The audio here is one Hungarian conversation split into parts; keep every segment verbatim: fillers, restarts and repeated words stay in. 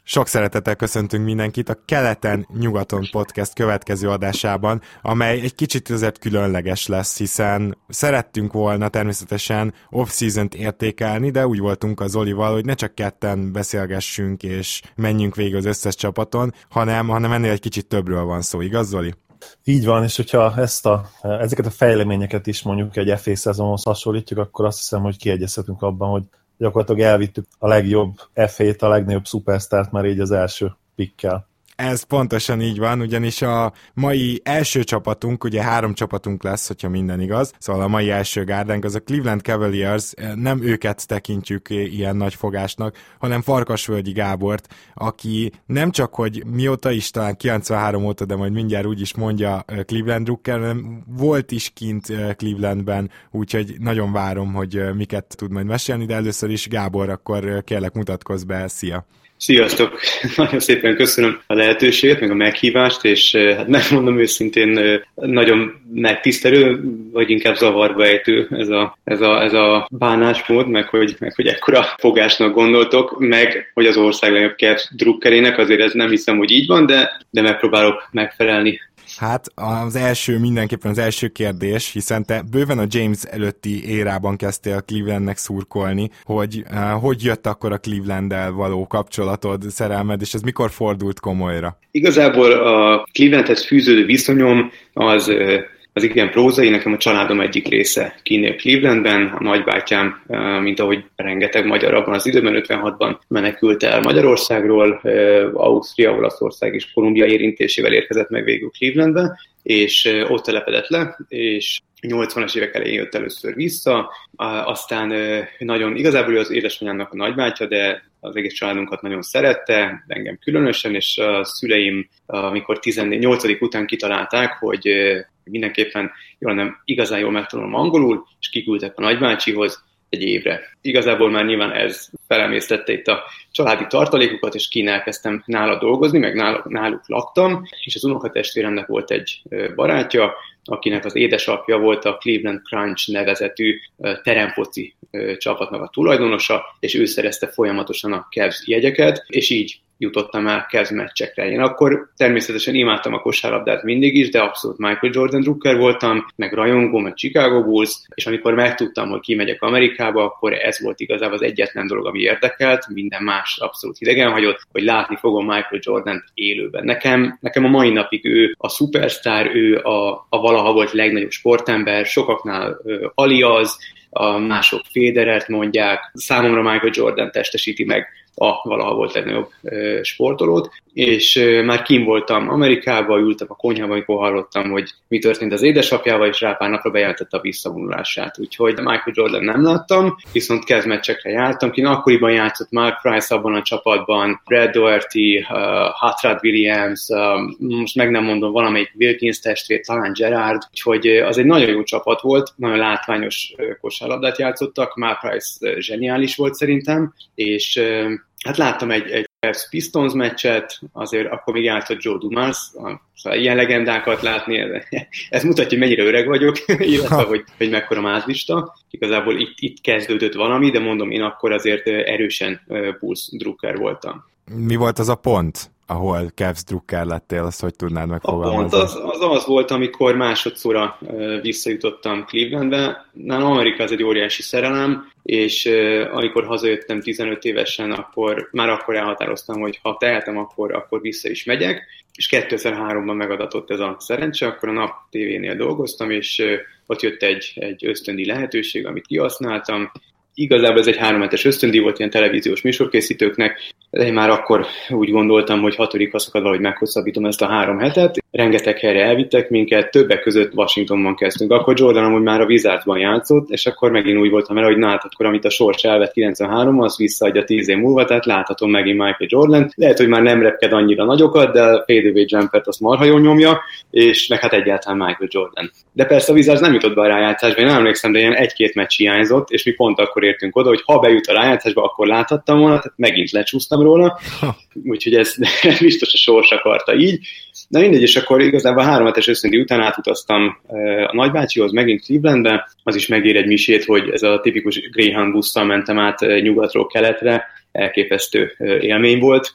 Sok szeretettel köszöntünk mindenkit a Keleten-nyugaton podcast következő adásában, amely egy kicsit azért különleges lesz, hiszen szerettünk volna természetesen off-season-t értékelni, de úgy voltunk az Zolival, hogy ne csak ketten beszélgessünk és menjünk végig az összes csapaton, hanem, hanem ennél egy kicsit többről van szó, igaz, Zoli? Így van, és hogyha ezt a, ezeket a fejleményeket is mondjuk egy ef á szezonhoz hasonlítjuk, akkor azt hiszem, hogy kiegyezhetünk abban, hogy gyakorlatilag elvittük a legjobb ef á-t, a legnagyobb szupersztárt már így az első pickkel. Ez pontosan így van, ugyanis a mai első csapatunk, ugye három csapatunk lesz, hogyha minden igaz, szóval a mai első gárdánk az a Cleveland Cavaliers, nem őket tekintjük ilyen nagy fogásnak, hanem Farkasvölgyi Gábort, aki nem csak, hogy mióta is, talán kilencvenhárom óta, de majd mindjárt úgy is mondja Cleveland drukker, hanem volt is kint Clevelandben, úgyhogy nagyon várom, hogy miket tud majd mesélni, de először is Gábor, akkor kérlek mutatkozz be, szia! Sziasztok! Nagyon szépen köszönöm a lehetőséget, meg a meghívást, és hát megmondom őszintén, nagyon megtisztelő, vagy inkább zavarba ejtő ez a, ez a, ez a bánásmód, meg hogy, meg hogy ekkora fogásnak gondoltok, meg hogy az ország legjobb Cavs drukkerének, azért ez nem hiszem, hogy így van, de, de megpróbálok megfelelni. Hát az első, mindenképpen az első kérdés, hiszen te bőven a James előtti érában kezdtél Clevelandnek szurkolni, hogy uh, hogy jött akkor a Clevelanddel való kapcsolatod, szerelmed, és ez mikor fordult komolyra? Igazából a Clevelandhez fűződő viszonyom az... az igen prózai, nekem a családom egyik része kinél Clevelandben, a nagybátyám, mint ahogy rengeteg magyar abban az időben, ötvenhatban menekült el Magyarországról, Ausztria, Olaszország és Kolumbia érintésével érkezett meg végül Clevelandbe, és ott telepedett le, és nyolcvanas évek elején jött először vissza, aztán nagyon, igazából ő az édesanyámnak a nagybátyja, de az egész családunkat nagyon szerette, engem különösen, és a szüleim, amikor tizennyolcadik után kitalálták, hogy mindenképpen jól nem igazán jól megtanulom angolul, és kiküldtek a nagybácsihoz egy évre. Igazából már nyilván ez felemésztette itt a családi tartalékokat, és kint elkezdtem nála dolgozni, meg náluk, náluk laktam, és az unokatestvéremnek volt egy barátja, akinek az édesapja volt a Cleveland Crunch nevezetű teremfoci csapatnak a tulajdonosa, és ő szerezte folyamatosan a Cavs jegyeket, és így jutottam el Cavs meccsekre. Én akkor természetesen imádtam a kosárlabdát mindig is, de abszolút Michael Jordan drukker voltam, meg rajongó, meg Chicago Bulls, és amikor megtudtam, hogy kimegyek Amerikába, akkor ez volt igazából az egyetlen dolog, ami érdekelt, minden más abszolút idegen hagyott, hogy látni fogom Michael Jordant élőben. Nekem, nekem a mai napig ő a szupersztár, ő a, a valaha volt legnagyobb sportember, sokaknál uh, alias, a mások Federert mondják, számomra Michael Jordan testesíti meg a valaha volt legnagyobb e, sportolót, és e, már kim voltam Amerikában, ültem a konyhában, amikor hallottam, hogy mi történt az édesapjával, és rá pár napra bejelentette a visszavonulását. Úgyhogy Michael Jordan nem láttam, viszont Cavs meccsekre jártam, ki akkoriban játszott Mark Price abban a csapatban, Brad Doherty, uh, Hatrad Williams, uh, most meg nem mondom, valamelyik Wilkins testvér, talán Gerard, úgyhogy az egy nagyon jó csapat volt, nagyon látványos uh, kosárlabdát játszottak, Mark Price uh, zseniális volt szerintem, és uh, hát láttam egy, egy Pistons meccset, azért akkor még játszott Joe Dumars, szóval ilyen legendákat látni, ez, ez mutatja, hogy mennyire öreg vagyok, illetve, hogy, hogy mekkora mázlista. Igazából itt, itt kezdődött valami, de mondom, én akkor azért erősen Bulls drukker voltam. Mi volt az a pont, ahol Cavs drukker lettél, azt hogy tudnád megfogalmazni? A pont az, az az volt, amikor másodszorra uh, visszajutottam Clevelandbe. Nálam Amerika az egy óriási szerelem, és uh, amikor hazajöttem tizenöt évesen, akkor már akkor elhatároztam, hogy ha tehetem, akkor, akkor vissza is megyek, és kétezer-háromban megadatott ez a szerencse, akkor a Nap té vénél dolgoztam, és uh, ott jött egy, egy ösztöndi lehetőség, amit kihasználtam. Igazából ez egy három hetes ösztöndíj volt ilyen televíziós műsorkészítőknek, de én már akkor úgy gondoltam, hogy hatodik szakad valahogy meghosszabbítom ezt a három hetet. Rengeteg helyre elvittek minket, többek között Washingtonban kezdtünk. Akkor Jordan amúgy már a Wizardsban játszott, és akkor megint úgy voltam el, hogy na, hát akkor amit a sors elvett kilencvenháromban, az visszaadja tíz év múlva, tehát láthatom megint Michael Jordan. Lehet, hogy már nem repked annyira nagyokat, de a fadeaway jumpert azt marha jól nyomja, és meg hát egyáltalán Michael Jordan. De persze a Wizards nem jutott be a rájátszásba, én nem emlékszem, de ilyen egy-két meccs hiányzott, és mi pont akkor értünk oda, hogy ha bejut a rájátszásba, akkor láthattam volna, tehát megint lecsúsztam róla, úgyhogy ez biztos a sors akarta így. Na mindegy, és akkor igazából a három hetes összöndi után átutaztam a nagybácsihoz, megint Clevelandbe, az is megér egy misét, hogy ez a tipikus Greyhound busszal mentem át nyugatról keletre, elképesztő élmény volt.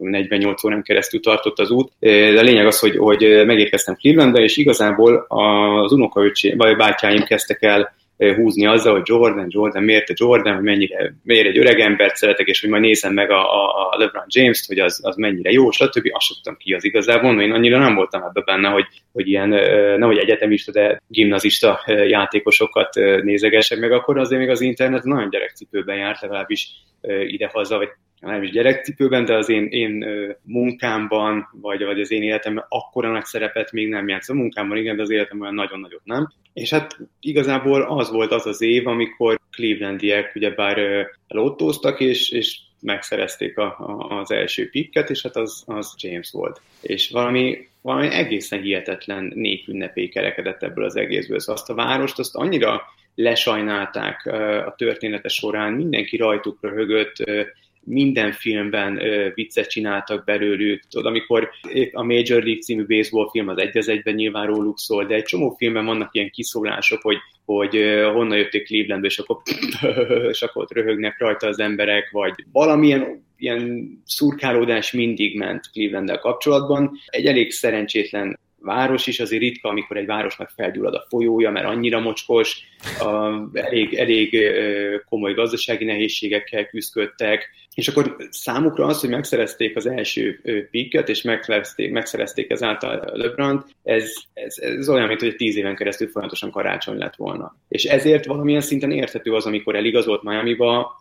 negyvennyolc órán keresztül tartott az út, de a lényeg az, hogy, hogy megérkeztem Clevelandbe, és igazából az unokaöcsém, vagy bátyáim kezdtek el húzni azzal, hogy Jordan, Jordan, miért te Jordan, hogy mennyire, miért egy öreg embert szeretek, és hogy majd nézem meg a, a, a LeBron James-t, hogy az, az mennyire jó, stb. Azt sem tudtam ki az igazából, mert én annyira nem voltam ebben benne, hogy, hogy ilyen, nehogy egyetemista, de gimnazista játékosokat nézegessek meg, akkor azért még az internet nagyon gyerekcipőben járt, legalábbis idehaza, vagy nem is gyerekcipőben, de az én, én munkámban, vagy, vagy az én életemben akkora nagy szerepet még nem játszom. A munkámban igen, de az életemben olyan nagyon nagyot nem. És hát igazából az volt az az év, amikor Clevelandiek ugyebár lottóztak, és, és megszerezték a, a, az első picket, és hát az, az James volt. És valami, valami egészen hihetetlen népünnepé kerekedett ebből az egészből. Szóval azt a várost, azt annyira lesajnálták a története során, mindenki rajtuk röhögött, minden filmben ö, viccet csináltak belőlük. Tudod, amikor a Major League című baseball film az egy az egyben nyilván róluk szól, de egy csomó filmben vannak ilyen kiszólások, hogy, hogy ö, honnan jötték Clevelandbe, és akkor, és akkor ott röhögnek rajta az emberek, vagy valamilyen ilyen szurkálódás mindig ment Clevelanddel kapcsolatban. Egy elég szerencsétlen város is, azért ritka, amikor egy városnak felgyullad a folyója, mert annyira mocskos, a, elég, elég komoly gazdasági nehézségekkel küzdöttek, és akkor számukra az, hogy megszerezték az első picket, és megszerezték, megszerezték ezáltal LeBront, ez, ez, ez olyan, mint hogy tíz éven keresztül folyamatosan karácsony lett volna. És ezért valamilyen szinten érthető az, amikor eligazolt Miamiba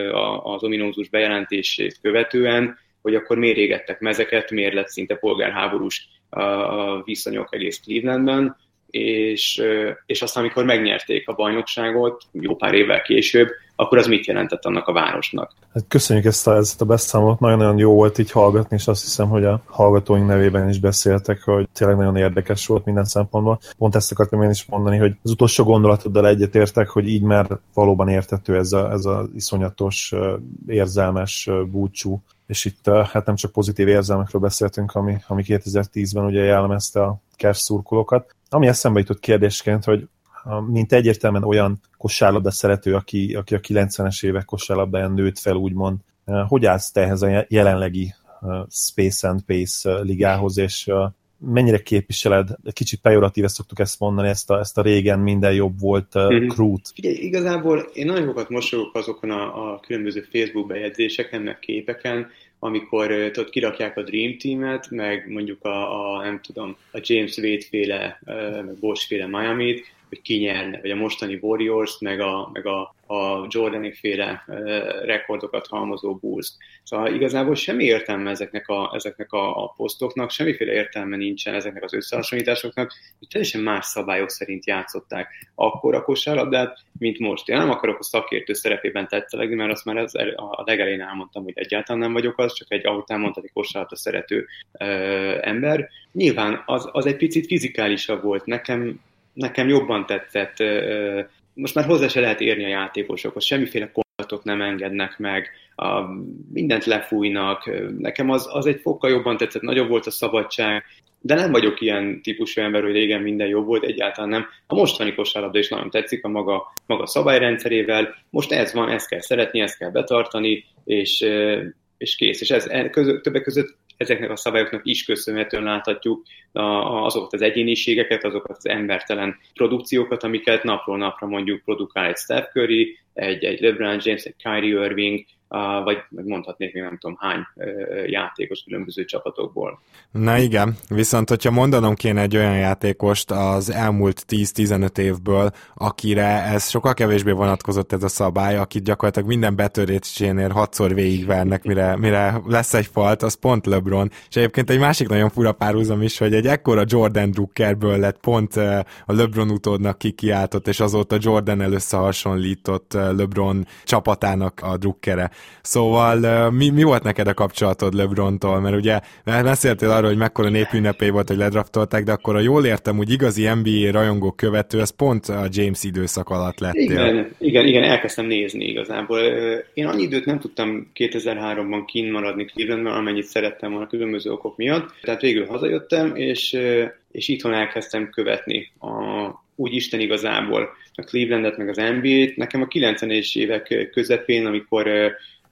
az ominózus bejelentését követően, hogy akkor miért égettek mezeket, miért lett szinte polgárháborús a viszonyok egész Clevelandben, és, és aztán, amikor megnyerték a bajnokságot, jó pár évvel később, akkor az mit jelentett annak a városnak? Hát köszönjük ezt a, ezt a beszámolót, nagyon-nagyon jó volt így hallgatni, és azt hiszem, hogy a hallgatóink nevében is beszéltek, hogy tényleg nagyon érdekes volt minden szempontból. Pont ezt akartam én is mondani, hogy az utolsó gondolatoddal egyetértek, hogy így már valóban érthető ez az ez a iszonyatos, érzelmes búcsú. És itt hát nem csak pozitív érzelmekről beszéltünk, ami, ami kétezer-tízben ugye jellemezte a Cavs szurkolókat. Ami eszembe jutott kérdésként, hogy mint egyértelműen olyan kosárlabda szerető, aki, aki a kilencvenes évek kosárlabdáján nőtt fel, úgymond, hogy állsz te ehhez a jelenlegi Space and Pace ligához, és mennyire képviseled, kicsit pejoratíve szoktuk ezt mondani, ezt a, ezt a régen minden jobb volt uh, crew-t. Figyelj, igazából én nagyon sokat mosolygok azokon a, a különböző Facebook bejegyzéseken, meg képeken, amikor tudod, kirakják a Dream Team-et, meg mondjuk a, a nem tudom, a James Wade-féle, meg Bosch-féle Miami-t, hogy ki nyerne, vagy a mostani Warriors, meg a, meg a, a Jordanik-féle uh, rekordokat halmozó Bulls. Szóval igazából semmi értelme ezeknek a, ezeknek a, a posztoknak, semmiféle értelme nincsen ezeknek az összehasonlításoknak, hogy teljesen más szabályok szerint játszották akkor a kosárlabdát, mint most. Én nem akarok a szakértő szerepében tetszelegni, mert azt már az, a legelején elmondtam, hogy egyáltalán nem vagyok az, csak egy, ahogy elmondtad, egy kosárlabda szerető uh, ember. Nyilván az, az egy picit fizikálisabb volt. Nekem Nekem jobban tetszett, most már hozzá se lehet érni a játékosokhoz, semmiféle kontaktot nem engednek meg, a, mindent lefújnak, nekem az, az egy fokkal jobban tetszett, nagyobb volt a szabadság, de nem vagyok ilyen típusú ember, hogy régen minden jobb volt, egyáltalán nem. A mostani kosárlabda is nagyon tetszik a maga, maga szabályrendszerével, most ez van, ezt kell szeretni, ezt kell betartani, és, és kész. És ez között, többek között ezeknek a szabályoknak is köszönhetően láthatjuk azokat az egyéniségeket, azokat az embertelen produkciókat, amiket napról napra mondjuk produkál egy Steph Curry, egy, egy LeBron James, egy Kyrie Irving, vagy mondhatnék még nem tudom hány játékos különböző csapatokból. Na igen, viszont hogyha mondanom kéne egy olyan játékost az elmúlt tíz-tizenöt évből, akire ez sokkal kevésbé vonatkozott ez a szabály, akit gyakorlatilag minden betörésénél hatszor végigvernek, mire, mire lesz egy falt, az pont LeBron. És egyébként egy másik nagyon fura párhuzam is, hogy egy ekkora Jordan drukkerből lett pont a LeBron utódnak kikiáltott, és azóta Jordan összehasonlított LeBron csapatának a drukkere. Szóval mi, mi volt neked a kapcsolatod LeBrontól? Mert ugye beszéltél arról, hogy mekkora népünnepé volt, hogy ledraftolták, de akkor, ha jól értem, úgy igazi en bé á rajongó követő, ez pont a James időszak alatt lettél. Igen, igen, igen, elkezdtem nézni igazából. Én annyi időt nem tudtam kétezer-háromban kint maradni Clevelandben, amennyit szerettem volna különböző okok miatt. Tehát végül hazajöttem, és, és itthon elkezdtem követni a, úgy Isten igazából a Clevelandet, meg az en bé á-t. Nekem a kilencvenes évek közepén, amikor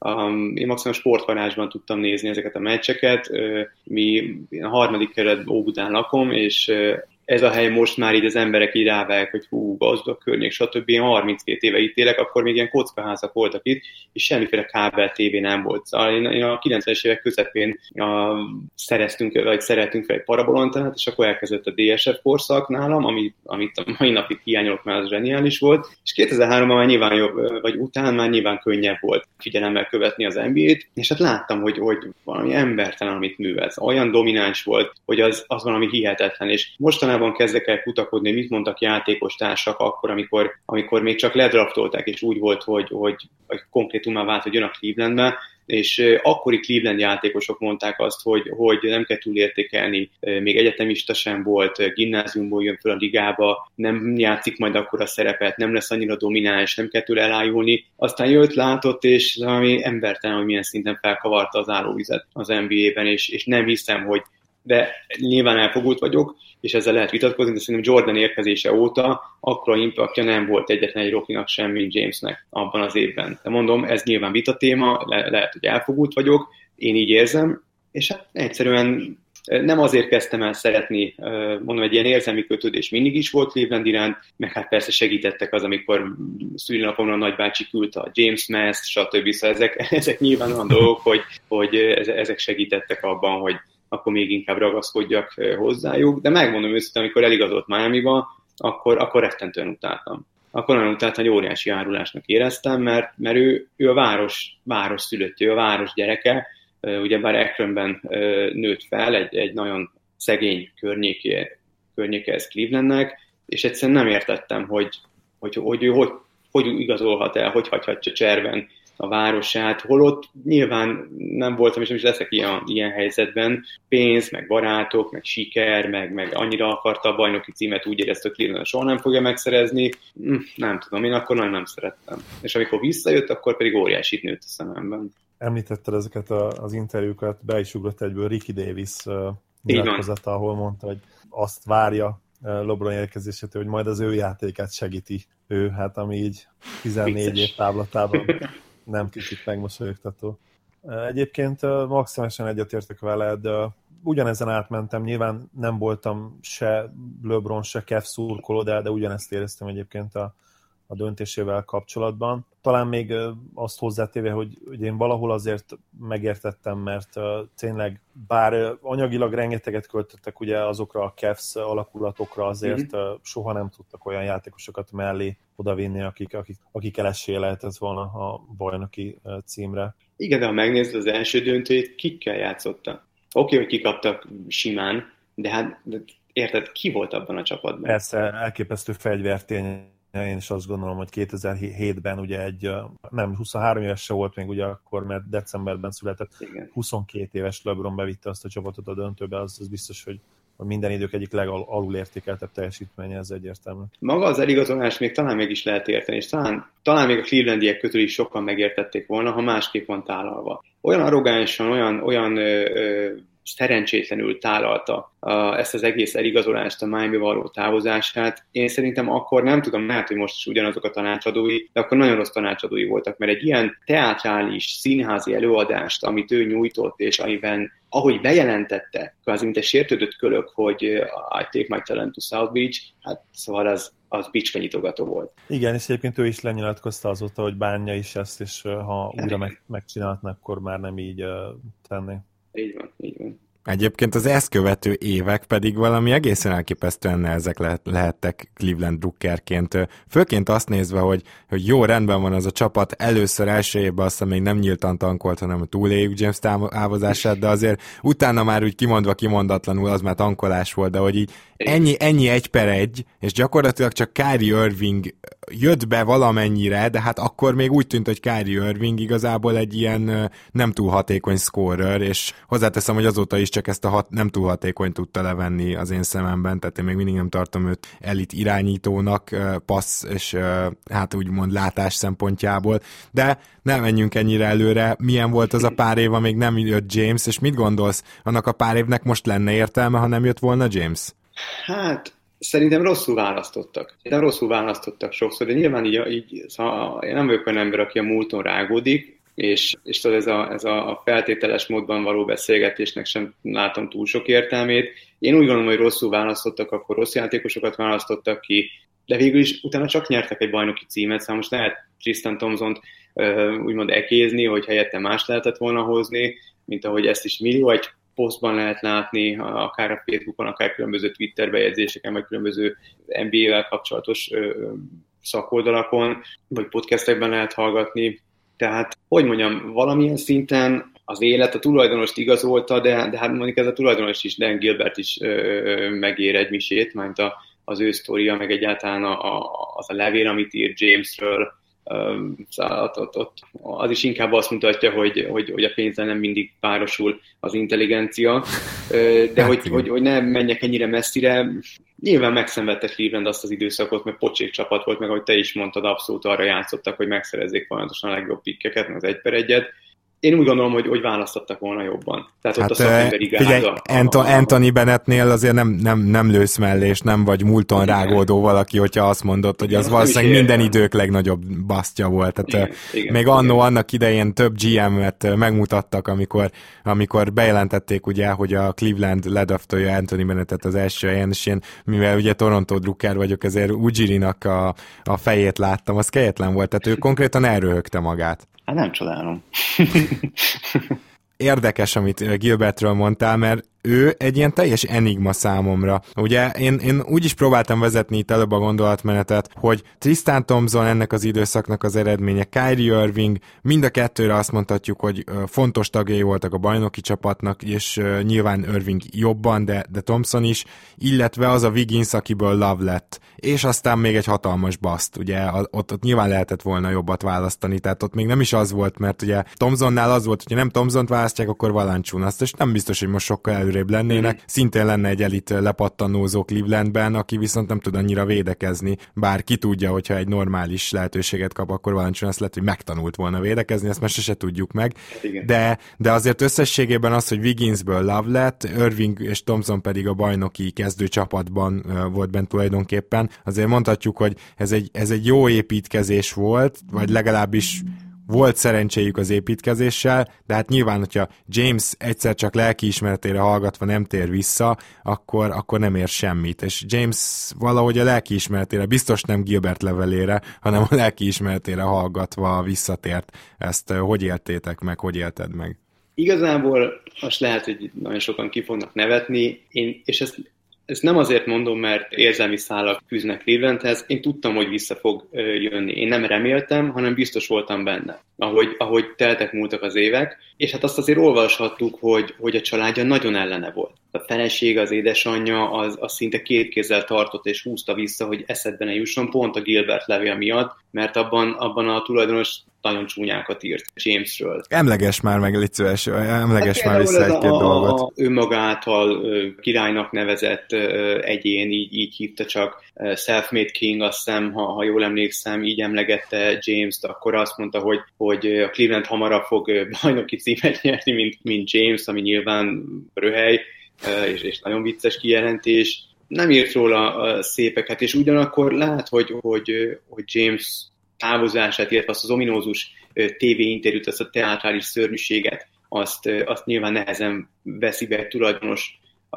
Um, én maximum sportvarázsban tudtam nézni ezeket a meccseket. Uh, mi a harmadik kerület Óbudán lakom, és uh, ez a hely most már így az emberek így rávágják, hogy hú, gazdag környék, stb. Én harminckét éve itt élek, akkor még ilyen kockaházak voltak itt, és semmiféle kábel tévé nem volt. Szóval én, én a kilencvenes évek közepén a, szereztünk, vagy szerettünk fel egy parabolantennát, és akkor elkezdett a dé es ef korszak nálam, amit, amit a mai napig hiányolok, mert az zseniális volt, és kétezer-háromban már nyilván jobb, vagy után már nyilván könnyebb volt figyelemmel követni az en bé á-t, és hát láttam, hogy, hogy valami embertelen, amit művelsz. Olyan domináns volt, hogy az, az valami hihetetlen, és mostanában kezdek el kutakodni, mit mondtak játékos társak akkor, amikor, amikor még csak ledraftolták, és úgy volt, hogy, hogy, hogy konkrétumá vált, hogy jön a Clevelandbe, és akkori Cleveland játékosok mondták azt, hogy, hogy nem kell túlértékelni, még egyetemista sem volt, gimnáziumból jön föl a ligába, nem játszik majd akkora szerepet, nem lesz annyira domináns, nem kell tőle elájulni. Aztán jött, látott, és valami embertelen, hogy milyen szinten felkavarta az állóvizet az en bé á-ben, és, és nem hiszem, hogy de nyilván elfogult vagyok, és ezzel lehet vitatkozni, de szerintem Jordan érkezése óta akkora impactja nem volt egyetlen egy rookie-nak sem, mint Jamesnek abban az évben. De mondom, ez nyilván vitatéma, le- lehet, hogy elfogult vagyok, én így érzem, és hát egyszerűen nem azért kezdtem el szeretni, mondom, egy ilyen érzelmi kötődés mindig is volt Cleveland iránt, meg hát persze segítettek az, amikor szülinapomra a nagybácsi küldte a James Mass, stb. Szóval ezek, ezek nyilván olyan dolgok, hogy, hogy ezek segítettek abban, hogy akkor még inkább ragaszkodjak hozzájuk, de megmondom őszintén, amikor eligazolt Miamiba, akkor, akkor rettentően utáltam. Akkor nagyon utáltam, hogy óriási árulásnak éreztem, mert, mert ő, ő a város, város szülöttje, ő a város gyereke, ugyebár Akronben nőtt fel, egy, egy nagyon szegény környéke, környéke ez Clevelandnek, és egyszerűen nem értettem, hogy, hogy, hogy ő hogy, hogy igazolhat el, hogy hagyhatja cserben a városát, holott nyilván nem voltam, és nem is leszek ilyen, ilyen helyzetben, pénz, meg barátok, meg siker, meg, meg annyira akarta a bajnoki címet, úgy érezte, hogy Cleveland soha nem fogja megszerezni, nem tudom, én akkor nagyon nem szerettem. És amikor visszajött, akkor pedig óriásit nőtt a szememben. Említetted ezeket az interjúkat, be is ugrott egyből Ricky Davis nyilatkozata, ahol mondta, hogy azt várja LeBron érkezését, hogy majd az ő játékát segíti ő, hát ami így tizennégy év táblatában nem kicsit megmosolyogtató. Egyébként maximálisan egyetértek veled, ugyanezen átmentem, nyilván nem voltam se LeBron, se Kev szurkoló, de, de ugyanezt éreztem egyébként a, a döntésével kapcsolatban. Talán még azt hozzátéve, hogy, hogy én valahol azért megértettem, mert tényleg bár anyagilag rengeteget költöttek ugye azokra a Cavs alakulatokra, azért mm-hmm. soha nem tudtak olyan játékosokat mellé odavinni, akik, akik, akikkel esély lehetett volna a bajnoki címre. Igen, de ha megnézed az első döntőjét, kikkel játszottak? Oké, okay, hogy kikaptak simán, de hát de érted, ki volt abban a csapatban? Persze, elképesztő fegyvertény. Én is azt gondolom, hogy kétezer-hétben ugye egy, nem, huszonhárom éves se volt még ugye akkor, mert decemberben született, igen. huszonkét éves LeBron bevitte azt a csapatot a döntőbe, az, az biztos, hogy minden idők egyik legalulértékeltebb teljesítménye, ez egyértelmű. Maga az eligazolás még talán meg is lehet érteni, és talán, talán még a Clevelandiek közül is sokan megértették volna, ha másképp van tálalva. Olyan arrogánsan, olyan, olyan ö, ö, szerencsétlenül tálalta a, ezt az egész eligazolást, a Miami való távozását. Én szerintem akkor nem tudom, lehet, hogy most is ugyanazok a tanácsadói, de akkor nagyon rossz tanácsadói voltak, mert egy ilyen teátrális, színházi előadást, amit ő nyújtott, és amiben, ahogy bejelentette, kvázi mint egy sértődött kölök, hogy I take my talent to South Beach, hát szóval az, az bicskanyitogató volt. Igen, és egyébként ő is lenyilatkozta azóta, hogy bánja is ezt, és ha újra meg, megcsinálhatna, akkor már nem így uh, tenni. Így van, így van. Egyébként az ezt követő évek pedig valami egészen elképesztően nehezek lehet, lehettek Cleveland drukkerként. Főként azt nézve, hogy, hogy jó, rendben van az a csapat, először első évben azt még nem nyíltan tankolt, hanem túléljük James távozását, de azért utána már úgy kimondva kimondatlanul az már tankolás volt, de hogy így ennyi, ennyi egy per egy, és gyakorlatilag csak Kyrie Irving jött be valamennyire, de hát akkor még úgy tűnt, hogy Kyrie Irving igazából egy ilyen nem túl hatékony scorer, és hozzáteszem, hogy azóta is csak ezt a hat, nem túl hatékony tudta levenni az én szememben, tehát én még mindig nem tartom őt elit irányítónak, passz és hát úgymond látás szempontjából, de nem menjünk ennyire előre. Milyen volt az a pár év, amíg nem jött James, és mit gondolsz, annak a pár évnek most lenne értelme, ha nem jött volna James? Hát szerintem rosszul választottak. Szerintem rosszul választottak sokszor, de nyilván így, így szóval én nem vagyok olyan ember, aki a múlton rágódik, és, és tudod, ez a, ez a feltételes módban való beszélgetésnek sem látom túl sok értelmét. Én úgy gondolom, hogy rosszul választottak, akkor rossz játékosokat választottak ki, de végül is utána csak nyertek egy bajnoki címet, szóval most lehet Tristan Thompsont uh, úgymond ekézni, hogy helyette más lehetett volna hozni, mint ahogy ezt is millió egy posztban lehet látni, akár a Facebookon, akár különböző Twitter bejegyzéseken, vagy különböző en bé á-vel kapcsolatos uh, szakoldalakon, vagy podcastekben lehet hallgatni. Tehát, hogy mondjam, valamilyen szinten az élet a tulajdonost igazolta, de, de hát mondjuk ez a tulajdonos is, Dan Gilbert is ö, megér egy misét, mert a, az ő sztoria, meg egyáltalán a, a, az a levél, amit ír Jamesről, ö, ott, ott, ott, az is inkább azt mutatja, hogy, hogy, hogy a pénzzel nem mindig párosul az intelligencia, ö, de hogy, hogy, hogy ne menjek ennyire messzire, nyilván megszenvedte Cleveland azt az időszakot, mert pocsék csapat volt, meg ahogy te is mondtad, abszolút arra játszottak, hogy megszerezzék folyamatosan a legjobb pikkeket, meg az egy per egyet. Én úgy gondolom, hogy, hogy választottak volna jobban. Tehát hát ott a szakemberi figyelj, gáza. Anton, Anthony Bennettnél azért nem, nem, nem lősz mellé, és nem vagy múlton rágódó valaki, hogyha azt mondod, hogy az valószínűleg minden idők legnagyobb basztja volt. Tehát igen, igen, még annó igen. Annak idején több gé em-et megmutattak, amikor, amikor bejelentették, ugye, hogy a Cleveland ledraftolja Anthony Bennettet az első helyen, és én, mivel ugye Toronto drukker vagyok, ezért Ujirinak a, a fejét láttam, az kegyetlen volt, tehát ő konkrétan elröhögte magát. Hát nem csodálom. Érdekes, amit Gilbertről mondtál, mert ő egy ilyen teljes enigma számomra. Ugye én, én úgy is próbáltam vezetni itt előbb a gondolatmenetet, hogy Tristan Thompson ennek az időszaknak az eredménye, Kyrie Irving, mind a kettőre azt mondhatjuk, hogy fontos tagjai voltak a bajnoki csapatnak, és nyilván Irving jobban, de, de Thompson is, illetve az a Wiggins, akiből Love lett. És aztán még egy hatalmas baszt, ugye ott, ott nyilván lehetett volna jobbat választani, tehát ott még nem is az volt, mert ugye Thompsonnál az volt, hogyha nem Thompsont választják, akkor Valanciunast, és nem biztos, hogy most sokkal előrébb lennének. Mm-hmm. Szintén lenne egy elit lepattanózó Clevelandben, aki viszont nem tud annyira védekezni, bár ki tudja, hogyha egy normális lehetőséget kap, akkor Valanciunas lehet, hogy megtanult volna védekezni, ezt most se tudjuk meg. De, de azért összességében az, hogy Wigginsből Love lett, Irving és Thompson pedig a bajnoki kezdő csapatban volt bent tulajdonképpen, azért mondhatjuk, hogy ez egy, ez egy jó építkezés volt, vagy legalábbis volt szerencséjük az építkezéssel, de hát nyilván, hogyha James egyszer csak lelkiismeretére hallgatva nem tér vissza, akkor, akkor nem ér semmit. És James valahogy a lelkiismeretére, biztos nem Gilbert levelére, hanem a lelkiismeretére hallgatva visszatért. Ezt hogy éltétek meg, hogy élted meg? Igazából azt lehet, hogy nagyon sokan ki fognak nevetni, én, és ezt Ezt nem azért mondom, mert érzelmi szálak fűznek Clevelandhez, én tudtam, hogy vissza fog jönni. Én nem reméltem, hanem biztos voltam benne, ahogy, ahogy teltek múltak az évek, és hát azt azért olvashattuk, hogy, hogy a családja nagyon ellene volt. A felesége, az édesanyja, az, az szinte két kézzel tartott és húzta vissza, hogy eszedbe ne jusson, pont a Gilbert levél miatt, mert abban, abban a tulajdonos nagyon csúnyákat írt Jamesről. Emleges már meg, légy szíves, emleges hát már vissza egy-két a, dolgot. A önmagáltal királynak nevezett egyén így, így hívta csak, Self-Made King, azt hiszem, ha, ha jól emlékszem, így emlegette James-t, akkor azt mondta, hogy, hogy a Cleveland hamarabb fog bajnoki címet nyerni, mint, mint James, ami nyilván röhely, és, és nagyon vicces kijelentés. Nem írt róla szépeket, és ugyanakkor lát, hogy, hogy, hogy James távozását, illetve azt az ominózus tévéinterjút, azt a teátrális szörnyűséget, azt, azt nyilván nehezen veszi be egy tulajdonos,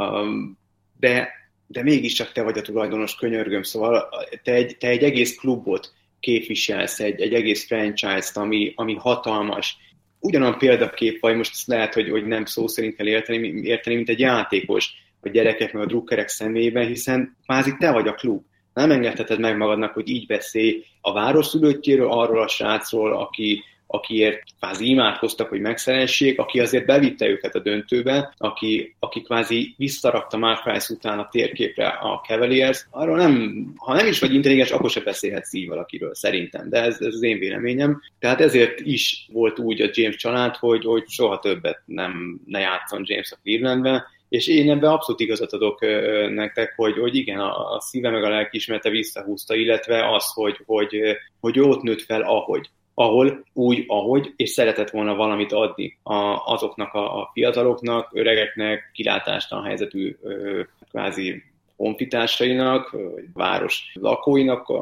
de, de mégiscsak te vagy a tulajdonos, könyörgöm, szóval te egy, te egy egész klubot képviselsz, egy, egy egész franchise-t, ami, ami hatalmas. Ugyanan példakép vagy, most ezt lehet, hogy, hogy nem szó szerint kell érteni, érteni, mint egy játékos, a gyerekek meg a drukkerek személyében, hiszen kvázi te vagy a klub. Nem engedheted meg magadnak, hogy így beszélj a város szülöttjéről, arról a srácról, aki, akiért kvázi imádkoztak, hogy megszeressék, aki azért bevitte őket a döntőbe, aki, aki kvázi visszarakta Mark Price után a térképre a Cavaliers. Arról nem, ha nem is vagy intelligens, akkor se beszélhetsz így valakiről, szerintem, de ez, ez az én véleményem. Tehát ezért is volt úgy a James család, hogy, hogy soha többet nem ne játszon James a Clevelandbe, és én ebben abszolút igazat adok ö, nektek, hogy, hogy igen, a, a szíve meg a lelkiismerete visszahúzta, illetve az, hogy, hogy, hogy ő ott nőtt fel, ahogy. ahol, úgy, ahogy, és szeretett volna valamit adni a, azoknak a, a fiataloknak, öregeknek, kilátástalan helyzetű ö, kvázi honfitársainak, vagy város lakóinak,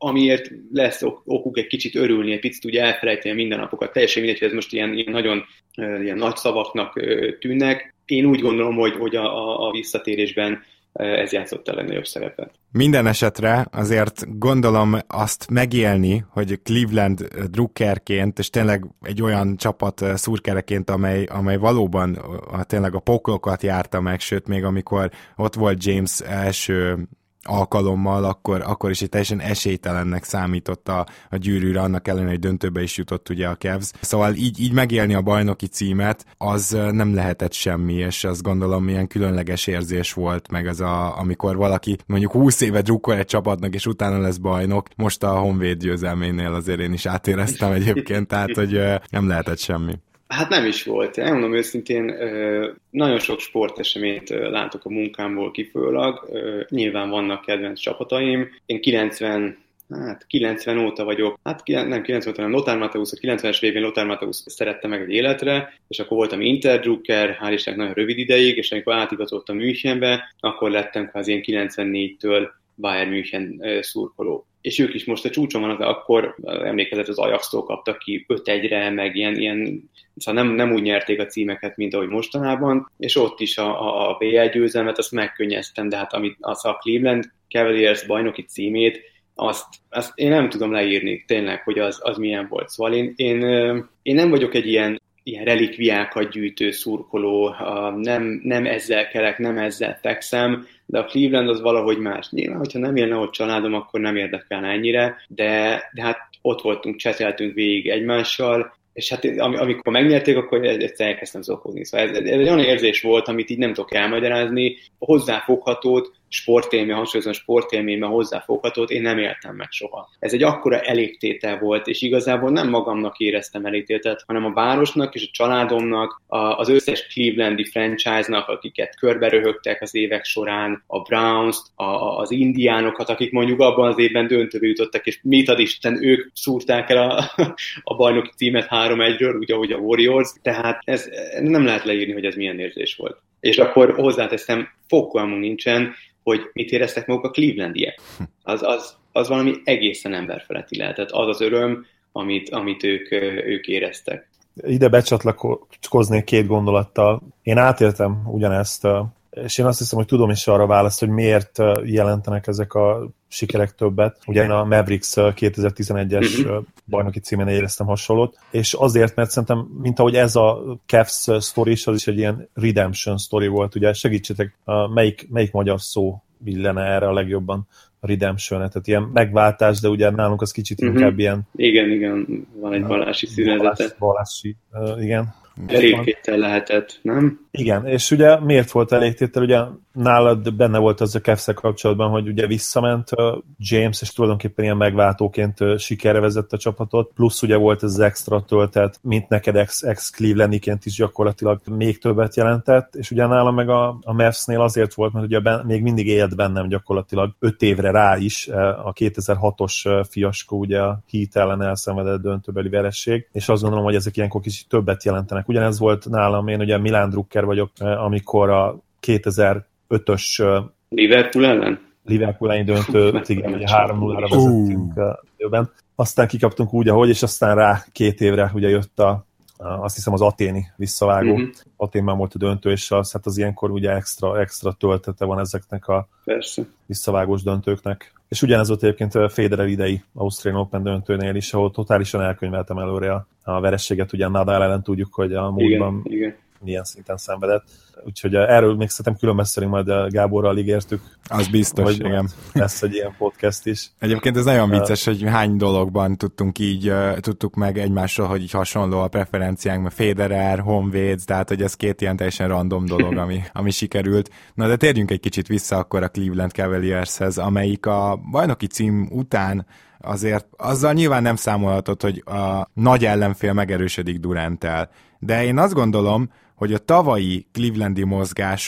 amiért lesz okuk egy kicsit örülni, egy picit úgy elfelejteni a mindennapokat. Teljesen mindegy, hogy ez most ilyen, ilyen nagyon ilyen nagy szavaknak tűnnek. Én úgy gondolom, hogy, hogy a, a, a visszatérésben ez játszott a legnagyobb szerepet. Minden esetre azért gondolom azt megélni, hogy Cleveland drukkerként, és tényleg egy olyan csapat szurkereként, amely, amely valóban a, tényleg a poklokat járta meg, sőt még amikor ott volt James első alkalommal, akkor, akkor is egy teljesen esélytelennek számított a, a gyűrűre, annak ellenére, hogy döntőbe is jutott ugye a Cavs. Szóval így, így megélni a bajnoki címet, az nem lehetett semmi, és azt gondolom, milyen különleges érzés volt, meg az a, amikor valaki mondjuk húsz éve drukkol egy csapatnak, és utána lesz bajnok. Most a Honvéd győzelménél azért én is átéreztem egyébként, tehát hogy nem lehetett semmi. Hát nem is volt. Én mondom őszintén, nagyon sok sporteseményt látok a munkámból kifolyólag. Nyilván vannak kedvenc csapataim. Én kilencven, hát kilencven óta vagyok, hát nem kilencven óta, hanem Lothar Matthäus, a kilencvenes évén Lothar Matthäus szerette meg egy életre, és akkor voltam Interdrucker, hál' Istennek nagyon rövid ideig, és amikor átigazoltam Münchenbe, akkor lettem kvázi ilyen kilencvennégytől Bayern München szurkoló. És ők is most a csúcson vannak, de akkor emlékezett az Ajax-tól kaptak ki öt egyre, meg ilyen, ilyen szóval nem, nem úgy nyerték a címeket, mint ahogy mostanában, és ott is a, a, a bé el győzelmet, azt megkönnyeztem, de hát amit az a Cleveland Cavaliers bajnoki címét, azt, azt én nem tudom leírni tényleg, hogy az, az milyen volt. Szóval én, én, én nem vagyok egy ilyen, ilyen relikviákat gyűjtő szurkoló, nem, nem ezzel kelek, nem ezzel fekszem, de a Cleveland az valahogy más. Nyilván, hogyha nem élne ott családom, akkor nem érdekelne ennyire, de, de hát ott voltunk, cseteltünk végig egymással, és hát amikor megnyerték, akkor egyszer elkezdtem zokozni. Szóval ez, ez egy olyan érzés volt, amit így nem tudok elmagyarázni, hozzáfoghatót, sportélmény, hangsúlyozom sportélményben hozzáfoghatót, én nem éltem meg soha. Ez egy akkora elégtétel volt, és igazából nem magamnak éreztem elégtételt, hanem a városnak és a családomnak, az összes Clevelandi franchise-nak, akiket körberöhögtek az évek során, a Browns-t, az indiánokat, akik mondjuk abban az évben döntőbe jutottak, és mit ad Isten, ők szúrták el a, a bajnoki címet három egyről, úgy, ahogy a Warriors, tehát ez nem lehet leírni, hogy ez milyen érzés volt. És akkor hozzáteszem, fogalmunk nincsen, hogy mit éreztek maguk a clevelandiek. Az, az, az valami egészen emberfeletti lehetett. Az az öröm, amit, amit ők, ők éreztek. Ide becsatlakoznék két gondolattal. Én átéltem ugyanezt, és én azt hiszem, hogy tudom is arra választ, hogy miért jelentenek ezek a sikerek többet. Ugye én a Mavericks kétezer-tizenegyes uh-huh. bajnoki címén éreztem hasonlót, és azért, mert szerintem, mint ahogy ez a Cavs sztori is, az is egy ilyen redemption sztori volt. Ugye segítsetek, melyik, melyik magyar szó illene erre a legjobban? Redemption, tehát ilyen megváltás, de ugye nálunk az kicsit uh-huh. inkább ilyen... Igen, igen, van egy vallási színezete. Vallási, uh, igen. Elégtétel lehetett, nem? Igen, és ugye miért volt elégtétel? Ugye nálad benne volt az a Cavs-szel kapcsolatban, hogy ugye visszament James, és tulajdonképpen ilyen megváltóként sikerre vezette a csapatot, plusz ugye volt ez az extra töltet, mint neked ex, ex-Clevelandi-ként is gyakorlatilag még többet jelentett, és ugye nálam meg a, a Mavs-nél azért volt, mert ugye ben, még mindig élt bennem gyakorlatilag öt évre rá is a kétezer-hatos fiaskó, ugye a Heat ellen elszenvedett döntőbeli veresség, és azt gondolom, hogy ezek ilyenkor kicsit többet jelentenek. Ugyanez volt nálam, én ugye Milán Drucker vagyok, amikor a kétezer-ötös Liverpool ellen? Liverpool elleni döntőt, igen, ugye három nullára vezettünk jövőben. Aztán kikaptunk úgy, ahogy, és aztán rá két évre ugye jött a, azt hiszem az aténi visszavágó. Uh-huh. Aténban volt a döntő, és az, hát az ilyenkor ugye extra, extra töltete van ezeknek a Persze. visszavágós döntőknek. És ugyanez volt egyébként Federer idei Australian Open döntőnél is, ahol totálisan elkönyveltem előre a, a verességet, ugye Nadal ellen tudjuk, hogy a múltban igen, igen. milyen szinten szenvedett. Úgyhogy erről még szerintem külön beszélünk, majd Gáborral ígértük. Az biztos, igen. Lesz egy ilyen podcast is. Egyébként ez nagyon vicces, hogy hány dologban tudtunk így, uh, tudtuk meg egymásról, hogy így hasonló a preferenciánk, mert Federer, Honvéd, tehát hogy ez két ilyen teljesen random dolog, ami, ami sikerült. Na de térjünk egy kicsit vissza akkor a Cleveland Cavaliershez, amelyik a bajnoki cím után azért azzal nyilván nem számolhatott, hogy a nagy ellenfél megerősödik Duranttel. De én azt gondolom, hogy a tavalyi clevelandi mozgások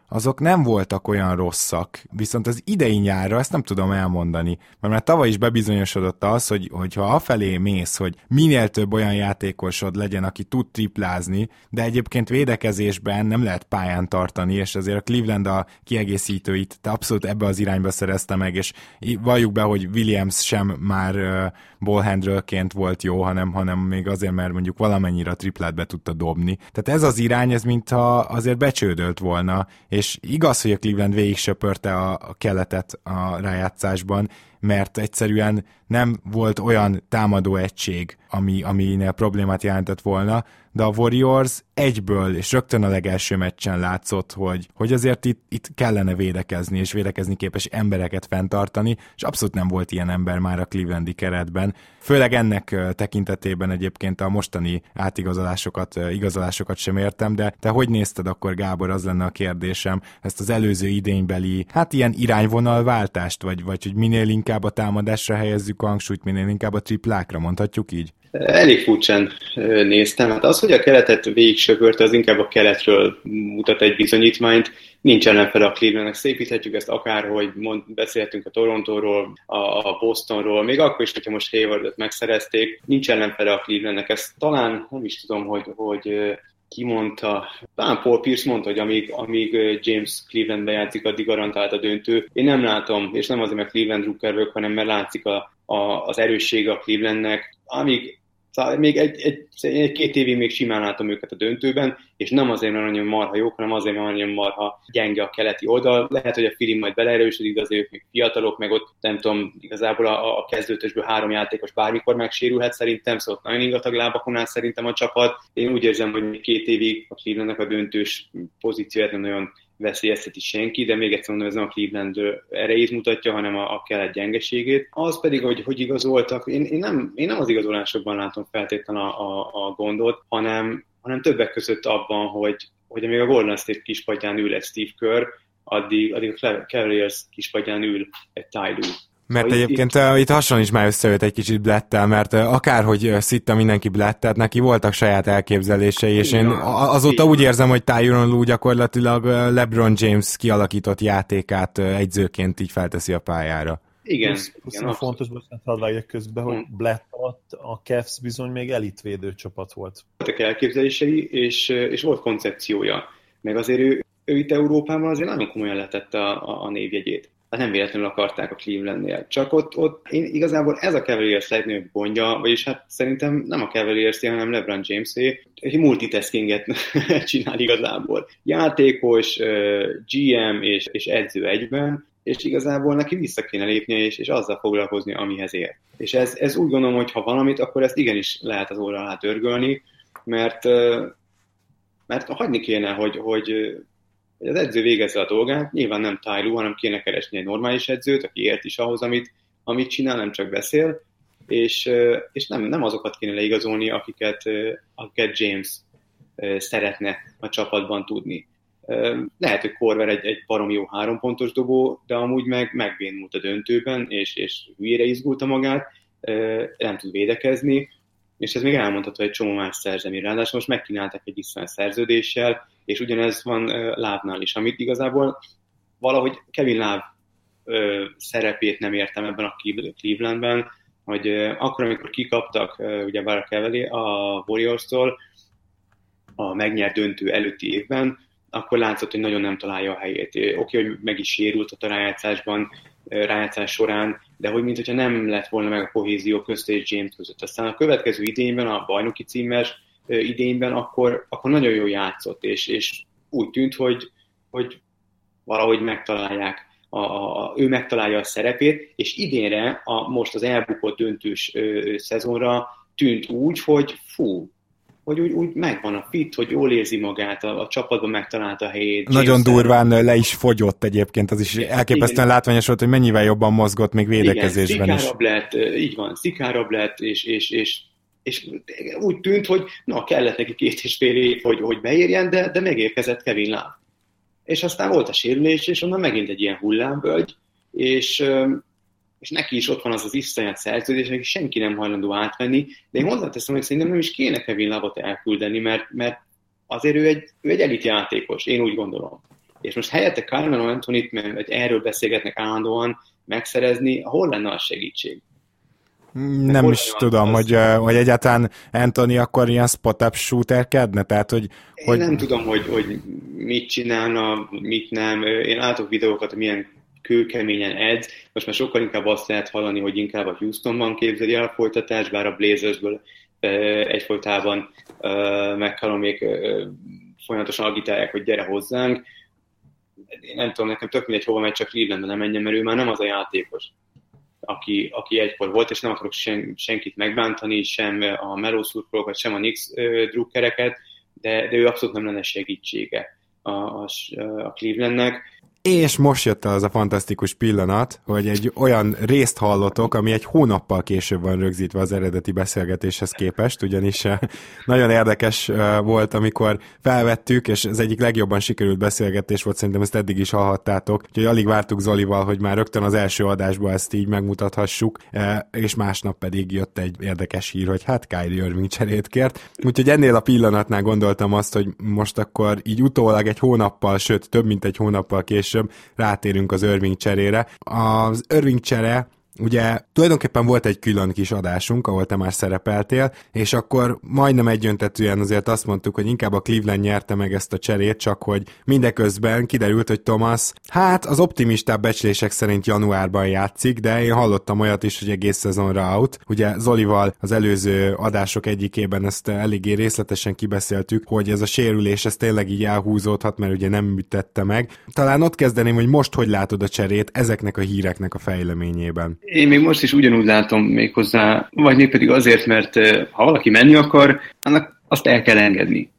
azok nem voltak olyan rosszak, viszont az idei nyárra ezt nem tudom elmondani, mert már tavaly is bebizonyosodott az, hogy, hogyha afelé mész, hogy minél több olyan játékosod legyen, aki tud triplázni, de egyébként védekezésben nem lehet pályán tartani, és azért a Cleveland a kiegészítőit abszolút ebbe az irányba szerezte meg, és valljuk be, hogy Williams sem már uh, ballhandlerként volt jó, hanem, hanem még azért, mert mondjuk valamennyire a triplát be tudta dobni. Tehát ez az irány, ez mintha azért becsődölt volna, és igaz, hogy a Cleveland végig söpörte a, a keletet a rájátszásban, mert egyszerűen nem volt olyan támadó egység, ami, aminél problémát jelentett volna, de a Warriors egyből, és rögtön a legelső meccsen látszott, hogy, hogy azért itt, itt kellene védekezni, és védekezni képes embereket fenntartani, és abszolút nem volt ilyen ember már a Clevelandi keretben. Főleg ennek tekintetében egyébként a mostani átigazolásokat, igazolásokat sem értem, de te hogy nézted akkor, Gábor, az lenne a kérdésem, ezt az előző idénybeli, hát ilyen irányvonalváltást, vagy, vagy hogy minél inkább a támadásra helyezzük a hangsúlyt, minél inkább a triplákra, mondhatjuk így? Elég furcsán néztem. Hát az, hogy a keletet végig söpörte, az inkább a keletről mutat egy bizonyítványt. Nincs ellenfele a Clevelandnek. Szépíthetjük ezt akárhogy, mond, beszélhetünk a Torontóról, a, a Bostonról, még akkor is, hogyha most Haywardot megszerezték. Nincs ellenfele a Clevelandnek. Ezt talán nem is tudom, hogy, hogy ki mondta. Talán Paul Pierce mondta, hogy amíg, amíg James Clevelandbe játszik, addig garantált a döntő. Én nem látom, és nem azért, mert Cleveland drukker vagyok, hanem mert látszik a, a, az erőssége a Clevelandnek. Amíg még egy, egy, egy két évig még simán látom őket a döntőben, és nem azért, mert nagyon marha jók, hanem azért, mert nagyon marha gyenge a keleti oldal. Lehet, hogy a Philly majd beleerősödik, de azért ők még fiatalok, meg ott nem tudom, igazából a, a kezdőtösből három játékos bármikor megsérülhet szerintem, szóval nagyon ingatag lábakon áll szerintem a csapat. Én úgy érzem, hogy két évig a Clevelandnek a döntős pozícióját nem nagyon veszélyezteti senki, de még egyszer mondom, ez nem a Cleveland erejét mutatja, hanem a, a kelet gyengeségét. Az pedig, hogy hogy igazoltak, én, én, nem, én nem az igazolásokban látom feltétlenül a, a, a gondot, hanem, hanem többek között abban, hogy, hogy amíg a Golden State kispadján ül egy Steve Kerr, addig, addig a Cavaliers kispadján ül egy Ty Lue. Mert szóval egyébként itt, itt hasonlít már összejött egy kicsit Blettel, mert akárhogy szitta mindenki Blettet, neki voltak saját elképzelései, és én azóta úgy érzem, hogy Tyronn Lue gyakorlatilag LeBron James kialakított játékát egyzőként így felteszi a pályára. Igen. Plusz, plusz igen fontos, bocsánat, hadd vágjak közben, hogy Blatt alatt a Cavs bizony még elitvédő csapat volt. Voltak elképzelései, és, és volt koncepciója. Meg azért ő, ő itt Európában azért nagyon komolyan letette a, a, a névjegyét. Hát nem véletlenül akarták a Clevelandnél. Csak ott, ott én igazából ez a Cavaliers legnagyobb gondja, vagyis hát szerintem nem a Cavaliers-é, hanem LeBron James-é, egy multitaskinget csinál igazából. Játékos, gé em és, és edző egyben, és igazából neki vissza kéne lépnie, és, és azzal foglalkozni, amihez ér. És ez, ez úgy gondolom, hogy ha valamit, akkor ezt igenis lehet az óra alá törgölni, mert, mert hagyni kéne, hogy, hogy hogy az edző végezze a dolgát, nyilván nem Ty Lue, hanem kéne keresni egy normális edzőt, aki ért is ahhoz, amit, amit csinál, nem csak beszél, és, és nem, nem azokat kéne leigazolni, akiket, akiket James szeretne a csapatban tudni. Lehet, hogy Korver egy, egy baromi jó hárompontos dobó, de amúgy meg megbénult a döntőben, és, és hülyére izgulta magát, nem tud védekezni, és ez még elmondható egy csomó más szerzemi. Ráadásul most megkínáltak egy iszonyú szerződéssel, és ugyanez van uh, Love-nál is, amit igazából valahogy Kevin Love uh, szerepét nem értem ebben a Clevelandben, hogy uh, akkor, amikor kikaptak uh, ugye a Cavaliers a Warriors-tól a megnyert döntő előtti évben, akkor látszott, hogy nagyon nem találja a helyét. Oké, okay, hogy meg is sérült a rájátszásban, rájátszás során, de hogy mintha nem lett volna meg a kohézió közt és James között. Aztán a következő idényben, a bajnoki címes idényben, akkor, akkor nagyon jól játszott, és, és úgy tűnt, hogy, hogy valahogy megtalálják, a, a, ő megtalálja a szerepét, és idénre, a, most az elbukott döntős ö, szezonra tűnt úgy, hogy fú, hogy úgy, úgy megvan a fit, hogy jól érzi magát, a, a csapatban megtalálta a helyét. Nagyon durván le is fogyott egyébként, az is elképesztően igen. Látványos volt, hogy mennyivel jobban mozgott még védekezésben igen, is. szikárabb lett, így van, szikárabb lett, és, és, és, és úgy tűnt, hogy na, kellett neki két és fél év, hogy, hogy beérjen, de, de megérkezett Kevin Love. És aztán volt a sérülés, és onnan megint egy ilyen hullámvölgy, és és neki is ott van az az iszonyat szerződés, neki senki nem hajlandó átvenni, de én hozzáteszem, hogy szerintem nem is kéne Kevin Love-ot elküldeni, mert, mert azért ő egy, ő egy elit játékos, én úgy gondolom. És most helyette Carmelo Anthony-t, mert erről beszélgetnek állandóan, megszerezni, hol lenne a segítség? Nem hol is tudom, hogy, hogy egyáltalán Anthony akkor ilyen spot-up shooterkedne, tehát hogy... Én hogy... nem tudom, hogy, hogy mit csinálna, mit nem. Én látok videókat, milyen kőkeményen edz. Most már sokkal inkább azt lehet hallani, hogy inkább a Houstonban képzeli el a folytatást, bár a Blazersből egyfolytában McCollumék folyamatosan agitálják, hogy gyere hozzánk. Én nem tudom, nekem tök mindegy, hova megy, csak Clevelandben nem menjen, mert ő már nem az a játékos, aki, aki egykor volt, és nem akarok sen, senkit megbántani, sem a Melo szurkolókat, sem a Knicks drukkereket, de, de ő abszolút nem lenne segítsége a, a, a Clevelandnek. És most jött az a fantasztikus pillanat, hogy egy olyan részt hallotok, ami egy hónappal később van rögzítve az eredeti beszélgetéshez képest, ugyanis nagyon érdekes volt, amikor felvettük, és az egyik legjobban sikerült beszélgetés volt, szerintem ezt eddig is hallhattátok, úgyhogy alig vártuk Zolival, hogy már rögtön az első adásban ezt így megmutathassuk, és másnap pedig jött egy érdekes hír, hogy hát Kyrie Irving cserét kért. Úgyhogy ennél a pillanatnál gondoltam azt, hogy most akkor így utólag egy hónappal, sőt több mint egy hónappal később rátérünk az Irving cserére. Az Irving csere, ugye tulajdonképpen volt egy külön kis adásunk, ahol te már szerepeltél, és akkor majdnem egyöntetűen azért azt mondtuk, hogy inkább a Cleveland nyerte meg ezt a cserét, csak hogy mindeközben kiderült, hogy Thomas, hát az optimistább becslések szerint januárban játszik, de én hallottam olyat is, hogy egész szezonra out. Ugye Zolival az előző adások egyikében ezt eléggé részletesen kibeszéltük, hogy ez a sérülés, ez tényleg így elhúzódhat, mert ugye nem műtette meg. Talán ott kezdeném, hogy most hogy látod a cserét ezeknek a híreknek a fejleményében. Én még most is ugyanúgy látom méghozzá, vagy még pedig azért, mert ha valaki menni akar, annak azt el kell engedni.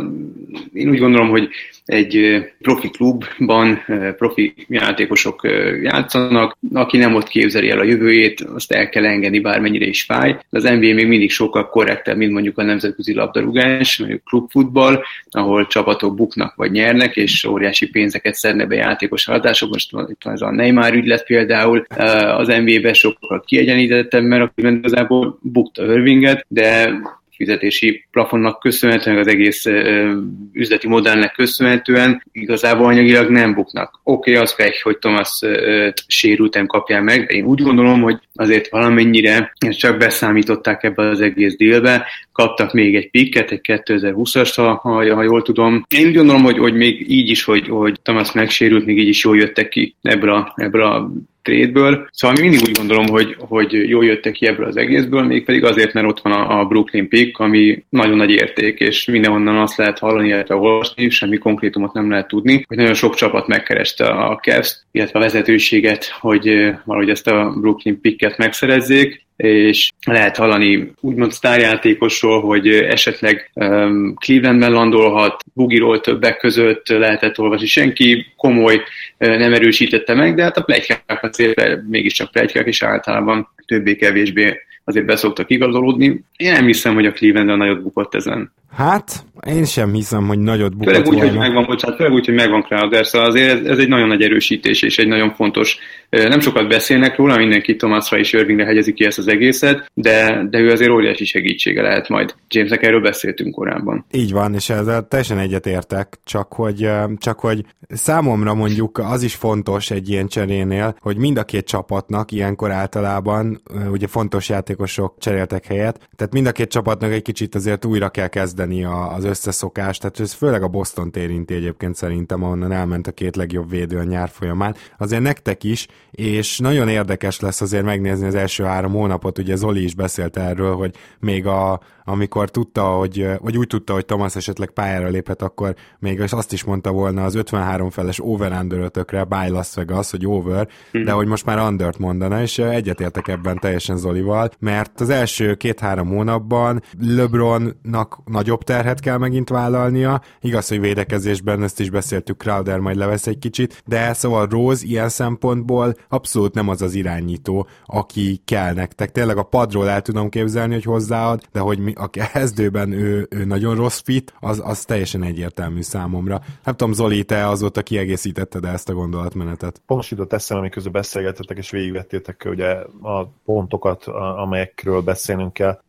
Én úgy gondolom, hogy egy profi klubban profi játékosok játszanak, aki nem ott képzeli el a jövőjét, azt el kell engedni, bármennyire is fáj. De az en bé á még mindig sokkal korrektebb, mint mondjuk a nemzetközi labdarúgás, mondjuk klubfutball, ahol csapatok buknak vagy nyernek, és óriási pénzeket szedne be játékos adások. Most itt van ez a Neymar ügylet például, az en bé á-ben sokkal kiegyenlítettebb, mert igazából bukta Irvinget, de fizetési plafonnak köszönhetően, az egész uh, üzleti modellnek köszönhetően igazából anyagilag nem buknak. Oké, okay, az pech, hogy Thomas uh, sérülten kapja meg, de én úgy gondolom, hogy azért valamennyire csak beszámították ebbe az egész dealbe, kaptak még egy pikket, egy kétezer-húszast, ha, ha, ha jól tudom. Én úgy gondolom, hogy, hogy még így is, hogy, hogy Thomas megsérült, még így is jól jöttek ki ebből a, ebből a trade-ből. Szóval mindig úgy gondolom, hogy, hogy jól jöttek ki ebből az egészből, mégpedig azért, mert ott van a, a Brooklyn pick, ami nagyon nagy érték, és mindenhonnan azt lehet hallani, illetve olvasni, semmi konkrétumot nem lehet tudni, hogy nagyon sok csapat megkereste a Cavs, illetve a vezetőséget, hogy valahogy ezt a Brooklyn picket megszerezzék, és lehet hallani úgymond sztárjátékosról, hogy esetleg um, Clevelandben landolhat, Bugiról többek között lehetett olvasni. Senki komoly uh, nem erősítette meg, de hát a pletykák azért mégiscsak pletykák, és általában többé-kevésbé azért beszoktak igazolódni. Én nem hiszem, hogy a Clevelandben nagyot bukott ezen. Hát, én sem hiszem, hogy nagyot bukott főleg úgy, volna. Hogy megvan, bocsánat, főleg úgy, hogy megvan Crowder, szóval azért ez, ez egy nagyon nagy erősítés, és egy nagyon fontos, nem sokat beszélnek róla, mindenki Thomasra és Irvingre hegyezik ki ezt az egészet, de, de ő azért óriási segítsége lehet majd. Jamesnek erről beszéltünk korábban. Így van, és ezzel teljesen egyetértek, csak hogy, csak hogy számomra mondjuk az is fontos egy ilyen cserénél, hogy mind a két csapatnak ilyenkor általában, ugye fontos játékosok cseréltek helyet, tehát mind a két csapatnak egy kicsit azért újra kell kezdeni az összeszokást, tehát ez főleg a Bostont érinti egyébként szerintem, ahonnan elment a két legjobb védő a nyár folyamán. Azért nektek is, és nagyon érdekes lesz azért megnézni az első három hónapot, ugye Zoli is beszélt erről, hogy még a, amikor tudta, hogy, vagy úgy tudta, hogy Thomas esetleg pályára léphet, akkor még azt is mondta volna az ötvenhárom feles over-under ötökre, by Las Vegas, hogy over, mm. de hogy most már undert mondana, és egyetértek ebben teljesen Zolival, mert az első két-három hónapban LeBronnak nagyobb terhet kell megint vállalnia, igaz, hogy védekezésben ezt is beszéltük, Crowder majd levesz egy kicsit, de szóval Rose ilyen szempontból abszolút nem az az irányító, aki kell nektek. Tényleg a padról el tudom képzelni, hogy hozzáad, de hogy mi, a kezdőben ő, ő nagyon rossz fit, az, az teljesen egyértelmű számomra. Nem tudom, Zoli, te azóta kiegészítetted ezt a gondolatmenetet? Pont jutott eszem, amikor beszélgettetek és végigvettétek ugye a pontokat, amelyekről beszélnünk kell.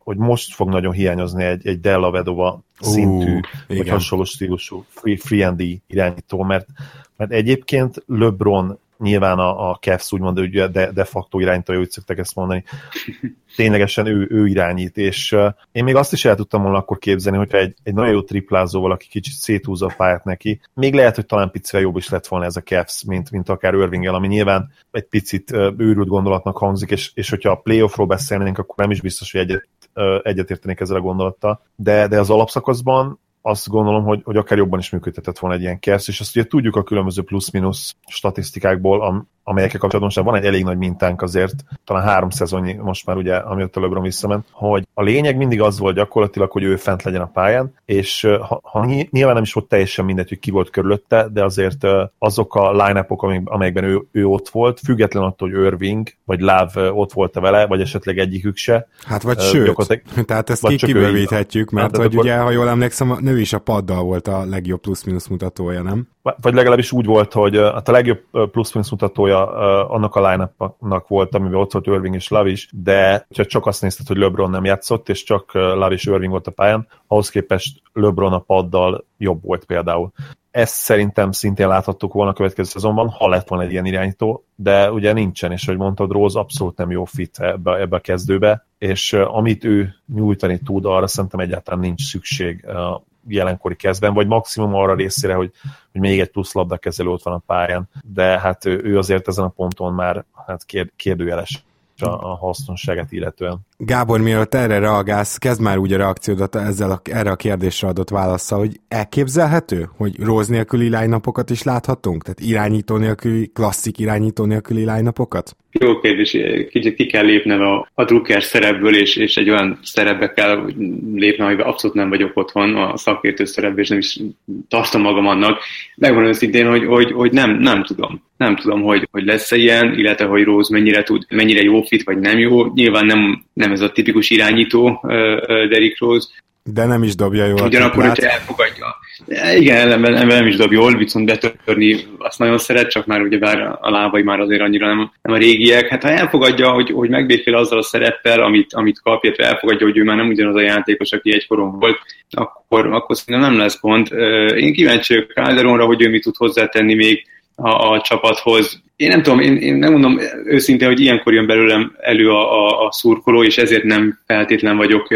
hogy most fog nagyon hiányozni egy, egy Della Vedova szintű, uh, vagy igen. hasonló stílusú free, free and D irányító, mert, mert egyébként LeBron nyilván a, a Cavs úgymond ugye de, de facto irányítója, úgy szokták ezt mondani. Ténylegesen ő, ő irányít, és uh, én még azt is el tudtam volna akkor képzelni, hogyha egy, egy nagyon jó triplázóval, aki kicsit széthúzza a pályát neki, még lehet, hogy talán picivel jobb is lett volna ez a Cavs, mint, mint akár Irvinggel, ami nyilván egy picit uh, őrült gondolatnak hangzik, és, és hogyha a playoffról beszélnénk, akkor nem is biztos, hogy egyet, uh, egyetértenék ezzel a gondolattal, de, de az alapszakaszban azt gondolom, hogy, hogy akár jobban is működtetett volna egy ilyen Cavs, és azt ugye tudjuk a különböző plusz-minusz statisztikákból, am, amelyekkel kapcsolatban van egy elég nagy mintánk azért, talán három szezonnyi most már ugye, amióta LeBron visszament, hogy a lényeg mindig az volt gyakorlatilag, hogy ő fent legyen a pályán, és ha, ha nyilván nem is volt teljesen mindegy, hogy ki volt körülötte, de azért azok a line-upok, amelyekben ő, ő ott volt, független attól, hogy Irving vagy Love ott volt-e vele, vagy esetleg egyikük se. Hát vagy sőt, tehát ezt ki kibővíthetjük, mert hát, hogy akkor... ugye, ha jól emlékszem, ő is a paddal volt a legjobb plusz-minusz mutatója, nem? Vagy legalábbis úgy volt, hogy hát a legjobb plusz-minusz mutatója annak a line-upnak volt, amiben ott volt Irving és Love is, de ha csak azt nézted, hogy LeBron nem játszott, és csak Love és Irving volt a pályán, ahhoz képest LeBron a paddal jobb volt például. Ezt szerintem szintén láthattuk volna a következő szezonban, ha lett volna egy ilyen irányító, de ugye nincsen, és ahogy mondtad, Rose abszolút nem jó fit ebbe, ebbe a kezdőbe, és amit ő nyújtani tud, arra szerintem egyáltalán nincs szükség a jelenkori kezdben, vagy maximum arra részére, hogy, hogy még egy plusz labdakezelő ott van a pályán, de hát ő, ő azért ezen a ponton már hát kérd, kérdőjeles a, a hasznosságát illetően. Gábor, mielőtt erre reagálsz, kezd már úgy a reakciódat ezzel a, erre a kérdésre adott válasszal, hogy elképzelhető, hogy Rose nélküli line-upokat is láthatunk? Tehát irányító nélküli, klasszik irányító nélküli line-upokat? Jó kérdés, kicsit ki kell lépnem a, a drukker szerepből, és, és egy olyan szerepbe kell lépnem, amiben abszolút nem vagyok otthon, a szakértő szerepben, és nem is tartom magam annak. Megmondom őszintén, hogy, hogy, hogy nem, nem tudom. Nem tudom, hogy, hogy lesz-e ilyen, illetve hogy Rose mennyire tud, mennyire jó fit, vagy nem jó. Nyilván nem, nem ez a tipikus irányító uh, Derrick Rose. De nem is dobja jól. Ugyanakkor, hogyha elfogadja. Igen, ellenben, ellenben nem is dob jól, viszont betörni azt nagyon szeret, csak már ugye bár a lábai már azért annyira nem, nem a régiek. Hát ha elfogadja, hogy, hogy megbékél azzal a szereppel, amit, amit kap, illetve elfogadja, hogy ő már nem ugyanaz a játékos, aki egykoron volt, akkor, akkor szerintem nem lesz pont. Én kíváncsi vagyok Calderonra, hogy ő mit tud hozzátenni még a, a csapathoz. Én nem tudom, én, én nem mondom őszintén, hogy ilyenkor jön belőlem elő a, a, a szurkoló, és ezért nem feltétlen vagyok,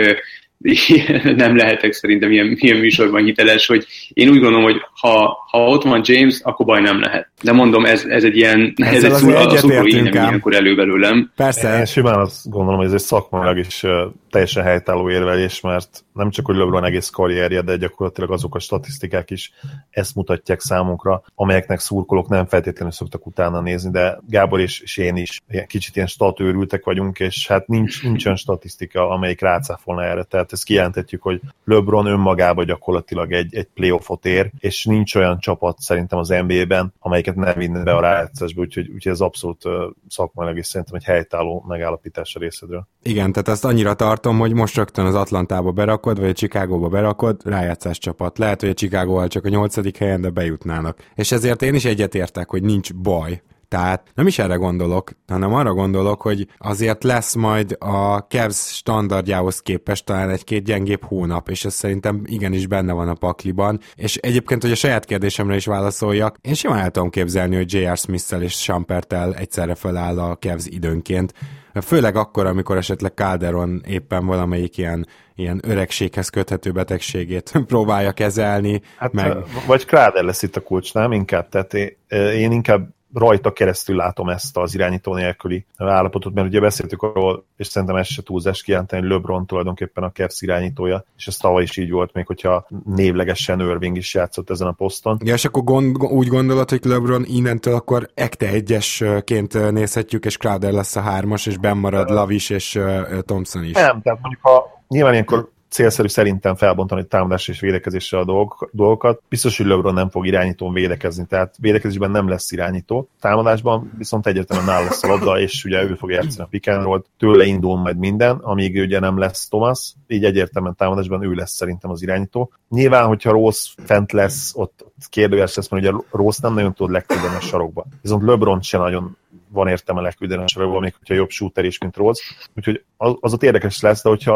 nem lehetek szerintem ilyen, ilyen műsorban hiteles, hogy én úgy gondolom, hogy ha, ha ott van James, akkor baj nem lehet. De mondom, ez, ez egy ilyen, ez egy szur, a szurkoló így nem ilyenkor elő belőlem. Persze. Én simán azt gondolom, hogy ez egy szakmailag is teljesen helytálló érvelés, mert nem csak, hogy LeBron egész karrierje, de gyakorlatilag azok a statisztikák is ezt mutatják számunkra, amelyeknek szurkolók nem feltétlenül szoktak utána nézni, de Gábor és, és én is kicsit ilyen statőrültek vagyunk, és hát nincs, nincs olyan statisztika, amelyik rácáfolna erre. Tehát ezt kijelenthetjük, hogy LeBron önmagában gyakorlatilag egy, egy playoffot ér, és nincs olyan csapat szerintem az en bé á-ben, amelyiket nem vinne be a rájátszásba, úgyhogy, úgyhogy ez abszolút szakmailag is szerintem egy helytálló megállapítás a részedről. Igen, tehát ezt annyira tartom, hogy most rögtön az Atlantába berakod, vagy a Chicagóba berakod, rájátszás csapat. Lehet, hogy a Chicagóval csak a nyolcadik helyen, de bejutnának. És ezért én is egyetértek, hogy nincs baj. Tehát nem is erre gondolok, hanem arra gondolok, hogy azért lesz majd a Cavs standardjához képest talán egy-két gyengébb hónap, és ez szerintem igenis benne van a pakliban. És egyébként, hogy a saját kérdésemre is válaszoljak, én simán el tudom képzelni, hogy jé er. Smith-szel és Shumperttel egyszerre feláll a Cavs időnként. Főleg akkor, amikor esetleg Calderon éppen valamelyik ilyen, ilyen öregséghez köthető betegségét próbálja kezelni. Hát, meg... Vagy Crowder lesz itt a kulcs, nem? Inkább, tehát én, én inkább rajta keresztül látom ezt az irányító nélküli állapotot, mert ugye beszéltük arról, és szerintem ez se túlzás kijelenteni, hogy LeBron tulajdonképpen a Cavs irányítója, és ez tavaly is így volt, még hogyha névlegesen Irving is játszott ezen a poszton. Ja, és akkor gond, úgy gondolod, hogy LeBron innentől akkor ekte egyesként nézhetjük, és Crowder lesz a hármas, és benn marad Lavis és Thompson is. Nem, tehát mondjuk ha nyilván ilyenkor célszerű szerintem felbontani támadás és védekezésre a dolgok, dolgokat. Biztos, hogy LeBron nem fog irányítón védekezni, tehát védekezésben nem lesz irányító. Támadásban viszont egyértelműen nála lesz a labda, és ugye ő fog játszani a pick and roll-t, tőle indul majd minden, amíg ugye nem lesz Thomas, így egyértelműen támadásban ő lesz szerintem az irányító. Nyilván, hogyha Rose fent lesz, ott kérdőjeles lesz, mert ugye Rose nem nagyon tud legküldeni a sarokba. Viszont LeBron sem nagyon van értelme leküldeni a sarokba, még hogyha jobb shooter is, mint Rose. Úgyhogy az, az ott érdekes lesz, de hogyha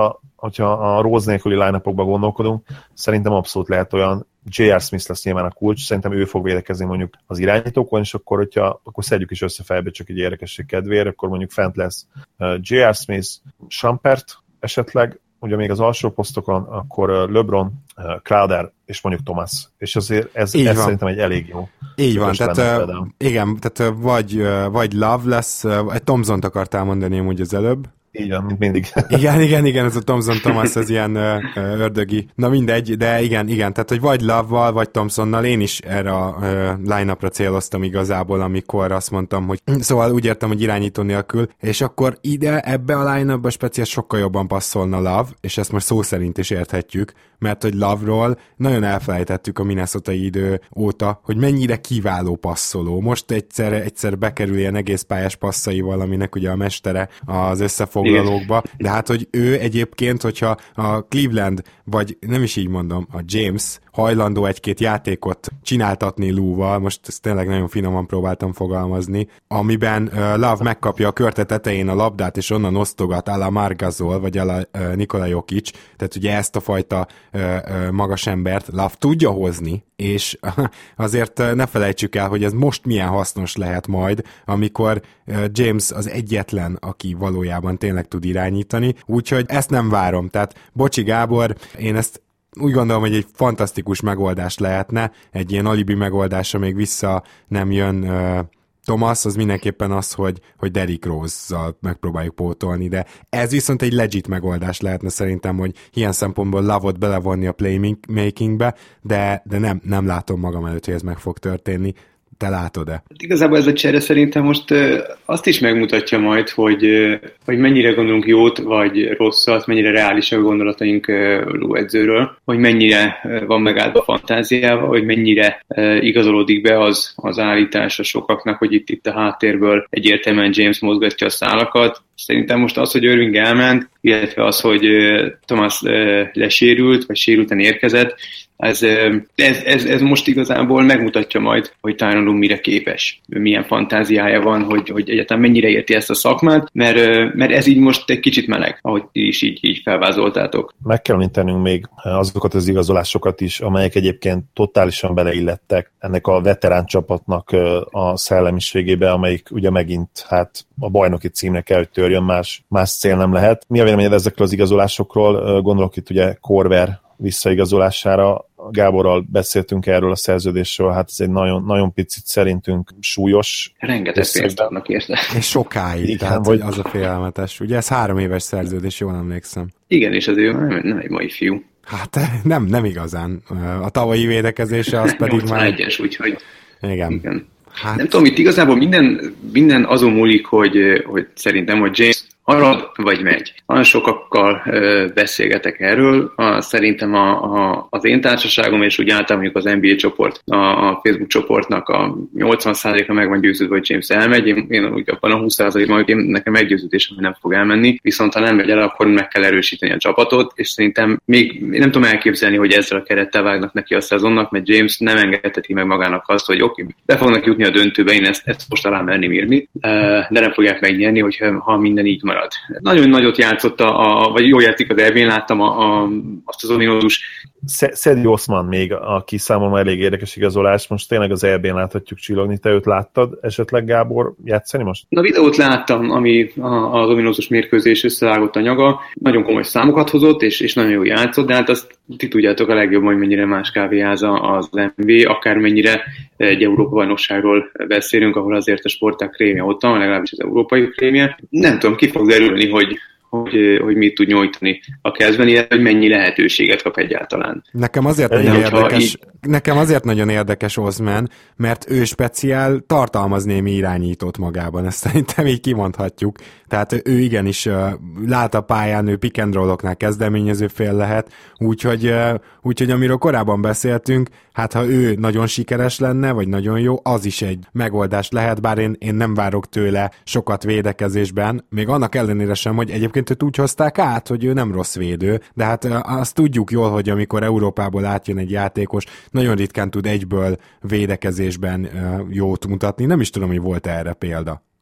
hogyha a Rose nélküli line-upokba gondolkodunk, szerintem abszolút lehet olyan, jé er. Smith lesz nyilván a kulcs, szerintem ő fog védekezni mondjuk az irányítókon, és akkor, hogyha, akkor szedjük is össze fejbe csak egy érdekesség kedvéért, akkor mondjuk fent lesz jé er. Smith, Shumpert esetleg, ugye még az alsó posztokon, akkor LeBron, Crowder és mondjuk Thomas. És azért ez, ez szerintem egy elég jó. Így van, tehát uh, igen, tehát uh, vagy, uh, vagy Love lesz, uh, egy Thompsont akartál mondani amúgy az előbb. Így van, mint mindig. Igen, igen, igen, ez a Thompson Thomas, ez ilyen uh, ördögi. Na mindegy, de igen, igen, tehát hogy vagy Love-val, vagy Thompsonnal én is erre a uh, line-upra céloztam igazából, amikor azt mondtam, hogy szóval úgy értem, hogy irányító nélkül, és akkor ide, ebbe a line-upba speciál sokkal jobban passzolna Love, és ezt most szó szerint is érthetjük, mert hogy Love-ról nagyon elfelejtettük a Minnesota-i idő óta, hogy mennyire kiváló passzoló. Most egyszer, egyszer bekerül ilyen egész pályás passzaival, aminek ugye a mestere az összefoglalókba, de hát, hogy ő egyébként, hogyha a Cleveland, vagy nem is így mondom, a James hajlandó egy-két játékot csináltatni Lou-val, most ezt tényleg nagyon finoman próbáltam fogalmazni, amiben uh, Love megkapja a körte tetején a labdát, és onnan osztogat a la Marc Gasol, vagy a la uh, Nikola Jokic, tehát ugye ezt a fajta uh, uh, magas embert Love tudja hozni, és uh, azért uh, ne felejtsük el, hogy ez most milyen hasznos lehet majd, amikor uh, James az egyetlen, aki valójában tényleg tud irányítani, úgyhogy ezt nem várom, tehát bocsi Gábor, én ezt úgy gondolom, hogy egy fantasztikus megoldás lehetne, egy ilyen alibi megoldásra még vissza nem jön uh, Thomas, az mindenképpen az, hogy, hogy Derrick Rose-zal megpróbáljuk pótolni, de ez viszont egy legit megoldás lehetne szerintem, hogy ilyen szempontból Love-ot belevonni a playmakingbe, de, de nem, nem látom magam előtt, hogy ez meg fog történni. Te látod-e? Igazából ez a csere szerintem most uh, azt is megmutatja majd, hogy, uh, hogy mennyire gondolunk jót vagy rosszat, mennyire reálisak a gondolataink uh, Lou edzőről, hogy mennyire uh, van megáldva a fantáziával, hogy mennyire uh, igazolódik be az, az állítás a sokaknak, hogy itt, itt a háttérből egyértelműen James mozgatja a szálakat. Szerintem most az, hogy Irving elment, illetve az, hogy uh, Thomas uh, lesérült, vagy sérülten érkezett, Ez, ez, ez, ez most igazából megmutatja majd, hogy Tyronn Lue mire képes, milyen fantáziája van, hogy, hogy egyáltalán mennyire érti ezt a szakmát, mert, mert ez így most egy kicsit meleg, ahogy ti is így, így felvázoltátok. Meg kell említenünk még azokat az igazolásokat is, amelyek egyébként totálisan beleillettek ennek a veterán csapatnak a szellemiségébe, amelyik ugye megint hát a bajnoki címre kell, hogy törjön, más, más cél nem lehet. Mi a véleményed ezekről az igazolásokról? Gondolok itt ugye Korver visszaigazolására. Gáborral beszéltünk erről a szerződésről, hát ez egy nagyon, nagyon picit szerintünk súlyos. Rengeteg pénzt adnak érte. És sokáig, igen, tehát vagy... az a félelmetes. Ugye ez három éves szerződés, jól emlékszem. Igen, és azért nem, nem egy mai fiú. Hát nem, nem igazán. A tavalyi védekezése az pedig már... egyes, úgyhogy... Igen. Igen. Hát... Nem tudom, itt igazából minden, minden azon múlik, hogy, hogy szerintem, hogy James marad, vagy megy. Nagyon sokakkal ö, beszélgetek erről. A, szerintem a, a, az én társaságom, és úgy általában az en bé á csoport, a, a Facebook csoportnak a nyolcvan százaléka meg van győződve, hogy James elmegy. Én, én úgy abban a húsz százalékban, hogy én, nekem meggyőződésem, hogy nem fog elmenni. Viszont ha nem megy el, akkor meg kell erősíteni a csapatot, és szerintem még nem tudom elképzelni, hogy ezzel a kerettel vágnak neki a szezonnak, mert James nem engedheti meg magának azt, hogy oké, okay, be fognak jutni a döntőbe, én ezt, ezt most talán merni írni, de nem fogják megnyerni, hogyha ha minden így marad. Nagyon nagyot játszott, a, a, vagy jól játszik az elvén, láttam a, a, azt az ominózus. Szedi Osman még, aki számomra elég érdekes igazolás, most tényleg az elbén láthatjuk csillogni, te őt láttad esetleg, Gábor, játszani most? Na, videót láttam, ami az ominózus mérkőzés összevágott anyaga, nagyon komoly számokat hozott, és, és nagyon jól játszott, de hát azt ti tudjátok a legjobb, hogy mennyire más kávéház az en bé á, akármennyire egy Európa-bajnokságról beszélünk, ahol azért a sporták krémje ott van, legalábbis az európai krémje. Nem tudom, ki fog derülni, hogy Hogy, hogy mit tud nyújtani a kezdben, illetve hogy mennyi lehetőséget kap egyáltalán. Nekem azért nagyon érdekes, így... nekem azért nagyon érdekes Osman, mert ő speciál tartalmaz némi irányítót magában, ezt szerintem így kimondhatjuk. Tehát ő igenis lát a pályán, ő pick and roll-oknál kezdeményező fél lehet, úgyhogy, úgyhogy amiről korábban beszéltünk, hát ha ő nagyon sikeres lenne, vagy nagyon jó, az is egy megoldás lehet, bár én, én nem várok tőle sokat védekezésben, még annak ellenére sem, hogy egyébként őt úgy hozták át, hogy ő nem rossz védő, de hát azt tudjuk jól, hogy amikor Európából átjön egy játékos, nagyon ritkán tud egyből védekezésben jót mutatni, nem is tudom, hogy volt erre példa.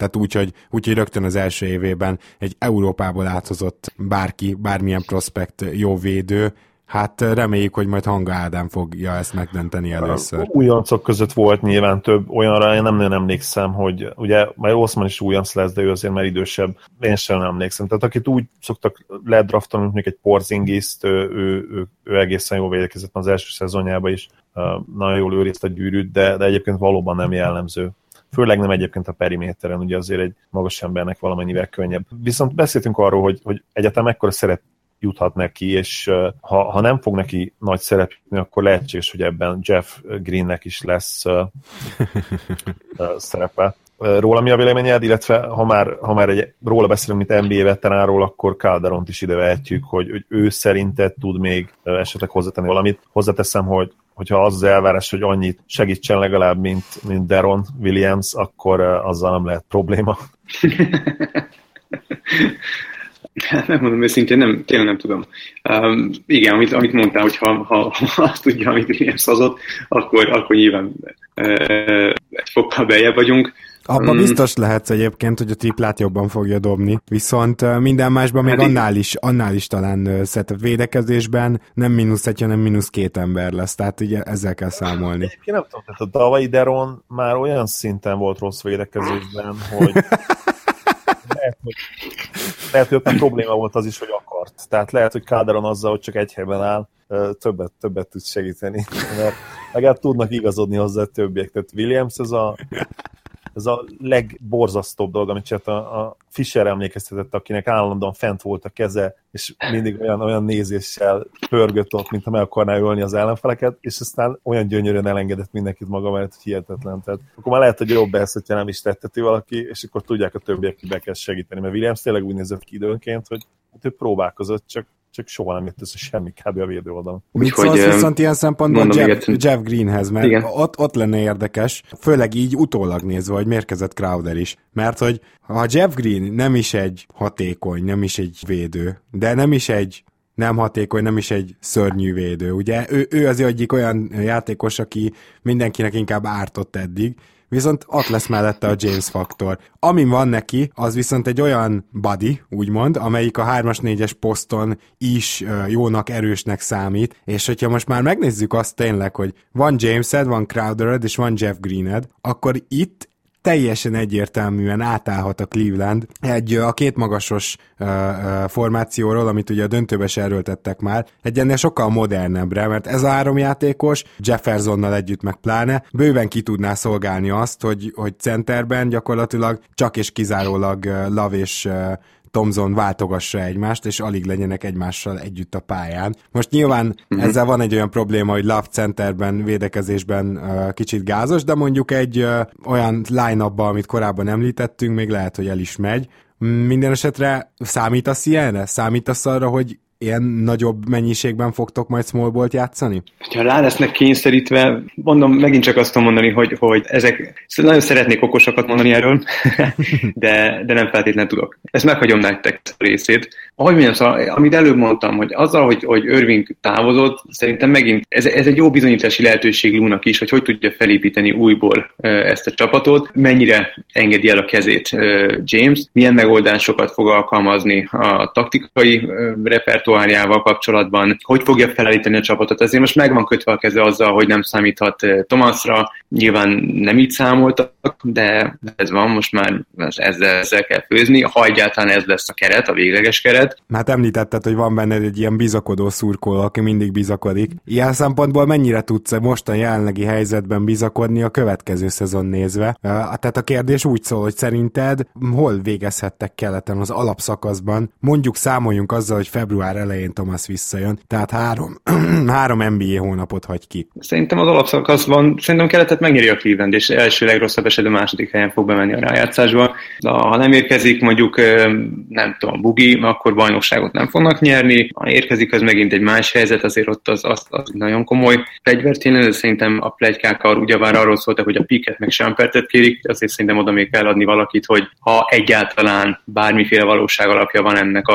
tehát úgy, hogy, úgy, hogy rögtön az első évében egy Európából áthozott bárki, bármilyen prospekt jó védő, hát reméljük, hogy majd Hanga Ádám fogja ezt megdönteni először. Újoncok között volt nyilván több olyanra, én nem nagyon emlékszem, hogy ugye majd Osman is újonc lesz, de ő azért már idősebb, én sem nem emlékszem. Tehát akit úgy szoktak ledraftolni, mint egy Porzingiszt, ő, ő, ő, ő egészen jól védekezett az első szezonjában is, nagyon jól őrizte a gyűrűt, de, de egyébként valóban nem jellemző. Főleg nem egyébként a periméteren, ugye azért egy magas embernek valamennyivel könnyebb. Viszont beszéltünk arról, hogy, hogy egyetem mekkora szerep juthat neki, és uh, ha, ha nem fog neki nagy szerep jutni, akkor lehetséges, hogy ebben Jeff Greennek is lesz uh, uh, szerepe. Uh, róla mi a véleményed, illetve ha már, ha már egy, róla beszélünk, mint en bé á veteránról, akkor Calderont is ide vehetjük, hogy, hogy ő szerinted tud még uh, esetleg hozzátenni valamit. Hozzáteszem, hogy hogyha az az elvárás, hogy annyit segítsen legalább, mint, mint Deron Williams, akkor uh, azzal nem lehet probléma. Hát megmondom őszintén, nem, tényleg nem tudom. Um, igen, amit, amit mondtál, hogy ha, ha, ha azt tudja, amit Williams hozott, akkor, akkor nyilván uh, egy fokkal beljebb vagyunk. Abban um, biztos lehetsz egyébként, hogy a triplát jobban fogja dobni, viszont uh, minden másban még hát annál is, annál is talán uh, szett védekezésben nem mínusz egy, hanem mínusz két ember lesz, tehát ugye ezzel kell számolni. Én nem tudom, tehát a tavalyi Deron már olyan szinten volt rossz védekezésben, hogy lehet, hogy lehet, hogy ott probléma volt az is, hogy akart. Tehát lehet, hogy Calderon azzal, hogy csak egy helyben áll, többet, többet tud segíteni. Mert legalább tudnak igazodni hozzá a többiek. Tehát Williams ez a, ez a legborzasztóbb dolog, amit csinált a, a Fischer emlékeztetett, akinek állandóan fent volt a keze, és mindig olyan, olyan nézéssel pörgött ott, mint ha meg akarná ölni az ellenfeleket, és aztán olyan gyönyörűen elengedett mindenkit maga mellett, hogy hihetetlen. Tehát akkor már lehet, hogy jobb ez, hogyha nem is tetteti valaki, és akkor tudják a többiek, ki be kell segíteni. Mert Williams tényleg úgy nézett ki időnként, hogy ő próbálkozott, csak csak soha nem jött össze semmi kb. A védő oldalon. Mit szólsz viszont ilyen szempontból Jeff, Jeff Greenhez, mert ott, ott lenne érdekes, főleg így utólag nézve, hogy mérkezett Crowder is. Mert hogy ha Jeff Green nem is egy hatékony, nem is egy védő, de nem is egy nem hatékony, nem is egy szörnyű védő. Ugye ő, ő az egyik olyan játékos, aki mindenkinek inkább ártott eddig, viszont ott lesz mellette a James faktor. Ami van neki, az viszont egy olyan body, úgymond, amelyik a hármas négyes poszton is jónak, erősnek számít, és hogyha most már megnézzük azt tényleg, hogy van Jamesed, van Crowdered, és van Jeff Greened, akkor itt teljesen egyértelműen átállhat a Cleveland egy a két magasos uh, uh, formációról, amit ugye a döntőbe se erőltettek már, egy ennél sokkal modernebbre, mert ez a három játékos, Jeffersonnal együtt meg pláne, bőven ki tudná szolgálni azt, hogy, hogy centerben gyakorlatilag csak és kizárólag uh, Love és uh, Thompson váltogassa egymást, és alig legyenek egymással együtt a pályán. Most nyilván mm-hmm. ezzel van egy olyan probléma, hogy Love centerben, védekezésben uh, kicsit gázos, de mondjuk egy uh, olyan line-upban, amit korábban említettünk, még lehet, hogy el is megy. Minden esetre számítasz ilyenre? Számítasz arra, hogy ilyen nagyobb mennyiségben fogtok majd small ballt játszani? Ha rá lesznek kényszerítve, mondom, megint csak azt tudom mondani, hogy, hogy ezek, nagyon szeretnék okosakat mondani erről, de, de nem feltétlenül tudok. Ezt meghagyom nektek a részét. Ahogy mondjam, szóval, amit előbb mondtam, hogy azzal, hogy, hogy Irving távozott, szerintem megint ez, ez egy jó bizonyítási lehetőség Lúnak is, hogy hogy tudja felépíteni újból ezt a csapatot, mennyire engedi el a kezét James, milyen megoldásokat fog alkalmazni a taktikai repertoárjával kapcsolatban, hogy fogja felállítani a csapatot. Ezért most meg van kötve a keze azzal, hogy nem számíthat Thomasra, nyilván nem így számoltak, de ez van, most már ezzel, ezzel kell főzni, ha egyáltalán ez lesz a keret, a végleges keret. Hát említetted, hogy van benned egy ilyen bizakodó szurkoló, aki mindig bizakodik. Ilyen szempontból mennyire tudsz most a jelenlegi helyzetben bizakodni a következő szezon nézve? Tehát a kérdés úgy szól, hogy szerinted hol végezhettek keleten az alapszakaszban? Mondjuk számoljunk azzal, hogy február elején Thomas visszajön, tehát három, három en bé á hónapot hagy ki. Szerintem az alapszakaszban, szerintem keletet megnyeri a Cleveland, és első legrosszabb esetben második helyen fog bemenni a rájátszásba. De ha nem érkezik mondjuk, nem tudom, bugi, akkor bajnokságot nem fognak nyerni. Ha érkezik, az megint egy más helyzet, azért ott az, az, az nagyon komoly fegyver tényleg, de szerintem a pletykákkal ugyebár arról szóltak, hogy a Picket meg Shumpertet kérik, azért szerintem oda még kell adni valakit, hogy ha egyáltalán bármiféle valóság alapja van ennek a,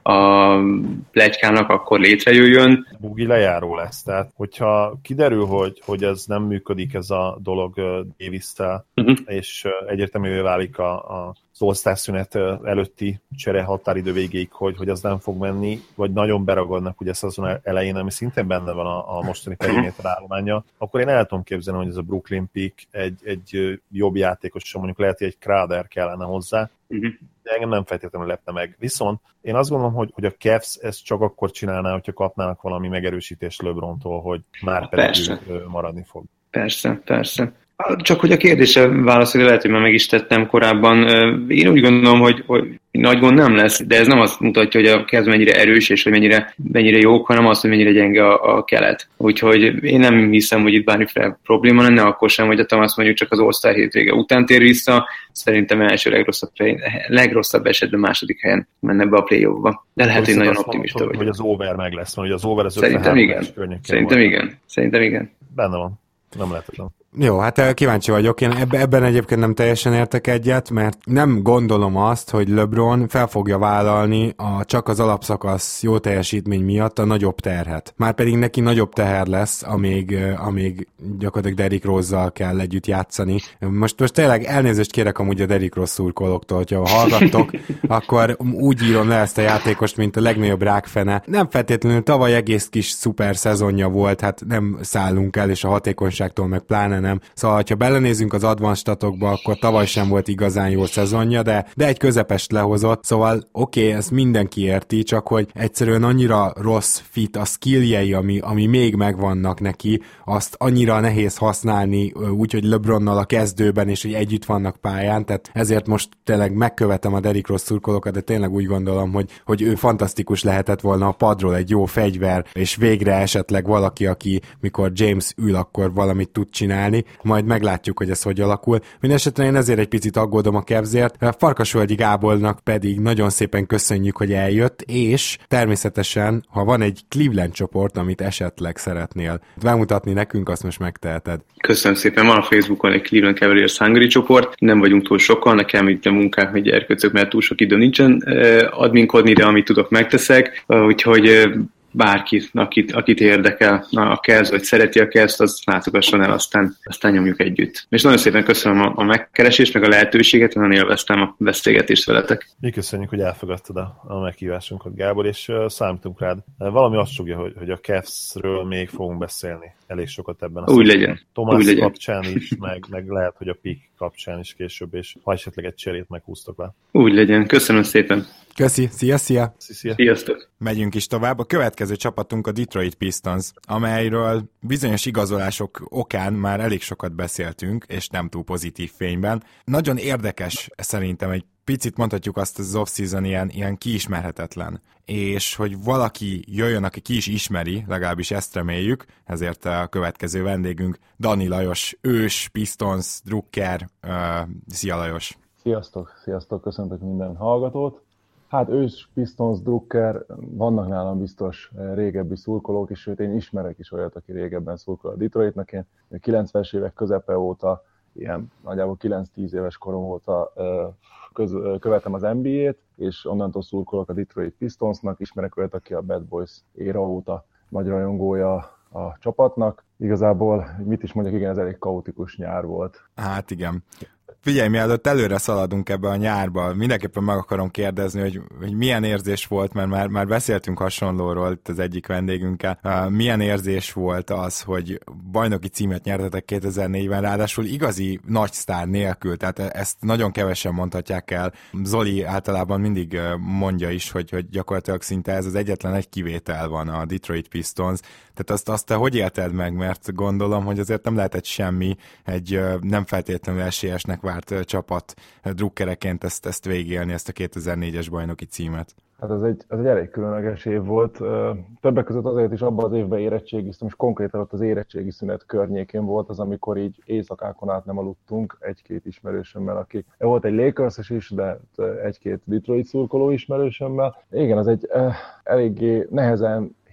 a pletykának akkor létrejöjjön. Bugi lejáró lesz, tehát hogyha kiderül, hogy, hogy ez nem működik ez a dolog Davis-tel, uh-huh. és egyértelművé válik a, a All-Star szünet előtti csere határidő végéig, hogy, hogy az nem fog menni, vagy nagyon beragadnak ugye szezon elején, ami szintén benne van a, a mostani periméter állománya, akkor én el tudom képzelni, hogy ez a Brooklyn pick egy, egy jobb játékos, mondjuk lehet, hogy egy Crowder kellene hozzá, uh-huh. de engem nem feltétlenül lepne meg. Viszont én azt gondolom, hogy, hogy a Cavs ezt csak akkor csinálná, hogyha kapnának valami megerősítést LeBrontól, hogy már pedig persze. ő maradni fog. Persze, persze. Csak hogy a kérdésre válaszolni, lehet, hogy már meg is tettem korábban. Én úgy gondolom, hogy, hogy nagy gond nem lesz, de ez nem azt mutatja, hogy a Cavs mennyire erős, és hogy mennyire, mennyire jók, hanem azt, hogy mennyire gyenge a, a kelet. Úgyhogy én nem hiszem, hogy itt bármiféle probléma lenne, akkor sem, hogy a Thomas mondjuk csak az All-Star hétvége után tér vissza. Szerintem első legrosszabb, legrosszabb esetben második helyen menne be a play-offba. De lehet, hogy nagyon optimista vagy. Hogy az over meg lesz, mert ugye az over az Szerintem igen. Szerintem igen. Szerintem igen. Benne van. Nem lehetetlen. Jó, hát kíváncsi vagyok. Én ebben egyébként nem teljesen értek egyet, mert nem gondolom azt, hogy LeBron fel fogja vállalni a csak az alapszakasz jó teljesítmény miatt a nagyobb terhet. Márpedig neki nagyobb teher lesz, amíg, amíg gyakorlatilag Derrick Rose-zal kell együtt játszani. Most, most tényleg elnézést kérek amúgy a Derrick Rose szurkolóktól, hogyha hallgattok, akkor úgy írom le ezt a játékost, mint a legnagyobb rákfene. Nem feltétlenül tavaly egész kis szuper szezonja volt, hát nem szállunk el, és a hatékonyságtól meg pláne nem. Szóval, ha belenézünk az advanced statokba, akkor tavaly sem volt igazán jó szezonja, de, de egy közepest lehozott, szóval oké, okay, ezt mindenki érti, csak hogy egyszerűen annyira rossz fit a skilljei, ami, ami még megvannak neki, azt annyira nehéz használni, úgyhogy LeBronnal a kezdőben, és hogy együtt vannak pályán, tehát ezért most tényleg megkövetem a Derrick Rose szurkolókat, de tényleg úgy gondolom, hogy, hogy ő fantasztikus lehetett volna a padról, egy jó fegyver, és végre esetleg valaki, aki mikor James ül, akkor valamit tud csinálni, majd meglátjuk, hogy ez hogy alakul. Mindenesetre én ezért egy picit aggódom a Cavsért, Farkasvölgyi Gábornak pedig nagyon szépen köszönjük, hogy eljött, és természetesen, ha van egy Cleveland csoport, amit esetleg szeretnél bemutatni nekünk, azt most megteheted. Köszönöm szépen, van a Facebookon egy Cleveland Cavaliers Hungary csoport, nem vagyunk túl sokan, nekem itt a munkák, hogy gyerkőcök, mert túl sok idő nincsen adminkodni, de amit tudok, megteszek, úgyhogy bárki, akit, akit érdekel a Cavs, vagy szereti a Cavs, az látogasson el, aztán, aztán nyomjuk együtt. És nagyon szépen köszönöm a, a megkeresést, meg a lehetőséget, nagyon élveztem a beszélgetést veletek. Mi köszönjük, hogy elfogadtad a, a meghívásunkat, Gábor, és uh, számítunk rád. Valami azt fogja, hogy, hogy a Cavsről még fogunk beszélni elég sokat ebben a Úgy legyen. Tomás Úgy legyen. kapcsán is, meg, meg lehet, hogy a pick kapcsán is később, és ha esetleg egy cserét meghúztok le. Úgy legyen. Köszönöm szépen. Köszi, szia, szia! Szia. Sziasztok! Megyünk is tovább. A következő csapatunk a Detroit Pistons, amelyről bizonyos igazolások okán már elég sokat beszéltünk, és nem túl pozitív fényben. Nagyon érdekes szerintem, egy picit mondhatjuk azt, az off-season ilyen, ilyen kiismerhetetlen. És hogy valaki jöjjön, aki ki is ismeri, legalábbis ezt reméljük, ezért a következő vendégünk Dani Lajos, ős, Pistons, drukker. Uh, szia Lajos! Sziasztok, sziasztok, köszöntök minden hallgatót. Hát ős, Pistons, drukker, vannak nálam biztos régebbi szurkolók, és sőt én ismerek is olyat, aki régebben szurkol a Detroitnak. Én kilencvenes évek közepe óta, ilyen nagyjából kilenc-tíz éves korom óta köz, követem az en bé á-t, és onnantól szurkolok a Detroit Pistonsnak, ismerek olyat, aki a Bad Boys éra óta nagy rajongója a csapatnak. Igazából, mit is mondjak, igen, ez elég kaotikus nyár volt. Hát igen. Figyelj, mielőtt előre szaladunk ebbe a nyárba, mindenképpen meg akarom kérdezni, hogy, hogy milyen érzés volt, mert már, már beszéltünk hasonlóról itt az egyik vendégünkkel, uh, milyen érzés volt az, hogy bajnoki címet nyertetek kétezer-négyben, ráadásul igazi nagy sztár nélkül, tehát ezt nagyon kevesen mondhatják el. Zoli általában mindig mondja is, hogy, hogy gyakorlatilag szinte ez az egyetlen egy kivétel van a Detroit Pistons, tehát azt, azt te hogy élted meg, mert gondolom, hogy azért nem lehetett semmi egy nem feltétlenül esélyesnek várt csapat drukkereként ezt, ezt végigélni, ezt a kétezer-négyes bajnoki címet. Hát ez egy, ez egy elég különleges év volt. Többek között azért is abban az évben érettségiztem, és konkrétan ott az érettségi szünet környékén volt az, amikor így éjszakákon át nem aludtunk egy-két ismerősömmel, akik volt egy Lakers-es is, de egy-két Detroit szurkoló ismerősömmel. Igen, az egy eléggé nehezen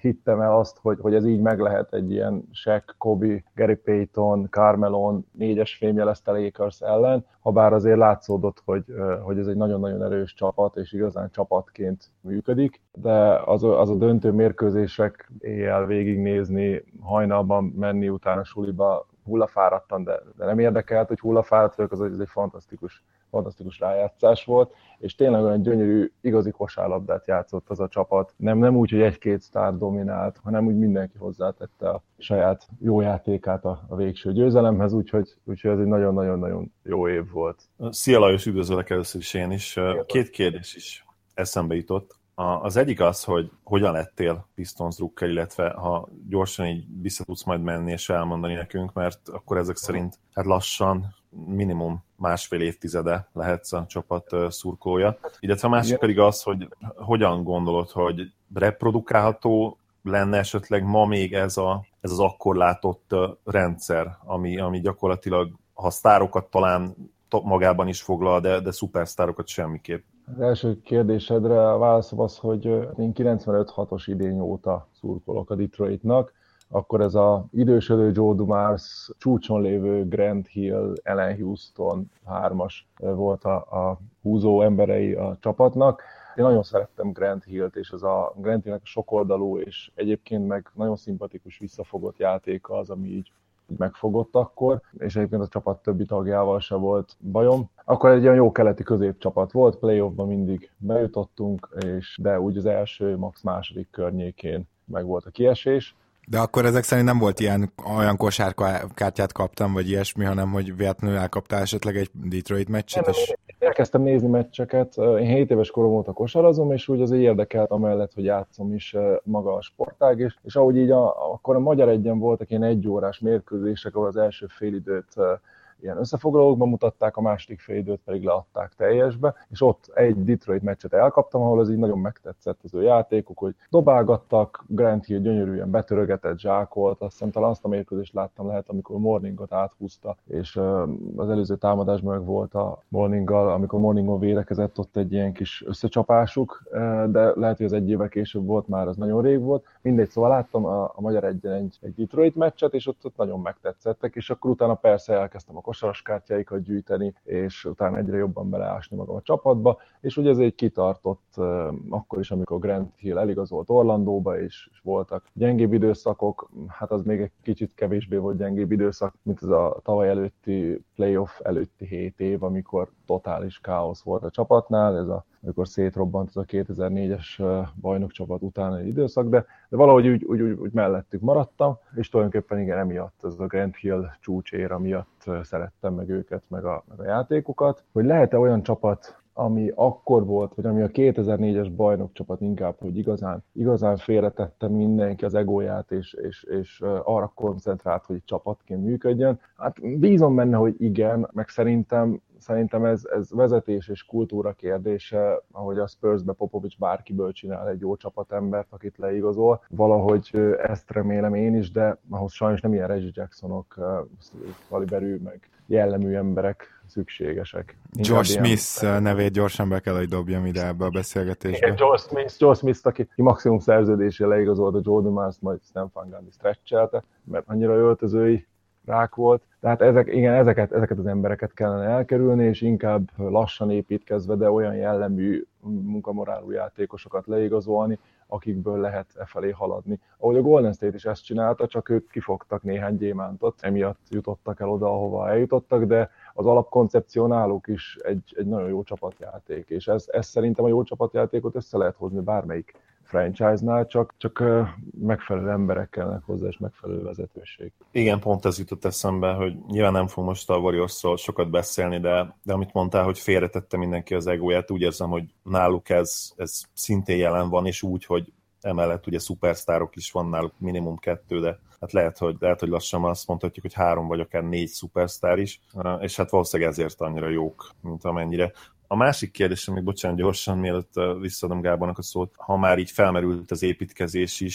hittem el azt, hogy, hogy ez így meg lehet egy ilyen Shaq, Kobe, Gary Payton, Carmelo négyes fémjelezte Lakers ellen, habár azért látszódott, hogy, hogy ez egy nagyon-nagyon erős csapat, és igazán csapatként működik, de az, az a döntő mérkőzések éjjel végignézni, hajnalban menni utána suliba, hullafáradtan, de, de nem érdekelt, hogy hullafáradt vagyok, az egy, egy fantasztikus, fantasztikus rájátszás volt, és tényleg olyan gyönyörű, igazi kosárlabdát játszott az a csapat. Nem, nem úgy, hogy egy-két sztár dominált, hanem úgy mindenki hozzátette a saját jó játékát a, a végső győzelemhez, úgyhogy, úgyhogy ez egy nagyon-nagyon-nagyon jó év volt. Szia Lajos, üdvözöllek először is én is. Két kérdés is eszembe jutott. Az egyik az, hogy hogyan lettél Pistons drukker, illetve ha gyorsan így vissza tudsz majd menni és elmondani nekünk, mert akkor ezek szerint hát lassan minimum másfél évtizede lehetsz a csapat szurkolója. Illetve a másik pedig az, hogy hogyan gondolod, hogy reprodukálható lenne esetleg ma még ez, a, ez az akkor látott rendszer, ami, ami gyakorlatilag, ha sztárokat talán magában is foglal, de, de szupersztárokat semmiképp. Az első kérdésedre a válaszom az, hogy én kilencvenöt hatos idény óta szurkolok a Detroitnak, akkor ez az idősödő Joe Dumars, csúcson lévő Grant Hill, Allen Houston hármas volt a, a húzó emberei a csapatnak. Én nagyon szerettem Grant Hillt, és ez a Grant Hillnek a sokoldalú, és egyébként meg nagyon szimpatikus visszafogott játéka az, ami így megfogott akkor, és egyébként a csapat többi tagjával se volt bajom. Akkor egy olyan jó keleti középcsapat volt, playoffban mindig bejutottunk, és de úgy az első, max második környékén meg volt a kiesés. De akkor ezek szerint nem volt ilyen, olyan kosárkártyát kaptam, vagy ilyesmi, hanem hogy véletlenül elkaptál esetleg egy Detroit meccset? És... Elkezdtem nézni meccseket, én hét éves korom óta kosarazom, és úgy azért érdekelt amellett, hogy játszom is maga a sportág, és, és ahogy így a, akkor a Magyar Egyen voltak ilyen egyórás mérkőzések, ahol az első félidőt ilyen összefoglalókban mutatták, a második félidőt pedig leadták teljesbe, és ott egy Detroit meccset elkaptam, ahol az így nagyon megtetszett az ő játékuk, hogy dobálgattak, Grant Hill gyönyörűen betörögetett, zsákolt, azt hiszem talán azt a mérkőzést láttam lehet, amikor Morningot áthúzta, és az előző támadásban meg volt a Morninggal, amikor Morningon védekezett, ott egy ilyen kis összecsapásuk, de lehet, hogy az egy évvel később volt, már az nagyon rég volt. Mindegy, szóval láttam a, a Magyar Egyen egy, egy Detroit meccset, és ott, ott nagyon megtetszettek, és akkor utána persze elkezdtem a kosaraskártyáikat gyűjteni, és utána egyre jobban beleásni magam a csapatba, és ugye ez egy kitartott akkor is, amikor Grant Hill eligazolt Orlandóba, és, és voltak gyengébb időszakok, hát az még egy kicsit kevésbé volt gyengébb időszak, mint az a tavaly előtti playoff előtti hét év, amikor totális káosz volt a csapatnál, ez a, amikor szétrobbant ez a kétezer-négyes bajnokcsapat utáni időszak, de, de valahogy úgy, úgy, úgy, úgy mellettük maradtam, és tulajdonképpen igen, emiatt, ez a Grant Hill csúcséra miatt szerettem meg őket, meg a, meg a játékokat, hogy lehet-e olyan csapat, ami akkor volt, vagy ami a kétezer-négyes bajnokcsapat inkább, hogy igazán, igazán félretette mindenki az egóját, és, és, és arra koncentrált, hogy csapatként működjön. Hát bízom benne, hogy igen, meg szerintem Szerintem ez, ez vezetés és kultúra kérdése, ahogy a Spursbe Popovics bárkiből csinál egy jó csapatembert, akit leigazol. Valahogy ezt remélem én is, de ahhoz sajnos nem ilyen Reggie Jacksonok, kaliberű, meg jellemű emberek szükségesek. Josh Smith ilyen... nevét gyorsan be kell, hogy dobjam ide ebbe a beszélgetésbe. Igen, Josh Smith, Josh Smith, aki maximum szerződésére leigazolt a Jordan Mars, majd Stan Gundy stretchelte, mert annyira öltözői rák volt. Tehát ezek, igen, ezeket, ezeket az embereket kellene elkerülni, és inkább lassan építkezve, de olyan jellemű munkamorálú játékosokat leigazolni, akikből lehet e felé haladni. Ahogy a Golden State is ezt csinálta, csak ők kifogtak néhány gyémántot, emiatt jutottak el oda, ahova eljutottak, de az alapkoncepció náluk is egy, egy nagyon jó csapatjáték, és ez, ez szerintem a jó csapatjátékot össze lehet hozni bármelyik franchise-nál, csak, csak megfelelő emberek kellene hozzá, és megfelelő vezetőség. Igen, pont ez jutott eszembe, hogy nyilván nem fog most a Warriors-ról sokat beszélni, de, de amit mondtál, hogy félretette mindenki az egóját, úgy érzem, hogy náluk ez, ez szintén jelen van, és úgy, hogy emellett ugye szupersztárok is van náluk, minimum kettő, de hát lehet, hogy, lehet, hogy lassan azt mondhatjuk, hogy három vagy akár négy szupersztár is, és hát valószínűleg ezért annyira jók, mint amennyire. A másik kérdésem, még bocsánat gyorsan, mielőtt visszaadom Gábornak a szót, ha már így felmerült az építkezés is,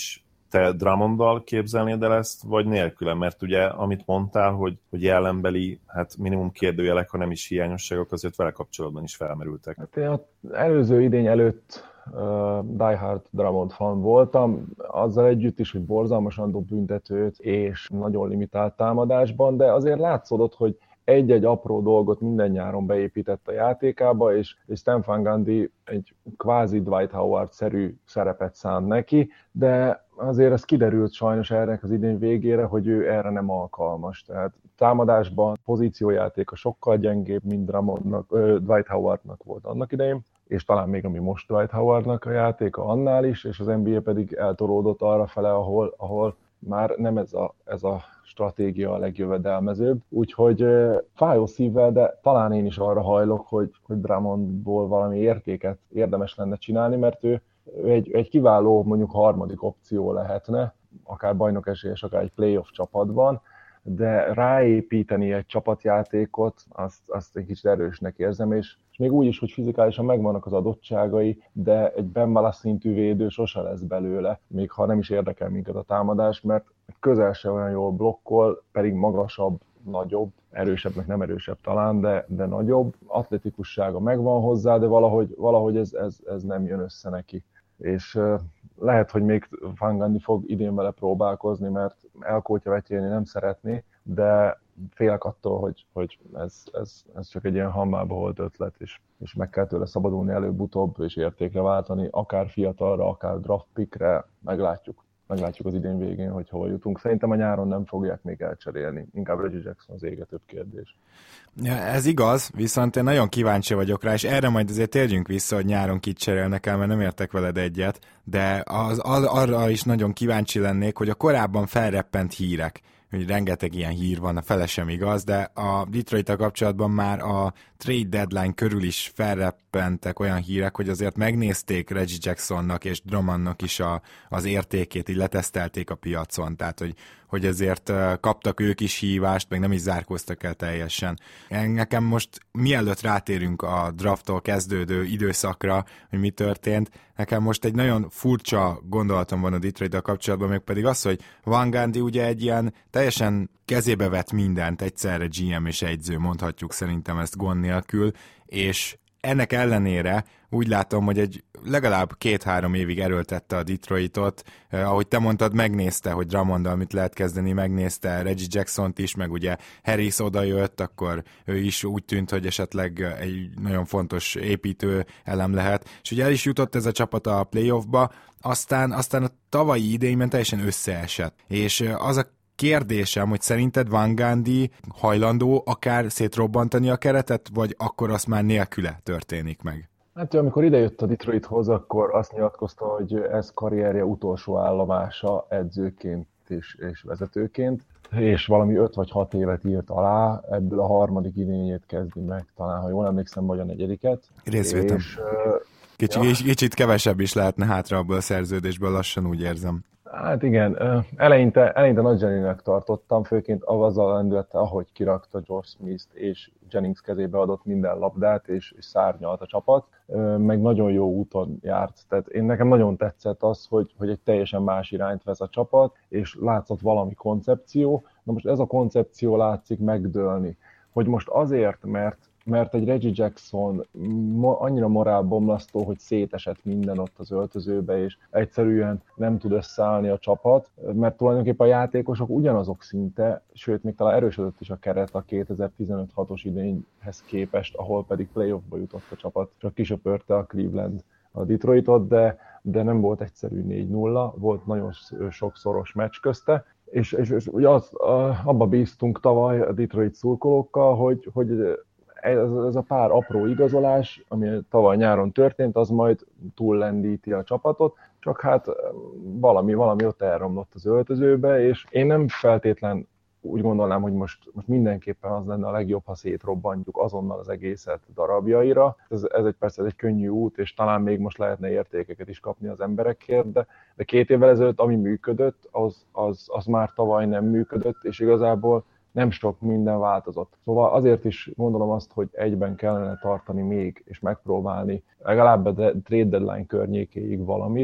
Te Drummonddal képzelnéd el ezt, vagy nélküle? Mert ugye, amit mondtál, hogy, hogy jelenbeli, hát minimum kérdőjelek, ha nem is hiányosságok, azért vele kapcsolatban is felmerültek. Hát én az előző idény előtt uh, Die Hard Drummond fan voltam, azzal együtt is, hogy borzalmasan dob büntetőt, és nagyon limitált támadásban, de azért látszódott, hogy egy-egy apró dolgot minden nyáron beépített a játékába, és, és Stan Van Gundy egy kvázi Dwight Howard-szerű szerepet szánt neki, de azért ez kiderült sajnos ennek az idény végére, hogy ő erre nem alkalmas. Tehát támadásban pozíciójátéka sokkal gyengébb, mint Drummondnak, ö, Dwight Howardnak volt annak idején, és talán még ami most Dwight Howardnak a játéka annál is, és az en bé á pedig eltolódott arra fele, ahol, ahol már nem ez a, ez a stratégia a legjövedelmezőbb. Úgyhogy fájó szívvel, de talán én is arra hajlok, hogy, hogy Drummondból valami értéket érdemes lenne csinálni, mert ő, ő egy, egy kiváló, mondjuk harmadik opció lehetne, akár bajnok esélyes, akár egy playoff csapatban, de ráépíteni egy csapatjátékot, azt, azt egy kicsit erősnek érzem, és, és még úgy is, hogy fizikálisan megvannak az adottságai, de egy Ben Wallace szintű védő sose lesz belőle, még ha nem is érdekel minket a támadás, mert közel se olyan jól blokkol, pedig magasabb, nagyobb, erősebbnek nem erősebb talán, de, de nagyobb, atletikussága megvan hozzá, de valahogy, valahogy ez, ez, ez nem jön össze neki. És uh, lehet, hogy még Van Gundy fog idén vele próbálkozni, mert elkótya vetélni nem szeretné, de félek attól, hogy, hogy ez, ez, ez csak egy ilyen hammába holt ötlet, és, és meg kell tőle szabadulni előbb-utóbb, és értékre váltani, akár fiatalra, akár draft pickre, meglátjuk. Meglátjuk az idén végén, hogy hol jutunk. Szerintem a nyáron nem fogják még elcserélni. Inkább Reggie Jackson az égetőbb kérdés. Ja, ez igaz, viszont én nagyon kíváncsi vagyok rá, és erre majd azért térjünk vissza, hogy nyáron kit cserélnek el, mert nem értek veled egyet, de az, az, arra is nagyon kíváncsi lennék, hogy a korábban felreppent hírek, hogy rengeteg ilyen hír van, a fele sem igaz, de a Detroit-tal kapcsolatban már a trade deadline körül is felreppentek olyan hírek, hogy azért megnézték Reggie Jacksonnak és Drummondnak is a, az értékét, így letesztelték a piacon, tehát hogy, hogy ezért kaptak ők is hívást, meg nem is zárkóztak el teljesen. Nekem most, mielőtt rátérünk a drafttól kezdődő időszakra, hogy mi történt, nekem most egy nagyon furcsa gondolatom van a Detroit-tal kapcsolatban, meg pedig az, hogy Van Gundy ugye egy ilyen teljesen kezébe vett mindent, egyszerre gé em és edző, mondhatjuk szerintem ezt gond nélkül, és ennek ellenére úgy látom, hogy egy legalább két-három évig erőltette a Detroitot, eh, ahogy te mondtad, megnézte, hogy Drummonddal mit lehet kezdeni, megnézte Reggie Jacksont is, meg ugye Harris odajött, akkor ő is úgy tűnt, hogy esetleg egy nagyon fontos építő elem lehet, és ugye el is jutott ez a csapat a playoffba, aztán, aztán a tavalyi idényben teljesen összeesett, és az a kérdésem, hogy szerinted Van Gundy hajlandó akár szétrobbantani a keretet, vagy akkor az már nélküle történik meg? Hát amikor idejött a Detroithoz, akkor azt nyilatkozta, hogy ez karrierje utolsó állomása edzőként és, és vezetőként, és valami öt vagy hat évet írt alá, ebből a harmadik idényét kezdi meg, talán, ha jól emlékszem, vagy a negyediket. Részvétem. És, Kicsit, ja. kicsit kevesebb is lehetne hátra abból a szerződésből, lassan úgy érzem. Hát igen, eleinte, eleinte nagy Jennynek tartottam, főként azzal lendülete, ahogy kirakta George Smith-t, és Jennings kezébe adott minden labdát, és, és szárnyalt a csapat, meg nagyon jó úton járt. Tehát én nekem nagyon tetszett az, hogy, hogy egy teljesen más irányt vesz a csapat, és látszott valami koncepció. Na most ez a koncepció látszik megdőlni. Hogy most azért, mert mert egy Reggie Jackson annyira morálbomlasztó, hogy szétesett minden ott az öltözőbe, és egyszerűen nem tud összeállni a csapat, mert tulajdonképpen a játékosok ugyanazok szinte, sőt, még talán erősödött is a keret a kétezer-tizenöt hatos idényhez képest, ahol pedig playoffba jutott a csapat, csak kisöpörte a Cleveland a Detroitot, de, de nem volt egyszerű négy nulla, volt nagyon sok szoros meccs közte, és, és, és ugye az, abba bíztunk tavaly a Detroit szurkolókkal, hogy, hogy Ez, ez a pár apró igazolás, ami tavaly nyáron történt, az majd túllendíti a csapatot, csak hát valami, valami ott elromlott az öltözőbe, és én nem feltétlen úgy gondolnám, hogy most, most mindenképpen az lenne a legjobb, ha szétrobbantjuk azonnal az egészet darabjaira. Ez, ez egy persze ez egy könnyű út, és talán még most lehetne értékeket is kapni az emberekért, de, de két évvel ezelőtt, ami működött, az, az, az már tavaly nem működött, és igazából nem sok minden változott. Szóval azért is gondolom azt, hogy egyben kellene tartani még, és megpróbálni legalább a trade deadline környékéig valamit,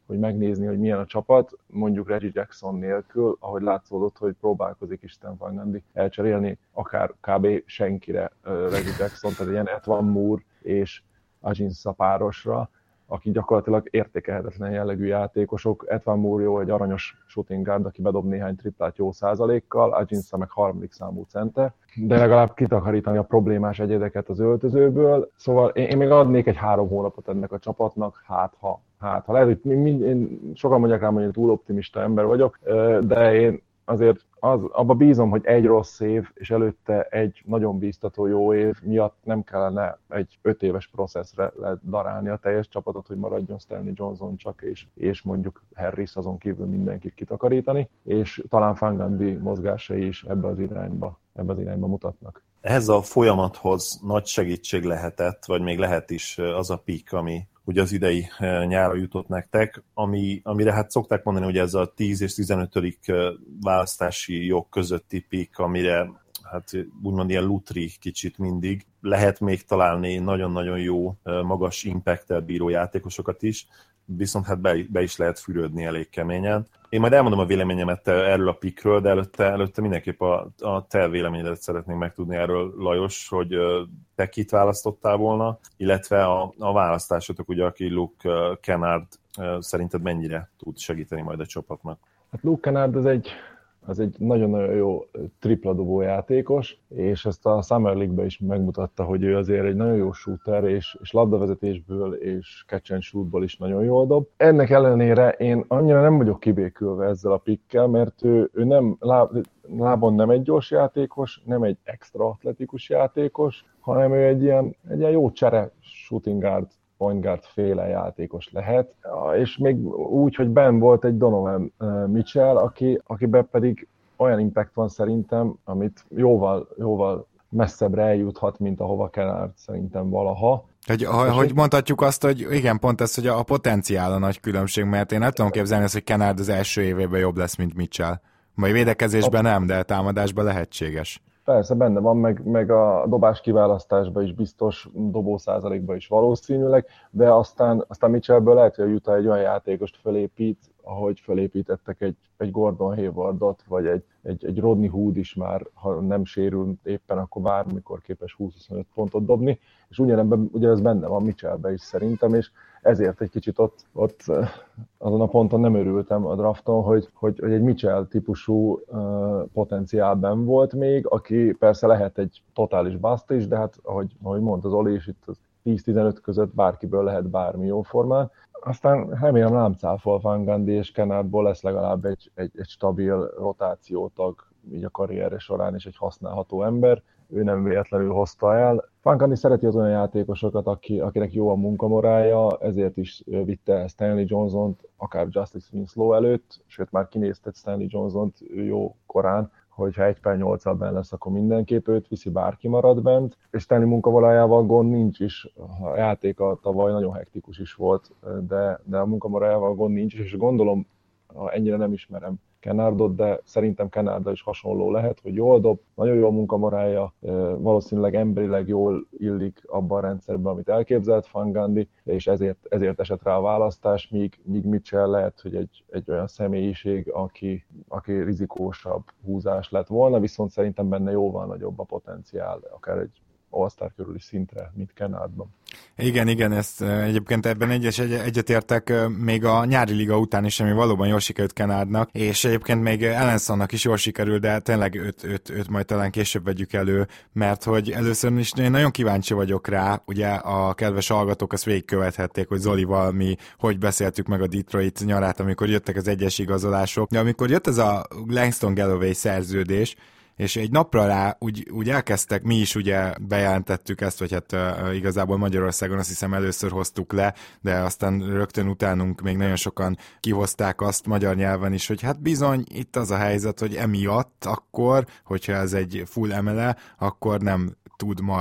hogy megnézni, hogy milyen a csapat, mondjuk Reggie Jackson nélkül, ahogy látszódott, hogy próbálkozik is Stan Van Gundy elcserélni akár kb. Senkire Reggie Jackson, tehát ilyen Evan Moore és Ajinça párosra, akik gyakorlatilag értékelhetetlen jellegű játékosok. Evan Moore jó, egy aranyos shooting guard, aki bedob néhány triplát jó százalékkal, Ajinça meg harmadik számú center, de legalább kitakarítani a problémás egyedeket az öltözőből. Szóval én, én még adnék egy három hónapot ennek a csapatnak, hát ha. Hát ha lehet, hogy mind, én sokan mondják rám, hogy én túl optimista ember vagyok, de én azért az, abba bízom, hogy egy rossz év, és előtte egy nagyon bíztató jó év miatt nem kellene egy öt éves processzre darálni a teljes csapatot, hogy maradjon Stanley Johnson csak, és, és mondjuk Harris azon kívül mindenkit kitakarítani, és talán Van Gundy mozgásai is ebbe az irányba, ebbe az irányba mutatnak. Ehhez a folyamathoz nagy segítség lehetett, vagy még lehet is az a pik, ami ugye az idei nyárra jutott nektek, ami, amire hát szokták mondani, hogy ez a tíz és tizenötödik választási jog közötti pik, amire hát úgymond ilyen lutri kicsit mindig. Lehet még találni nagyon-nagyon jó, magas impact-tel bíró játékosokat is, viszont hát be, be is lehet fürödni elég keményen. Én majd elmondom a véleményemet erről a pikről, de előtte, előtte mindenképp a, a te véleményedet szeretnénk megtudni erről, Lajos, hogy te kit választottál volna, illetve a, a választásotok, ugye, aki Luke Kennard szerinted mennyire tud segíteni majd a csapatnak? Hát Luke Kennard az egy az egy nagyon-nagyon jó tripladobó játékos, és ezt a Summer League-ben is megmutatta, hogy ő azért egy nagyon jó shooter, és, és labdavezetésből és catch and shootból is nagyon jól dob. Ennek ellenére én annyira nem vagyok kibékülve ezzel a pickkel, mert ő, ő nem, láb, lábon nem egy gyors játékos, nem egy extra atletikus játékos, hanem ő egy ilyen, egy ilyen jó csere shooting guard, point guard féle játékos lehet, és még úgy, hogy benn volt egy Donovan Mitchell, aki, akiben pedig olyan impact van szerintem, amit jóval, jóval messzebbre eljuthat, mint ahova Kennard szerintem valaha. Hogy, hogy mondhatjuk azt, hogy igen, pont ez, hogy a potenciál a nagy különbség, mert én nem tudom képzelni azt, hogy Kennard az első évében jobb lesz, mint Mitchell. Majd védekezésben nem, de támadásban lehetséges. Persze, benne van, meg, meg a dobás kiválasztásban is biztos, dobó százalékban is valószínűleg, de aztán, aztán Mitchellből lehet, hogy a Utah egy olyan játékost fölépít, ahogy fölépítettek egy, egy Gordon Haywardot, vagy egy, egy, egy Rodney Hood is már, ha nem sérül éppen, akkor bármikor képes húsz-huszonöt pontot dobni, és ugyanebben, ugye ez benne van Mitchellben is szerintem, és ezért egy kicsit ott, ott azon a ponton nem örültem a drafton, hogy, hogy, hogy egy Mitchell típusú uh, potenciálben volt még, aki persze lehet egy totális bust is, de hát ahogy, ahogy mondta Zoli is, itt az tíz-tizenöt között bárkiből lehet bármi jó formán. Aztán remélem lámcáfol Van Gundy és Kennardból lesz legalább egy, egy, egy stabil rotációtag így a karrierje során, és egy használható ember. Ő nem véletlenül hozta el. Van Gundy szereti az olyan játékosokat, aki, akinek jó a munkamorálja, ezért is vitte Stanley Johnson-t, akár Justice Winslow előtt, sőt már kinéztet Stanley Johnson-t jó korán, hogyha egy per nyolccal benn lesz, akkor mindenképp őt viszi, bárki marad bent, és Stanley munkavonaljával gond nincs is, a játéka tavaly nagyon hektikus is volt, de, de a munkavonaljával gond nincs is, és gondolom, ennyire nem ismerem Kennardot, de szerintem Kennarddal is hasonló lehet, hogy jól dob, nagyon jó a munkamorálja, valószínűleg emberileg jól illik abban a rendszerben, amit elképzelt Van Gundy, és ezért, ezért esett rá a választás, míg, míg Mitchell lehet, hogy egy, egy olyan személyiség, aki, aki rizikósabb húzás lett volna, viszont szerintem benne jóval nagyobb a potenciál, akár egy All-Star körüli szintre, mint Kennardban. Igen, igen, ezt egyébként ebben egyes egy, egyetértek még a nyári liga után is, ami valóban jól sikerült Kennardnak, és egyébként még Ellensonnak is jól sikerül, de tényleg őt, őt, őt majd talán később vegyük elő, mert hogy először is én nagyon kíváncsi vagyok rá, ugye a kedves hallgatók azt végigkövethették, hogy Zolival mi hogy beszéltük meg a Detroit nyarát, amikor jöttek az egyes igazolások, de amikor jött ez a Langston Galloway szerződés, és egy napra rá úgy, úgy elkezdtek, mi is ugye bejelentettük ezt, vagy hát uh, igazából Magyarországon azt hiszem először hoztuk le, de aztán rögtön utánunk még nagyon sokan kihozták azt magyar nyelven is, hogy hát bizony itt az a helyzet, hogy emiatt akkor, hogyha ez egy full emele, akkor nem tud majd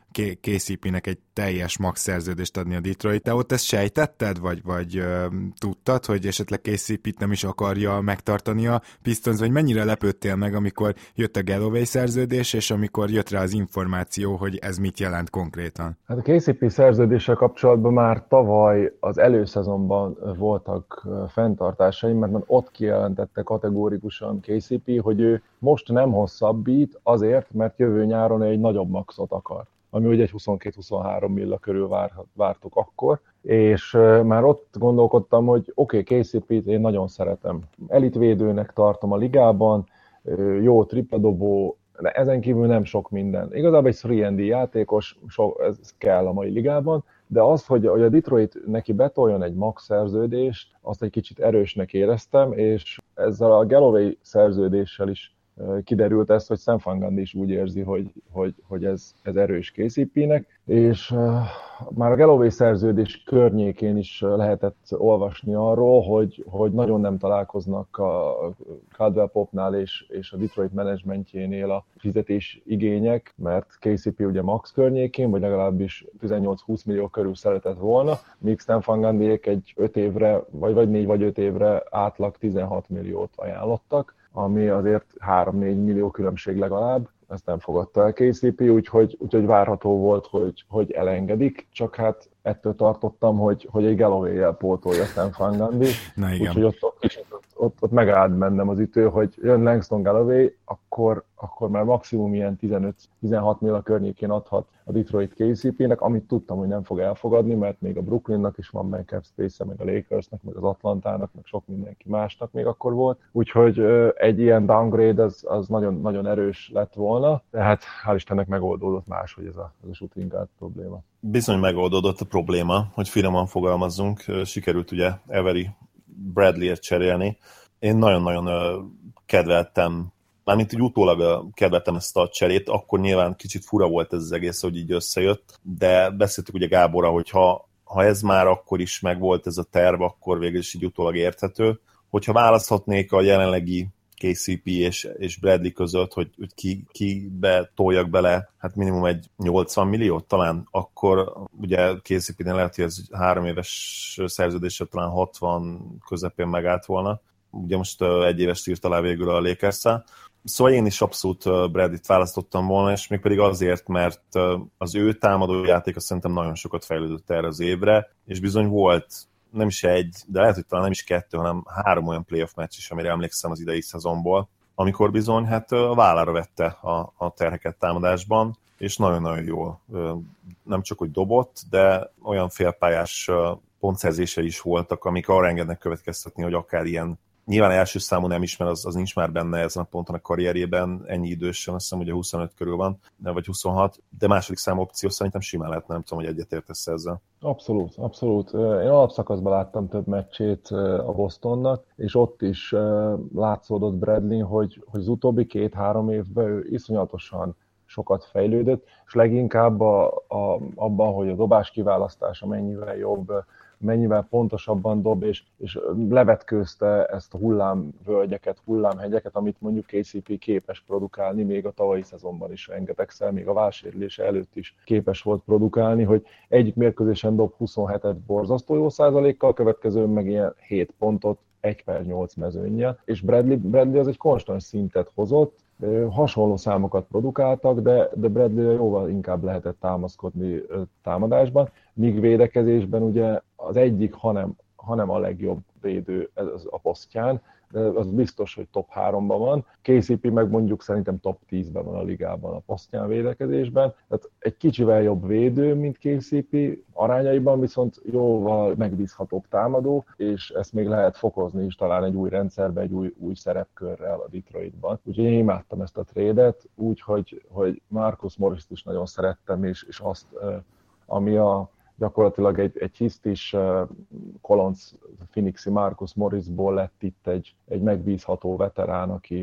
ká cé pé-nek egy teljes max szerződést adni a Detroit. Te ott ezt sejtetted, vagy, vagy ö, tudtad, hogy esetleg ká cé pét nem is akarja megtartani a Pistons, vagy mennyire lepődtél meg, amikor jött a Galloway szerződés, és amikor jött rá az információ, hogy ez mit jelent konkrétan? Hát a ká cé pé szerződéssel kapcsolatban már tavaly az előszezonban voltak fenntartásaim, mert már ott kijelentette kategórikusan ká cé pé, hogy ő most nem hosszabbít azért, mert jövő nyáron egy nagyobb maxot akar, ami ugye egy huszonkettő-huszonhárom milla körül vár, vártuk akkor, és már ott gondolkodtam, hogy oké, okay, ká cé pét én nagyon szeretem. Elitvédőnek tartom a ligában, jó tripladobó, de ezen kívül nem sok minden. Igazából egy három and D játékos, so, ez kell a mai ligában, de az, hogy, hogy a Detroit neki betoljon egy max szerződést, azt egy kicsit erősnek éreztem, és ezzel a Galloway szerződéssel is kiderült ez, hogy Sam Van Gundy is úgy érzi, hogy, hogy, hogy ez, ez erős ká cé pének, és uh, már a Galloway szerződés környékén is lehetett olvasni arról, hogy, hogy nagyon nem találkoznak a Caldwell Popnál és, és a Detroit menedzsmentjénél a fizetés igények, mert ká cé pé ugye max környékén, vagy legalábbis tizennyolc-húsz millió körül szeretett volna, míg Sam Van Gundyék egy öt évre, vagy, vagy négy vagy öt évre átlag tizenhat milliót ajánlottak, ami azért három-négy millió különbség legalább, ezt nem fogadta el ká cé pé, úgyhogy, úgyhogy várható volt, hogy, hogy elengedik, csak hát ettől tartottam, hogy, hogy egy Galloway-jel pótolja Sam Van Gundy, úgyhogy ott, ott, ott, ott megállt bennem az ütő, hogy jön Langston Galloway, akkor, akkor már maximum ilyen tizenöt-tizenhat millió környékén adhat a Detroit ká cé pének, amit tudtam, hogy nem fog elfogadni, mert még a Brooklynnak is van meg cap space-e, meg a Lakersnek, meg az Atlantának, meg sok mindenki másnak még akkor volt. Úgyhogy egy ilyen downgrade az, az nagyon, nagyon erős lett volna, tehát hál' Istennek megoldódott máshogy ez a, ez a shooting guard probléma. Bizony megoldódott a probléma, hogy finoman fogalmazzunk. Sikerült ugye Avery Bradley-et cserélni. Én nagyon-nagyon kedveltem, mármint úgy utólag kedveltem ezt a cserét, akkor nyilván kicsit fura volt ez az egész, hogy így összejött, de beszéltük ugye Gáborra, hogy ha, ha ez már akkor is megvolt ez a terv, akkor végül is így utólag érthető. Hogyha választhatnék a jelenlegi ká cé pé és, és Bradley között, hogy, hogy ki, ki be toljak bele, hát minimum egy nyolcvan milliót talán, akkor ugye ká cé pénél lehet, hogy ez három éves szerződésre talán hatvan közepén megállt volna. Ugye most egy éves írt alá végül a Lakers-szel. Szóval én is abszolút Bradley-t választottam volna, és még pedig azért, mert az ő támadó játéka szerintem nagyon sokat fejlődött erre az évre, és bizony volt nem is egy, de lehet, hogy talán nem is kettő, hanem három olyan playoff meccs is, amire emlékszem az idei szezonból, amikor bizony hát a vállára vette a, a terheket támadásban, és nagyon-nagyon jól nem csak hogy dobott, de olyan félpályás pontszerzése is voltak, amik arra engednek következtetni, hogy akár ilyen, nyilván első számú nem is, mert az, az nincs már benne ezen a ponton a karrierjében, ennyi idősen, azt hiszem, hogy a huszonöt körül van, vagy huszonhat, de második számú opció szerintem simán lehetne, nem tudom, hogy egyetértesz ezzel. Abszolút, abszolút. Én alapszakaszban láttam több meccsét a Bostonnak, és ott is látszódott Bradley, hogy, hogy az utóbbi két-három évben ő iszonyatosan sokat fejlődött, és leginkább a, a, abban, hogy a dobás kiválasztása mennyivel jobb, mennyivel pontosabban dob, és, és levetkőzte ezt a hullámvölgyeket, hullámhegyeket, amit mondjuk ká cé pé képes produkálni, még a tavalyi szezonban is rengetegszer, még a válsérülése előtt is képes volt produkálni, hogy egyik mérkőzésen dob huszonhetet borzasztó jó százalékkal, következőn meg ilyen hét pontot, egy per nyolc mezőnnyel, és Bradley, Bradley az egy konstans szintet hozott, hasonló számokat produkáltak, de, de Bradley jóval inkább lehetett támaszkodni támadásban, míg védekezésben ugye az egyik, hanem, hanem a legjobb védő ez a posztján, de az biztos, hogy top háromban van. ká cé pé meg mondjuk szerintem top tízben van a ligában a posztján védekezésben. Tehát egy kicsivel jobb védő, mint ká cé pé, arányaiban viszont jóval megbízhatóbb támadó, és ezt még lehet fokozni is talán egy új rendszerben, egy új, új szerepkörrel a Detroitban. Úgyhogy én imádtam ezt a trédet, úgyhogy hogy Marcus Morrist is nagyon szerettem, és, és azt, ami a gyakorlatilag egy, egy hisztis uh, kolonc Phoenixi Marcus Morrisból lett itt egy, egy megbízható veterán, aki,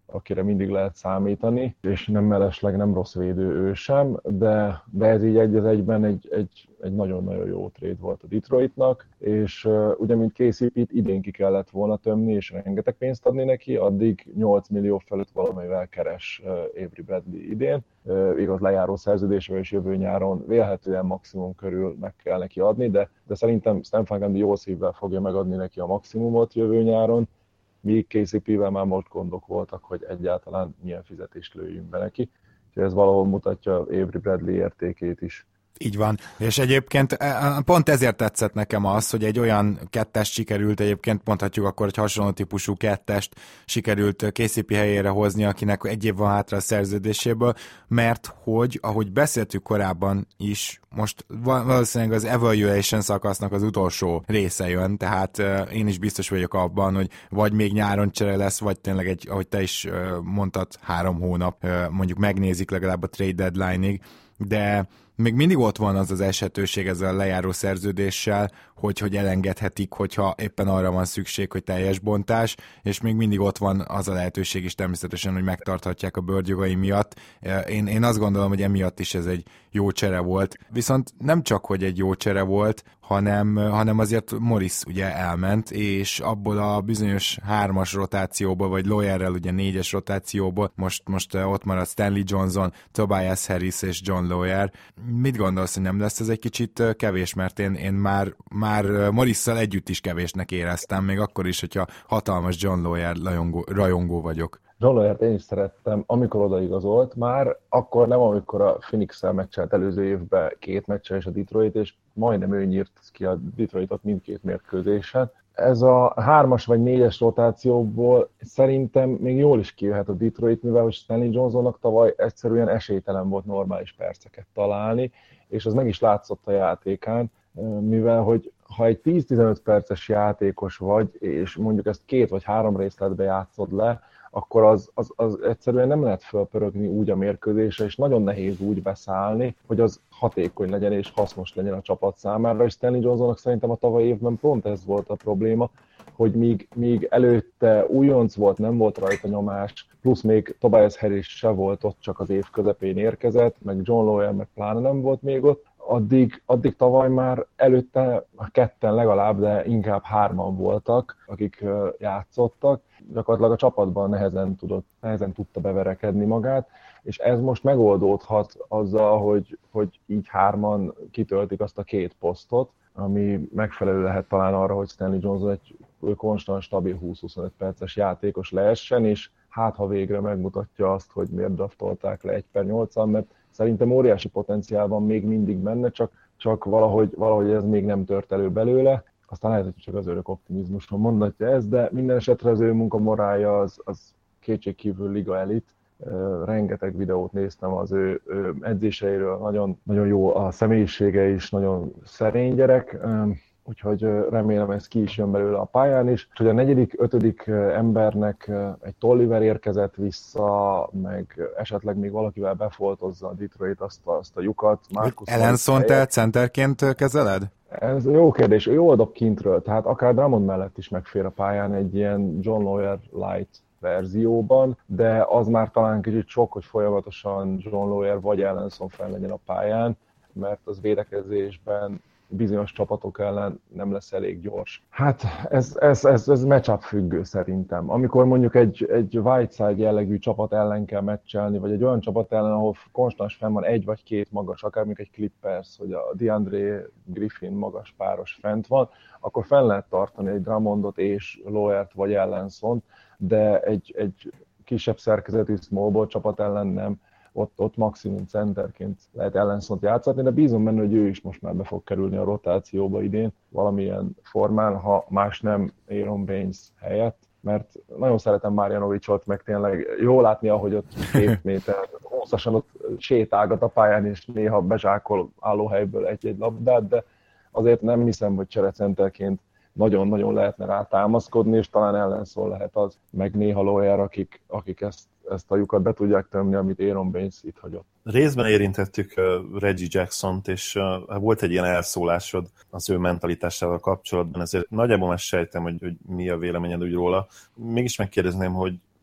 akire mindig lehet számítani, és nem mellesleg nem rossz védő ő sem, de, de ez így egy az egyben egy, egy, egy nagyon-nagyon jó trade volt a Detroitnak, és uh, ugye, mint ká cé pét idén ki kellett volna tömni, és rengeteg pénzt adni neki, addig nyolc millió felett valamivel keres uh, Avery Bradley idén, uh, igaz lejáró szerződésvel, és jövő nyáron vélhetően maximum körül meg kell neki adni, de, de szerintem Stan Van Gundy jó szívvel fogja megadni neki a maximumot jövő nyáron, míg ká cé pével már most gondok voltak, hogy egyáltalán milyen fizetést lőjünk be neki. És ez valahol mutatja Avery Bradley értékét is. Így van, és egyébként pont ezért tetszett nekem az, hogy egy olyan kettest sikerült, egyébként mondhatjuk akkor, hogy hasonló típusú kettest sikerült ká cé pé helyére hozni, akinek egy év van hátra a szerződéséből, mert hogy, ahogy beszéltük korábban is, most valószínűleg az evaluation szakasznak az utolsó része jön, tehát én is biztos vagyok abban, hogy vagy még nyáron csere lesz, vagy tényleg egy, ahogy te is mondtad, három hónap, mondjuk megnézik legalább a trade deadline-ig, de még mindig ott van az az esetőség ezzel a lejáró szerződéssel, hogy, hogy elengedhetik, hogyha éppen arra van szükség, hogy teljes bontás, és még mindig ott van az a lehetőség is természetesen, hogy megtarthatják a Bird jogai miatt. Én, én azt gondolom, hogy emiatt is ez egy jó csere volt. Viszont nem csak, hogy egy jó csere volt, hanem, hanem azért Morris ugye elment, és abból a bizonyos hármas rotációból, vagy Lawyerrel ugye négyes rotációból, most, most ott marad Stanley Johnson, Tobias Harris és John Lawyer. Mit gondolsz, hogy nem lesz ez egy kicsit kevés, mert én, én már, már Morrisszal együtt is kevésnek éreztem, még akkor is, hogyha hatalmas John Lawyer rajongó, rajongó vagyok. John Lawyert én is szerettem, amikor odaigazolt már, akkor nem, amikor a Phoenix-szel meccselt előző évben két meccsel és a Detroit, és majdnem ő nyírt ki a Detroitot mindkét mérkőzésen. Ez a hármas vagy négyes rotációból szerintem még jól is kijöhet a Detroit, mivel hogy Stanley Johnsonnak tavaly egyszerűen esélytelen volt normális perceket találni, és az meg is látszott a játékán, mivel hogy ha egy tíz-tizenöt perces játékos vagy, és mondjuk ezt két vagy három részletbe játszod le, akkor az, az, az egyszerűen nem lehet fölpörögni úgy a mérkőzésre, és nagyon nehéz úgy beszállni, hogy az hatékony legyen és hasznos legyen a csapat számára, és Stanley Johnsonnak szerintem a tavalyi évben pont ez volt a probléma, hogy míg, míg előtte újonc volt, nem volt rajta nyomás, plusz még Tobias Harris se volt ott, csak az év közepén érkezett, meg John Lawyer meg pláne nem volt még ott, addig, addig tavaly már előtte a ketten legalább, de inkább hárman voltak, akik játszottak. Gyakorlatilag a csapatban nehezen, tudott, nehezen tudta beverekedni magát, és ez most megoldódhat azzal, hogy, hogy így hárman kitöltik azt a két posztot, ami megfelelő lehet talán arra, hogy Stanley Johnson egy konstant, stabil húsz-huszonöt perces játékos lehessen, és hát ha végre megmutatja azt, hogy miért draftolták le egy per nyolcan, mert szerintem óriási potenciál van még mindig benne, csak, csak valahogy, valahogy ez még nem tört elő belőle. Aztán lehet, hogy csak az örök optimizmuson mondatja ez, de minden esetre az ő munkamorálja az, az kétségkívül liga elit. Rengeteg videót néztem az ő, ő edzéseiről, nagyon, nagyon jó a személyisége is, nagyon szerény gyerek, úgyhogy remélem ez ki is jön belőle a pályán is. És hogy a negyedik, ötödik embernek egy Tolliver érkezett vissza, meg esetleg még valakivel befoltozza a Detroit azt a, azt a lyukat. Ellenson te centerként kezeled? Ez jó kérdés, ő jól dob kintről, tehát akár Drummond mellett is megfér a pályán egy ilyen John Lawyer light verzióban, de az már talán kicsit sok, hogy folyamatosan John Lawyer vagy Ellenson fel legyen a pályán, mert az védekezésben bizonyos csapatok ellen nem lesz elég gyors. Hát ez, ez, ez, ez matchup függő szerintem. Amikor mondjuk egy, egy Whiteside jellegű csapat ellen kell meccselni, vagy egy olyan csapat ellen, ahol konstans fenn van egy vagy két magas, akár még egy Clippers, hogy a DeAndre Griffin magas páros fent van, akkor fenn lehet tartani egy Drummondot és Lawyert vagy Ellensont, de egy, egy kisebb szerkezetű small ball csapat ellen nem. Ott, ott maximum centerként lehet Ellenszont játszatni, de bízom benne, hogy ő is most már be fog kerülni a rotációba idén valamilyen formán, ha más nem Aaron Baines helyett, mert nagyon szeretem Marjanovicsot, meg tényleg jó látni, ahogy ott két méter hosszasan ott sétálgat a pályán, és néha bezsákol állóhelyből egy-egy labdát, de azért nem hiszem, hogy cserecenterként nagyon-nagyon lehetne rá támaszkodni, és talán Ellenszon lehet az, meg néha Lawyer, akik, akik ezt, ezt a lyukat be tudják tömni, amit Aaron Baines itt hagyott. Részben érintettük uh, Reggie Jacksont, és uh, volt egy ilyen elszólásod az ő mentalitásával kapcsolatban, ezért nagyjából már sejtem, hogy, hogy mi a véleményed úgy róla. Mégis megkérdezném, hogy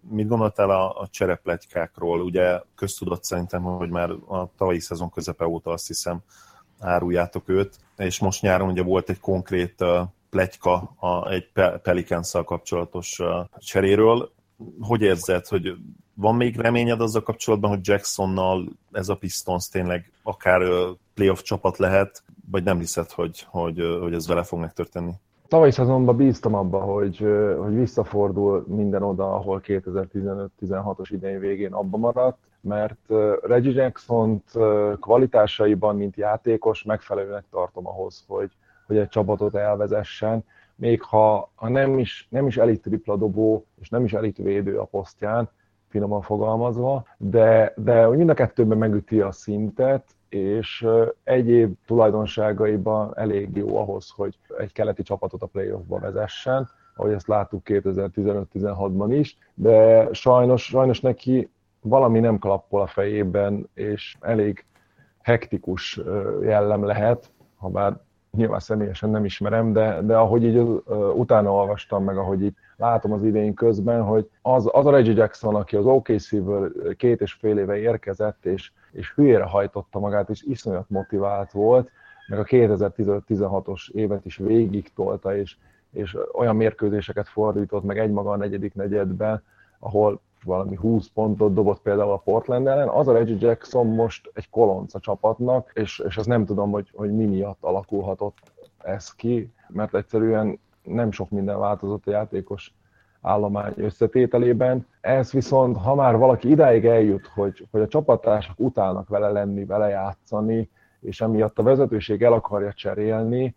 mit gondoltál a, a cserepletykákról? Ugye köztudott szerintem, hogy már a tavalyi szezon közepe óta azt hiszem áruljátok őt, és most nyáron ugye volt egy konkrét uh, pletyka a, egy Pelicans-szal kapcsolatos uh, cseréről. Hogy érzed, hogy van még reményed azzal kapcsolatban, hogy Jacksonnal ez a Pistons tényleg akár uh, playoff csapat lehet, vagy nem hiszed, hogy, hogy, uh, hogy ez vele fog megtörténni? Tavalyi szezonban bíztam abba, hogy, hogy visszafordul minden oda, ahol kétezer-tizenöt-tizenhatos idején végén abba maradt, mert Reggie Jacksont kvalitásaiban, mint játékos megfelelőnek tartom ahhoz, hogy, hogy egy csapatot elvezessen, még ha, ha nem is, nem is elit tripla dobó, és nem is elit védő a posztján, finoman fogalmazva, de, de mind a kettőben megüti a szintet, és egyéb tulajdonságaiban elég jó ahhoz, hogy egy keleti csapatot a playoffba vezessen, ahogy ezt láttuk kétezer-tizenöt-tizenhatban is, de sajnos, sajnos neki valami nem klappol a fejében, és elég hektikus jellem lehet, ha bár nyilván személyesen nem ismerem, de, de ahogy így uh, utána olvastam meg, ahogy így látom az idén közben, hogy az, az a Reggie Jackson, aki az o ká cé-ből két és fél éve érkezett, és, és hülyére hajtotta magát, és iszonyat motivált volt, meg a kétezer-tizenöt-tizenhatos évet is végig tolta, és, és olyan mérkőzéseket fordított meg egymaga a negyedik negyedben, ahol valami húsz pontot dobott például a Portland ellen, az a Reggie Jackson most egy kolonc a csapatnak, és, és azt nem tudom, hogy, hogy mi miatt alakulhatott ez ki, mert egyszerűen nem sok minden változott a játékos állomány összetételében. Ez viszont, ha már valaki idáig eljut, hogy, hogy a csapattársak utálnak vele lenni, vele játszani, és emiatt a vezetőség el akarja cserélni,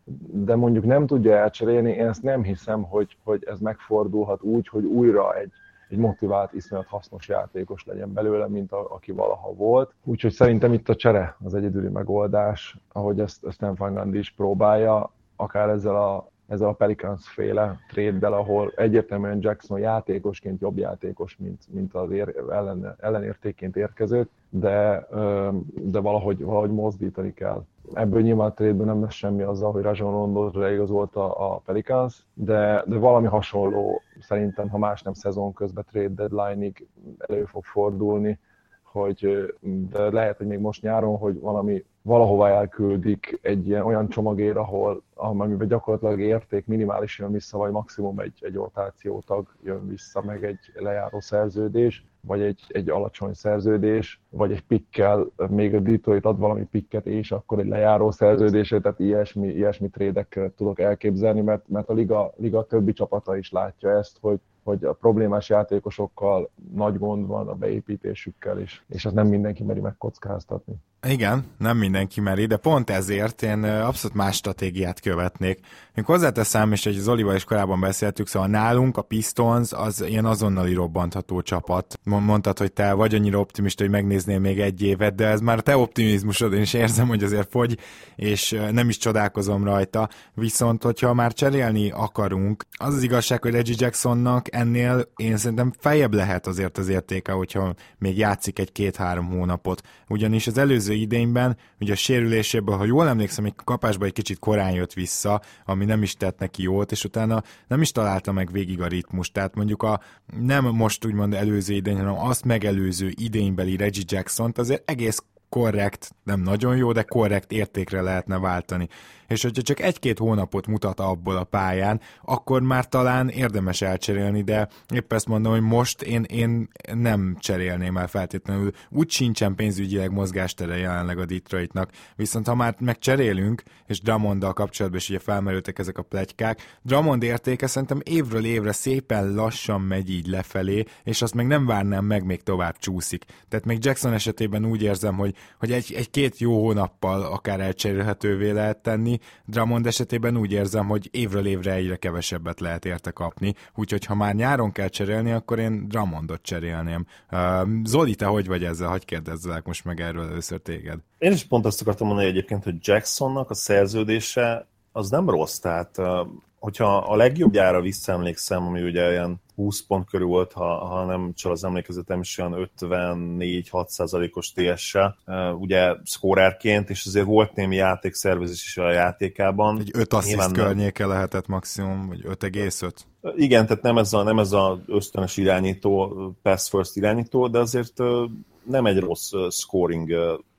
de mondjuk nem tudja elcserélni, én ezt nem hiszem, hogy, hogy ez megfordulhat úgy, hogy újra egy egy motivált, iszonyat hasznos játékos legyen belőle, mint a, aki valaha volt. Úgyhogy szerintem itt a csere az egyedüli megoldás, ahogy ezt, ezt nem Van Gundy is próbálja, akár ezzel a, ezzel a Pelicans-féle trade-del, ahol egyértelműen Jackson játékosként jobb játékos, mint, mint az ér, ellen, ellenértékként érkezők, de, de valahogy, valahogy mozdítani kell. Ebből nyilván a trade-ből nem lesz semmi azzal, hogy Rajon Rondóra igazolta a Pelicans, de, de valami hasonló szerintem, ha más nem szezon közben trade deadline-ig elő fog fordulni, hogy de lehet, hogy még most nyáron, hogy valami valahova elküldik egy ilyen olyan csomagért, ahol amiben gyakorlatilag érték minimális jön vissza, vagy maximum egy, egy rotációtag jön vissza, meg egy lejáró szerződés, vagy egy, egy alacsony szerződés, vagy egy pikkel, még a Detroit ad valami pikket, és akkor egy lejáró szerződésre, tehát ilyesmi, ilyesmi trédekkel tudok elképzelni, mert, mert a liga, liga többi csapata is látja ezt, hogy hogy a problémás játékosokkal nagy gond van a beépítésükkel is, és azt nem mindenki meri megkockáztatni. Igen, nem mindenki meri, de pont ezért én abszolút más stratégiát követnék. Én hozzáteszem, és egy Zolival is korábban beszéltük, szóval nálunk a Pistons az ilyen azonnali robbantható csapat. Mondtad, hogy te vagy annyira optimista, hogy megnéznél még egy évet, de ez már a te optimizmusod, én is érzem, hogy azért fogy, és nem is csodálkozom rajta. Viszont, hogyha már cserélni akarunk, az az igazság, hogy Reggie Jacksonnak ennél én szerintem feljebb lehet azért az értéke, hogyha még játszik egy két-három hónapot. Ugyanis az előző idényben, ugye a sérüléséből, ha jól emlékszem, egy kapásba egy kicsit korán jött vissza, ami nem is tett neki jót, és utána nem is találta meg végig a ritmust. Tehát mondjuk a nem most úgymond előző idény, hanem azt megelőző idénybeli Reggie Jacksont azért egész korrekt, nem nagyon jó, de korrekt értékre lehetne váltani. És hogyha csak egy-két hónapot mutat abból a pályán, akkor már talán érdemes elcserélni, de épp ezt mondom, hogy most én, én nem cserélném el feltétlenül. Úgy sincsen pénzügyileg mozgástere jelenleg a Detroitnak, viszont ha már megcserélünk, és Drummonddal kapcsolatban is ugye felmerültek ezek a pletykák, Drummond értéke szerintem évről évre szépen lassan megy így lefelé, és azt meg nem várnám meg, még tovább csúszik. Tehát még Jackson esetében úgy érzem, hogy, hogy egy, egy-két jó hónappal akár elcserélhetővé lehet tenni, Drummond esetében úgy érzem, hogy évről évre egyre kevesebbet lehet érte kapni, úgyhogy ha már nyáron kell cserélni, akkor én Drummondot cserélném. Uh, Zoli, te hogy vagy ezzel? Hadd kérdezzelek most meg erről először téged. Én is pont azt akartam mondani egyébként, hogy Jacksonnak a szerződése az nem rossz, tehát uh, hogyha a legjobbjára visszaemlékszem, ami ugye ilyen húsz pont körül volt, ha, ha nem csak az emlékezetem is olyan ötvennégy-hat százalékos té es-sel, ugye szkórerként, és azért volt némi játékszervezés is a játékában. Egy öt assziszt környéke lehetett maximum, vagy öt egész öt? Igen, tehát nem ez a, nem ez a ösztönös irányító, pass first irányító, de azért nem egy rossz scoring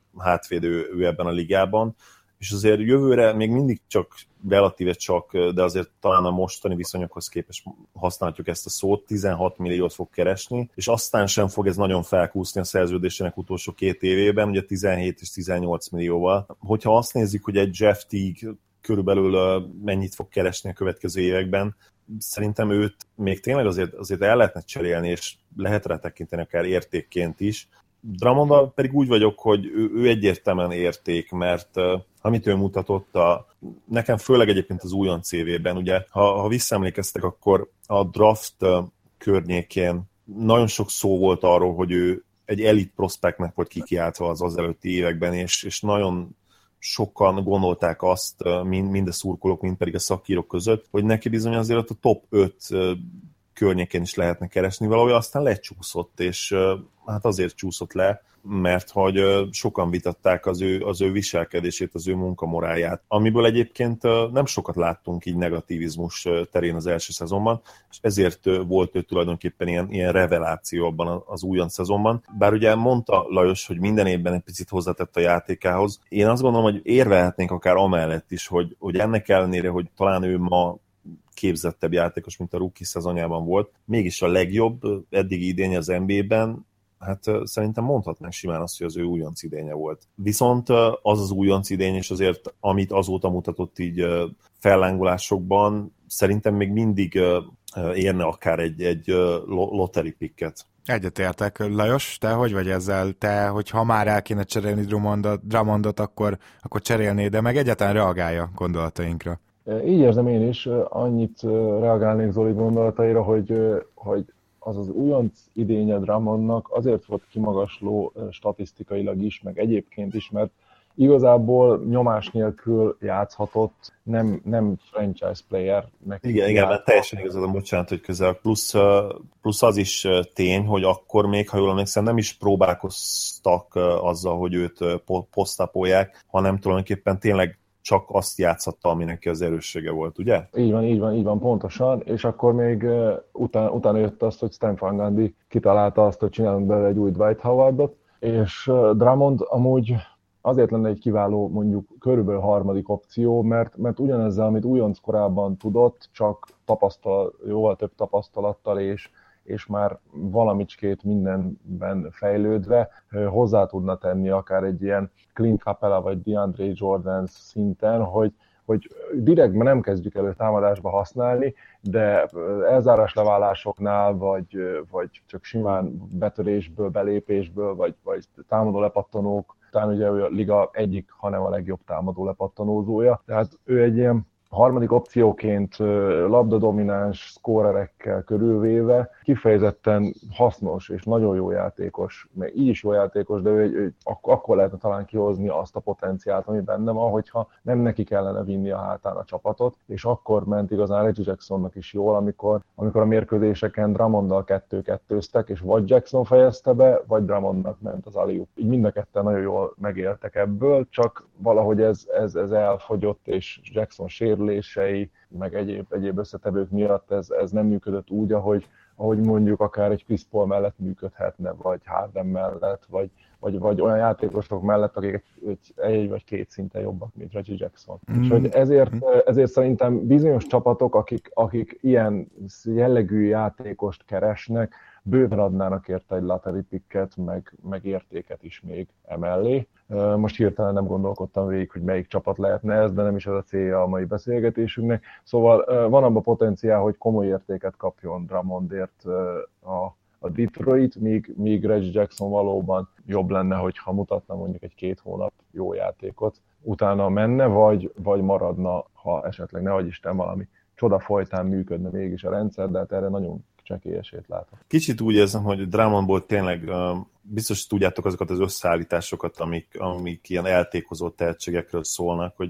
hátvédő ő ebben a ligában, és azért jövőre még mindig csak relatíve csak, de azért talán a mostani viszonyokhoz képest használhatjuk ezt a szót, tizenhat milliót fog keresni, és aztán sem fog ez nagyon felkúszni a szerződésének utolsó két évében, ugye tizenhét és tizennyolc millióval. Hogyha azt nézzük, hogy egy Jeff Teague körülbelül mennyit fog keresni a következő években, szerintem őt még tényleg azért, azért el lehetne cserélni, és lehet rá tekinteni akár értékként is. Dramondal pedig úgy vagyok, hogy ő, ő egyértelműen érték, mert uh, amit ő mutatott, a, nekem főleg egyébként az újon cé vében, ugye, ha, ha visszaemlékeztek, akkor a draft uh, környékén nagyon sok szó volt arról, hogy ő egy elit prospectnek volt kikiáltva az az előtti években, és, és nagyon sokan gondolták azt, uh, mind, mind a szurkolók, mind pedig a szakírók között, hogy neki bizony azért a top öt uh, környékén is lehetne keresni valahol, aztán lecsúszott, és hát azért csúszott le, mert hogy sokan vitatták az ő, az ő viselkedését, az ő munkamoráját, amiből egyébként nem sokat láttunk így negativizmus terén az első szezonban, és ezért volt ő tulajdonképpen ilyen, ilyen reveláció abban az újonc szezonban. Bár ugye mondta Lajos, hogy minden évben egy picit hozzátett a játékához. Én azt gondolom, hogy érvelhetnénk akár amellett is, hogy, hogy ennek ellenére, hogy talán ő ma képzettebb játékos, mint a rookie szezonjában volt, mégis a legjobb eddigi idénye az en bé á-ben, hát szerintem mondhatnánk simán azt, hogy az ő újonc idénye volt. Viszont az az újonc idény, és azért amit azóta mutatott így fellángolásokban, szerintem még mindig érne akár egy, egy lottery picket. Egyetértek. Lajos, te hogy vagy ezzel? Te, hogyha már el kéne cserélni Drummondot, Drummondot akkor, akkor cserélnéd, de meg egyáltalán reagálja gondolatainkra. Így érzem én is, annyit reagálnék Zoli gondolataira, hogy, hogy az az újonc idénye Drummondnak azért volt kimagasló statisztikailag is, meg egyébként is, mert igazából nyomás nélkül játszhatott, nem, nem franchise playernek. Igen, igen, mert teljesen igazad, bocsánat, hogy közel. Plusz, plusz az is tény, hogy akkor még, ha jól emlékszem, nem is próbálkoztak azzal, hogy őt posztapolják, hanem tulajdonképpen tényleg csak azt játszhatta, ami neki az erőssége volt, ugye? Így van, így van, így van, pontosan, és akkor még uh, utána, utána jött azt, hogy Stan Van Gundy kitalálta azt, hogy csinálunk belőle egy új Dwight Howardot, és uh, Drummond amúgy azért lenne egy kiváló, mondjuk körülbelül harmadik opció, mert, mert ugyanezzel, amit újonc korábban tudott, csak tapasztal, jóval több tapasztalattal és és már valamicskét mindenben fejlődve hozzá tudna tenni akár egy ilyen Clint Capella vagy DeAndre Jordan szinten, hogy, hogy direktben nem kezdjük elő támadásba használni, de elzárás leválásoknál, vagy, vagy csak simán betörésből, belépésből, vagy, vagy támadó lepattanók, talán ugye ő a liga egyik, hanem a legjobb támadó lepattanózója. Tehát ő egy ilyen harmadik opcióként labdadomináns szkórerekkel körülvéve kifejezetten hasznos és nagyon jó játékos, meg így is jó játékos, de ő, ő, ak- akkor lehetne talán kihozni azt a potenciált, ami benne van, hogyha nem neki kellene vinni a hátán a csapatot, és akkor ment igazán Reggie Jacksonnak is jól, amikor, amikor a mérkőzéseken Drummonddal kettő-kettőztek, és vagy Jackson fejezte be, vagy Drummondnak ment az alley-oop. Így mind a ketten nagyon jól megéltek ebből, csak valahogy ez, ez, ez elfogyott, és Jackson sérülései, meg egyéb, egyéb összetevők miatt ez, ez nem működött úgy, ahogy, ahogy mondjuk akár egy Chris Paul mellett működhetne, vagy Harden mellett, vagy, vagy, vagy olyan játékosok mellett, akik egy, egy, egy vagy két szinten jobbak, mint Reggie Jackson. Mm. És hogy ezért, ezért szerintem bizonyos csapatok, akik, akik ilyen jellegű játékost keresnek, bőven adnának érte egy lottery picket, meg, meg értéket is még emellé. Most hirtelen nem gondolkodtam végig, hogy melyik csapat lehetne ez, de nem is ez a célja a mai beszélgetésünknek. Szóval van abban potenciál, hogy komoly értéket kapjon Drummondért a, a Detroit, míg, míg Reggie Jackson valóban jobb lenne, hogyha mutatna mondjuk egy két hónap jó játékot, utána menne, vagy, vagy maradna, ha esetleg nehogy Isten valami csoda folytán működne mégis a rendszer, de hát erre nagyon csekélyesét látom. Kicsit úgy érzem, hogy Drummondból tényleg uh, biztos tudjátok azokat az összeállításokat, amik, amik ilyen eltékozott tehetségekről szólnak, hogy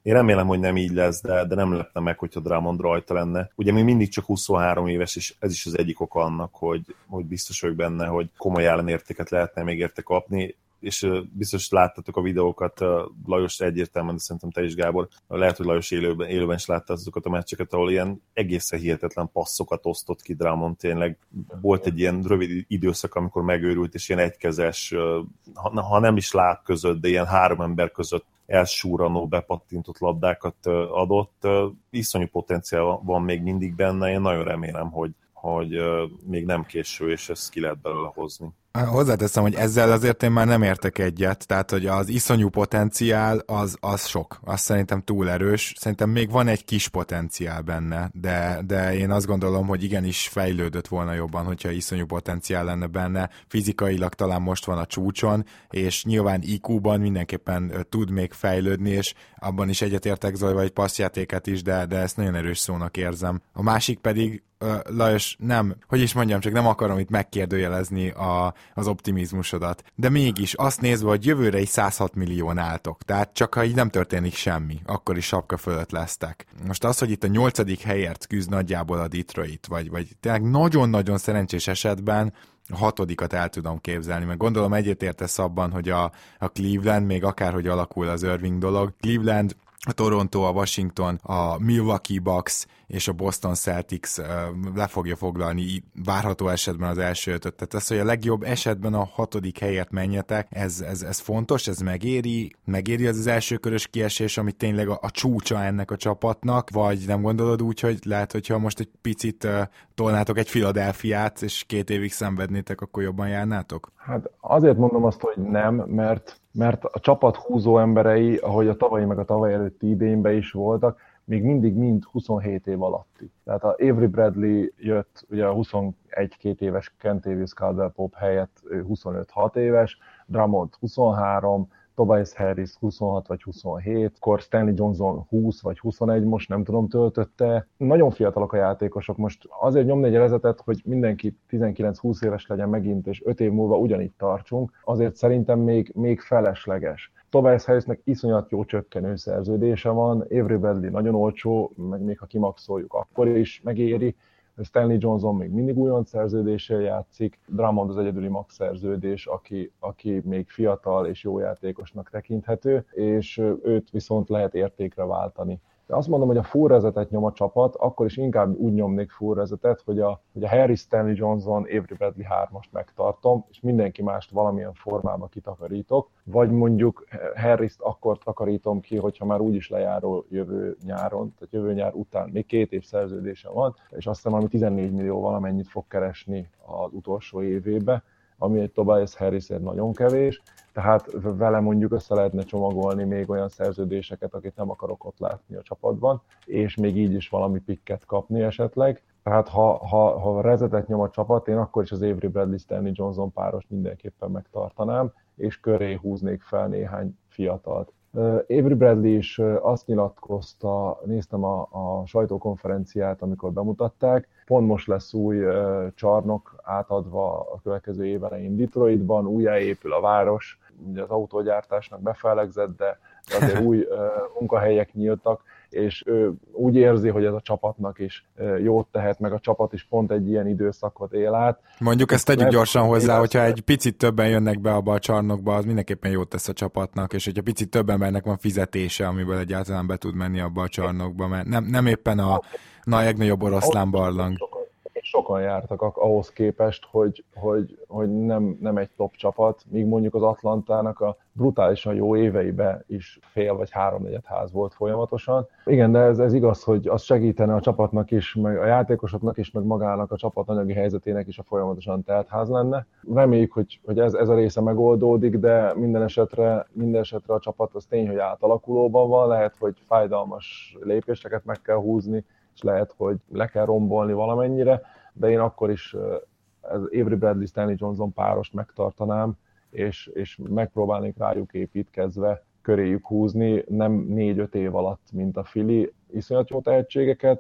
Én remélem, hogy nem így lesz, de, de nem lepne meg, hogyha Drummond rajta lenne. Ugye még mindig csak huszonhárom éves, és ez is az egyik oka annak, hogy, hogy biztos vagyok benne, hogy komoly ellenértéket lehetne még érte kapni, és biztos láttatok a videókat, Lajos egyértelműen, de szerintem te is, Gábor, lehet, hogy Lajos élőben, élőben is látta azokat a meccseket, ahol ilyen egészen hihetetlen passzokat osztott ki Drummond, tényleg volt egy ilyen rövid időszak, amikor megőrült, és ilyen egykezes, ha, ha nem is láb között, de ilyen három ember között elsúranó, bepattintott labdákat adott. Iszonyú potenciál van még mindig benne, én nagyon remélem, hogy, hogy még nem késő, és ezt ki lehet belőle hozni. Hozzáteszem, hogy ezzel azért én már nem értek egyet, tehát hogy az iszonyú potenciál az, az sok, az szerintem túl erős, szerintem még van egy kis potenciál benne, de, de én azt gondolom, hogy igenis fejlődött volna jobban, hogyha iszonyú potenciál lenne benne, fizikailag talán most van a csúcson, és nyilván í kú-ban mindenképpen tud még fejlődni, és abban is egyetértek Zoli, vagy passzjátéket is, de, de ezt nagyon erős szónak érzem. A másik pedig, Lajos, nem, hogy is mondjam, csak nem akarom itt megkérdőjelezni a, az optimizmusodat, de mégis azt nézve, hogy jövőre is száz hat millión álltok, tehát csak ha így nem történik semmi, akkor is sapka fölött lesztek. Most az, hogy itt a nyolcadik helyért küzd nagyjából a Detroit, vagy, vagy tényleg nagyon-nagyon szerencsés esetben a hatodikat el tudom képzelni, mert gondolom egyetértesz abban, hogy a, a Cleveland, még akárhogy alakul az Irving dolog, Cleveland, a Toronto, a Washington, a Milwaukee Bucks és a Boston Celtics le fogja foglalni várható esetben az első ötöt. Tehát az, hogy a legjobb esetben a hatodik helyért menjetek, ez, ez, ez fontos, ez megéri, megéri az az első körös kiesés, ami tényleg a, a csúcsa ennek a csapatnak, vagy nem gondolod úgy, hogy lehet, hogyha most egy picit uh, tolnátok egy Philadelphiát, és két évig szenvednétek, akkor jobban járnátok? Hát azért mondom azt, hogy nem, mert mert a csapat húzó emberei, ahogy a tavalyi meg a tavaly előtti idényben is voltak, még mindig mind huszonhét év alatti. Tehát a Avery Bradley jött, ugye a huszonegy-két éves Kentavious Caldwell-Pope helyett huszonöt-hat éves, Drummond huszonhárom, Tobias Harris huszonhat vagy huszonhét, akkor Stanley Johnson húsz vagy huszonegy, most nem tudom, töltötte. Nagyon fiatalok a játékosok, most azért nyomni egy rezetet, hogy mindenki tizenkilenc-húsz éves legyen megint, és öt év múlva ugyanígy tartsunk, azért szerintem még, még felesleges. Tobias Harrisnek iszonyat jó csökkenő szerződése van, Avery Bradley nagyon olcsó, meg még ha kimaxoljuk, akkor is megéri. Stanley Johnson még mindig újonc szerződéssel játszik, Drummond az egyedüli max szerződés, aki, aki még fiatal és jó játékosnak tekinthető, és őt viszont lehet értékre váltani. De azt mondom, hogy a full resetet nyom a csapat, akkor is inkább úgy nyomnék full resetet, hogy a, hogy a Harris, Stanley Johnson, Avery Bradley hármast megtartom, és mindenki mást valamilyen formában kitakarítok, vagy mondjuk Harrist akkor takarítom ki, hogyha már úgyis lejáró jövő nyáron, tehát jövő nyár után még két év szerződése van, és azt hiszem, ami tizennégy millió valamennyit fog keresni az utolsó évébe, ami egy Tobias Harrisért nagyon kevés, tehát vele mondjuk össze lehetne csomagolni még olyan szerződéseket, akit nem akarok ott látni a csapatban, és még így is valami pikket kapni esetleg. Tehát ha, ha, ha rezetet nyom a csapat, én akkor is az Avery Bradley Stanley Johnson páros mindenképpen megtartanám, és köré húznék fel néhány fiatalt. Avery Bradley is azt nyilatkozta, néztem a, a sajtókonferenciát, amikor bemutatták, pont most lesz új uh, csarnok átadva a következő év elején Detroitban, újjáépül a város, ugye az autógyártásnak befelegzett, de azért új uh, munkahelyek nyíltak, és ő úgy érzi, hogy ez a csapatnak is uh, jót tehet, meg a csapat is pont egy ilyen időszakot él át. Mondjuk ezt tegyük gyorsan hozzá, hogyha egy picit többen jönnek be abba a csarnokba, az mindenképpen jót tesz a csapatnak, és hogyha picit több embernek van fizetése, amiből egyáltalán be tud menni abba a csarnokba, mert nem, nem éppen a na, legnagyobb oroszlán barlang. Sokan jártak ahhoz képest, hogy, hogy, hogy nem, nem egy top csapat, míg mondjuk az Atlantának a brutálisan jó éveiben is fél vagy háromnegyed ház volt folyamatosan. Igen, de ez, ez igaz, hogy az segítene a csapatnak is, meg a játékosoknak is, meg magának a csapat anyagi helyzetének is a folyamatosan telt ház lenne. Reméljük, hogy, hogy ez, ez a része megoldódik, de minden esetre, minden esetre a csapat az tény, hogy átalakulóban van, lehet, hogy fájdalmas lépéseket meg kell húzni, és lehet, hogy le kell rombolni valamennyire, de én akkor is az Avery Bradley Stanley Johnson párost megtartanám, és, és megpróbálnék rájuk építkezve köréjük húzni, nem négy-öt év alatt, mint a Philly, iszonyat jó tehetségeket,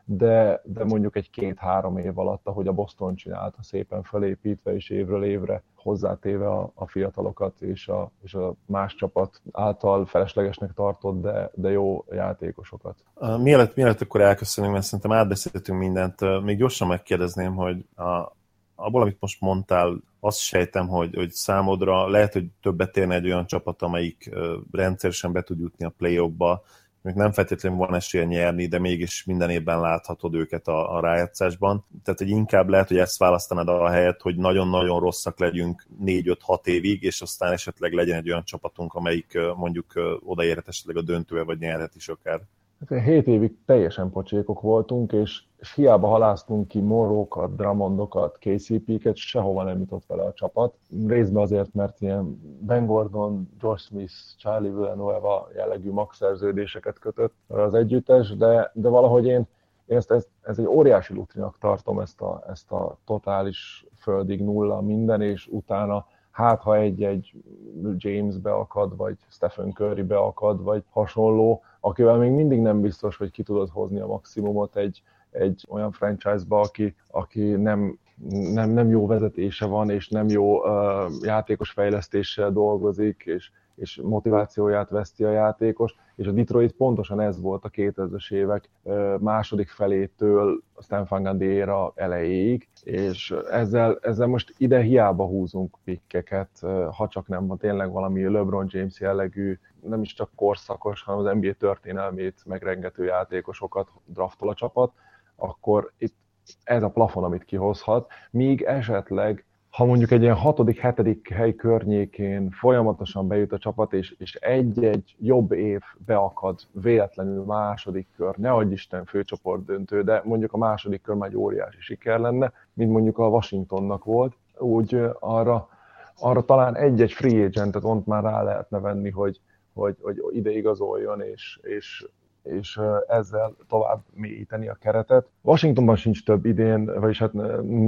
de, de mondjuk egy két-három év alatt, ahogy a Boston csinálta, szépen felépítve és évről évre hozzátéve a, a fiatalokat és a, és a más csapat által feleslegesnek tartott, de, de jó játékosokat. Uh, mielőtt, mielőtt akkor elköszönünk, mert szerintem átbeszéltünk mindent, uh, még gyorsan megkérdezném, hogy a, abból, amit most mondtál, azt sejtem, hogy, hogy számodra lehet, hogy többet érne egy olyan csapat, amelyik uh, rendszeresen be tud jutni a play-offba, még nem feltétlenül van esélye nyerni, de mégis minden évben láthatod őket a, a rájátszásban. Tehát, hogy inkább lehet, hogy ezt választanád a helyet, hogy nagyon-nagyon rosszak legyünk négy-öt-hat évig, és aztán esetleg legyen egy olyan csapatunk, amelyik mondjuk odaérhet esetleg a döntőbe, vagy nyerhet is akár. Hát hét évig teljesen pocsékok voltunk, és, és hiába haláztunk ki Morrókat, Drummondokat, ká cé pé-ket, sehova nem jutott vele a csapat. Részben azért, mert ilyen Ben Gordon, Josh Smith, Charlie Villanueva jellegű max szerződéseket kötött az együttes, de, de valahogy én, én ezt, ezt, ez egy óriási lutrinak tartom, ezt a, ezt a totális földig nulla minden, és utána hát ha egy-egy James beakad, vagy Stephen Curry beakad, vagy hasonló, akivel még mindig nem biztos, hogy ki tudod hozni a maximumot egy, egy olyan franchise-ba, aki, aki nem, nem, nem jó vezetése van, és nem jó uh, játékos fejlesztéssel dolgozik, és, és motivációját veszti a játékos, és a Detroit pontosan ez volt a kétezres évek uh, második felétől a Stan Van Gundy éra elejéig, és ezzel, ezzel most ide hiába húzunk pikkeket, uh, ha csak nem van tényleg valami LeBron James jellegű, nem is csak korszakos, hanem az en bé á történelmét megrengető játékosokat draftol a csapat, akkor itt ez a plafon, amit kihozhat, míg esetleg, ha mondjuk egy ilyen hatodik, hetedik hely környékén folyamatosan bejut a csapat, és, és egy-egy jobb év beakad véletlenül második kör, ne adj Isten főcsoport döntő, de mondjuk a második kör már egy óriási siker lenne, mint mondjuk a Washingtonnak volt, úgy arra, arra talán egy-egy free agentet ont már rá lehetne venni, hogy, hogy, hogy ide igazoljon, és, és és ezzel tovább mélyíteni a keretet. Washingtonban sincs több idén, vagyis hát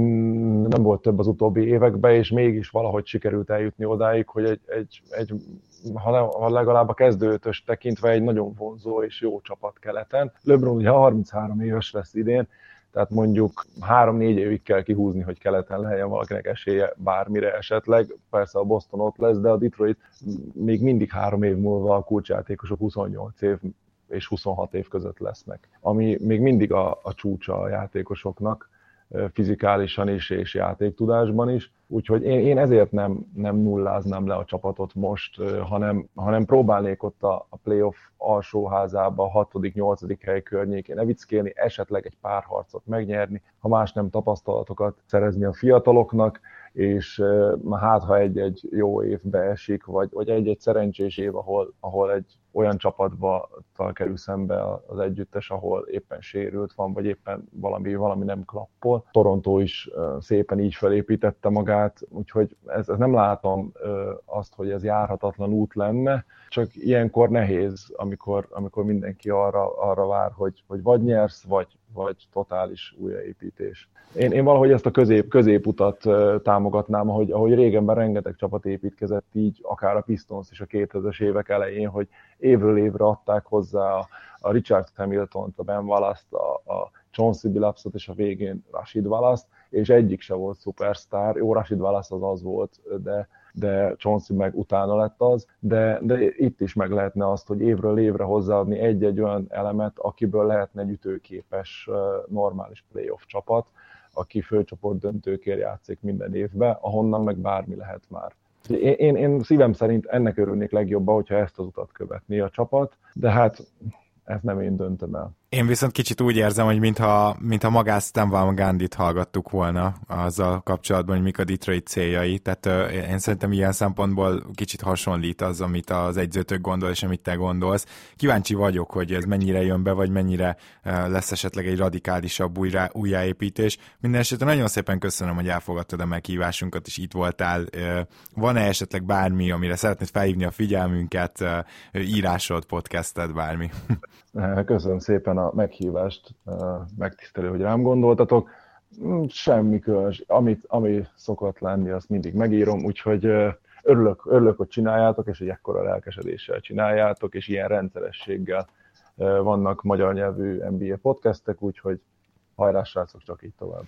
nem volt több az utóbbi években, és mégis valahogy sikerült eljutni odáig, hogy egy, egy, egy ha legalább a kezdőötös tekintve egy nagyon vonzó és jó csapat keleten. LeBron ugye harminchárom éves lesz idén, tehát mondjuk három-négy évig kell kihúzni, hogy keleten lehelyen valakinek esélye bármire esetleg. Persze a Boston ott lesz, de a Detroit még mindig három év múlva a kulcsjátékosok huszonnyolc év és huszonhat év között lesznek, ami még mindig a, a csúcsa a játékosoknak, fizikálisan is és játéktudásban is. Úgyhogy én, én ezért nem, nem nulláznám le a csapatot most, hanem, hanem próbálnék ott a, a playoff alsóházába, a hatodik, nyolcadik hely környékén evickélni, esetleg egy pár harcot megnyerni, ha más nem tapasztalatokat szerezni a fiataloknak, és hát ha egy-egy jó év beesik, vagy, vagy egy-egy szerencsés év, ahol, ahol egy olyan csapatba kerül szembe az együttes, ahol éppen sérült van, vagy éppen valami, valami nem klappol. Toronto is szépen így felépítette magát, úgyhogy ez, ez nem látom azt, hogy ez járhatatlan út lenne, csak ilyenkor nehéz, amikor, amikor mindenki arra, arra vár, hogy, hogy vagy nyersz, vagy, vagy totális újraépítés. Én, én valahogy ezt a közép, középutat támogatnám, ahogy, ahogy régenben rengeteg csapat építkezett így, akár a Pistons is a kétezres évek elején, hogy évről évre adták hozzá a, a Richard Hamiltont, a Ben Wallace-t, a, a Chauncey Billupsot és a végén Rashid Wallace-t, és egyik se volt szupersztár. Jó, Rashid Wallace az az volt, de, de Chauncey meg utána lett az, de, de itt is meg lehetne azt, hogy évről évre hozzáadni egy-egy olyan elemet, akiből lehetne egy ütőképes, normális playoff csapat, aki főcsoport döntőkért játszik minden évben, ahonnan meg bármi lehet már. Én, én, én szívem szerint ennek örülnék legjobban, hogyha ezt az utat követné a csapat, de hát ezt nem én döntöm el. Én viszont kicsit úgy érzem, hogy mintha, mintha magát Stan Van Gundyt hallgattuk volna azzal kapcsolatban, hogy mik a Detroit céljai. Tehát uh, én szerintem ilyen szempontból kicsit hasonlít az, amit az egyzőtök gondol, és amit te gondolsz. Kíváncsi vagyok, hogy ez mennyire jön be, vagy mennyire uh, lesz esetleg egy radikálisabb újra, újjáépítés. Mindenesetre nagyon szépen köszönöm, hogy elfogadtad a meghívásunkat, és itt voltál. Uh, van-e esetleg bármi, amire szeretnéd felhívni a figyelmünket, uh, írásod, podcasted, bármi? Köszönöm szépen a meghívást, megtisztelő, hogy rám gondoltatok. Semmi különös, amit, ami szokott lenni, azt mindig megírom, úgyhogy örülök, örülök, hogy csináljátok, és hogy ekkora lelkesedéssel csináljátok, és ilyen rendszerességgel vannak magyar nyelvű en bé á podcastek, úgyhogy hajrá srácok, csak így tovább.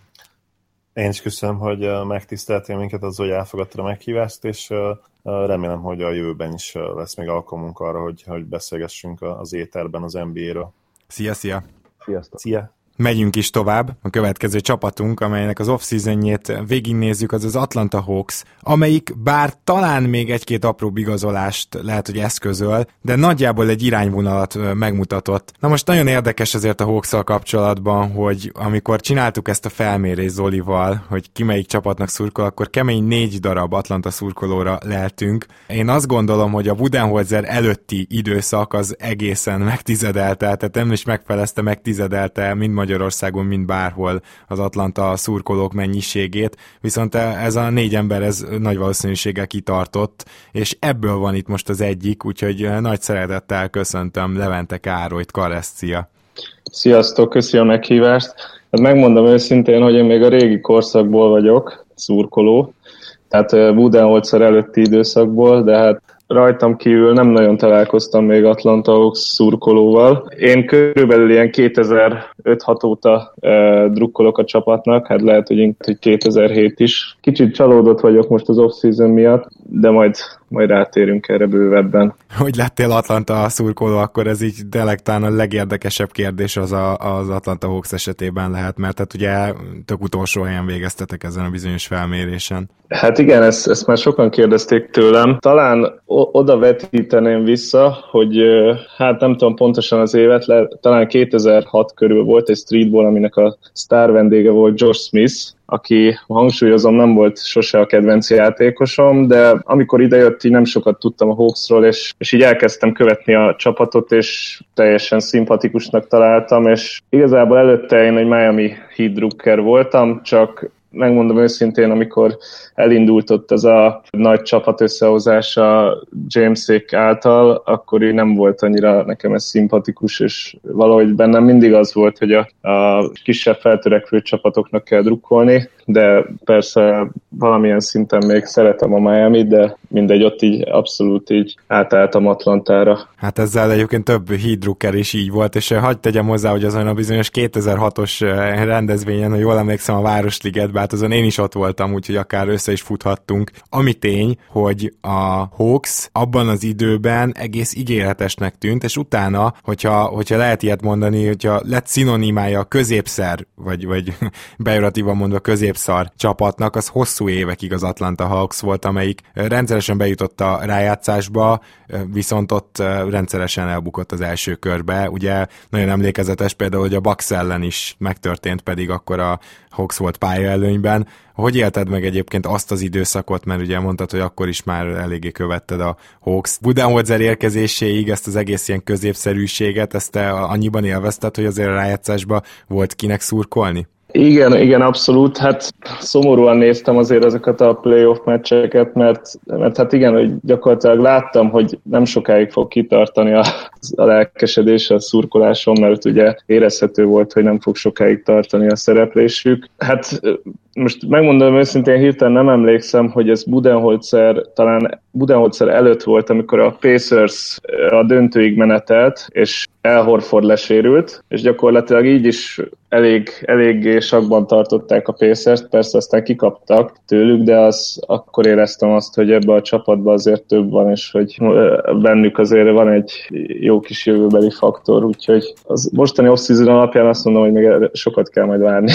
Én is köszönöm, hogy megtiszteltél minket az, hogy elfogadtad a meghívást, és remélem, hogy a jövőben is lesz még alkalmunk arra, hogy, hogy beszélgessünk az éterben az en bé á-ről. Szia, szia! Sziasztok! Szia! Megyünk is tovább. A következő csapatunk, amelynek az off-seasonjét végignézzük, az az Atlanta Hawks, amelyik bár talán még egy-két apró igazolást lehet, hogy eszközöl, de nagyjából egy irányvonalat megmutatott. Na most nagyon érdekes azért a Hawks-szal kapcsolatban, hogy amikor csináltuk ezt a felmérést Zolival, hogy ki melyik csapatnak szurkol, akkor kemény négy darab Atlanta szurkolóra leltünk. Én azt gondolom, hogy a Budenholzer előtti időszak az egészen megtizedelte, tehát nem is megfelezte, megtizedelte mind Magyarországon, mind bárhol az Atlanta szurkolók mennyiségét, viszont ez a négy ember ez nagy valószínűséggel kitartott, és ebből van itt most az egyik, úgyhogy nagy szeretettel köszöntöm Levente Károlyt, Kareszt, szia! Sziasztok, köszi a meghívást! Hát megmondom őszintén, hogy én még a régi korszakból vagyok, szurkoló, tehát Budenholzer előtti időszakból, de hát rajtam kívül nem nagyon találkoztam még Atlanta Hawks szurkolóval. Én körülbelül ilyen kétezer-öt-hat óta e, drukkolok a csapatnak, hát lehet, hogy inkább kétezer-hét is. Kicsit csalódott vagyok most az off-season miatt, de majd, majd rátérünk erre bővebben. Hogy lettél Atlanta szurkoló, akkor ez így tényleg talán a legérdekesebb kérdés az a, az Atlanta Hawks esetében lehet, mert hát ugye tök utolsó helyen végeztetek ezen a bizonyos felmérésen. Hát igen, ezt, ezt már sokan kérdezték tőlem. Talán oda vetíteném vissza, hogy hát nem tudom pontosan az évet, le, talán kétezer-hat körül volt egy streetball, aminek a sztár vendége volt Josh Smith, aki, hangsúlyozom, nem volt sose a kedvenc játékosom, de amikor idejött, így nem sokat tudtam a Hawksról, és, és így elkezdtem követni a csapatot, és teljesen szimpatikusnak találtam, és igazából előtte én egy Miami Heat drukker voltam, csak megmondom őszintén, amikor elindult ott ez a nagy csapat összehozása Jamesék által, akkor így nem volt annyira nekem ez szimpatikus, és valahogy bennem mindig az volt, hogy a, a kisebb feltörekvő csapatoknak kell drukkolni, de persze valamilyen szinten még szeretem a Miami, de mindegy, ott így abszolút így átálltam Atlantára. Hát ezzel egyébként több Heat drukker is így volt, és hagyd tegyem hozzá, hogy azon a bizonyos kétezer-hatos rendezvényen, ha jól emlékszem, a Városligetben, hát azon én is ott voltam, úgyhogy akár össze is futhattunk. Ami tény, hogy a Hawks abban az időben egész ígéretesnek tűnt, és utána, hogyha, hogyha lehet ilyet mondani, hogyha lett szinonimája a középszer, vagy, vagy bejoratívan mondva középszar csapatnak, az hosszú évekig az Atlanta Hawks volt, amelyik rendszeresen bejutott a rájátszásba, viszont ott rendszeresen elbukott az első körbe. Ugye nagyon emlékezetes például, hogy a Bucks ellen is megtörtént, pedig akkor a Hawks volt pályaelőnyben. Hogy élted meg egyébként azt az időszakot, mert ugye mondtad, hogy akkor is már eléggé követted a Hawks Budenholzer érkezéséig ezt az egész ilyen középszerűséget, ezt te annyiban élvezted, hogy azért a rájátszásban volt kinek szurkolni? Igen, igen, abszolút. Hát szomorúan néztem azért ezeket a playoff meccseket, mert, mert hát igen, hogy gyakorlatilag láttam, hogy nem sokáig fog kitartani a, a lelkesedés a szurkoláson, mert ugye érezhető volt, hogy nem fog sokáig tartani a szereplésük. Hát most megmondom őszintén, hirtelen nem emlékszem, hogy ez Budenholzer, talán Budenholzer előtt volt, amikor a Pacers a döntőig menetelt, és Al Horford lesérült, és gyakorlatilag így is elég, eléggé sakban tartották a Pacers-t, persze aztán kikaptak tőlük, de az, akkor éreztem azt, hogy ebbe a csapatban azért több van, és hogy bennük azért van egy jó kis jövőbeli faktor, úgyhogy az mostani off-season alapján azt mondom, hogy még sokat kell majd várni.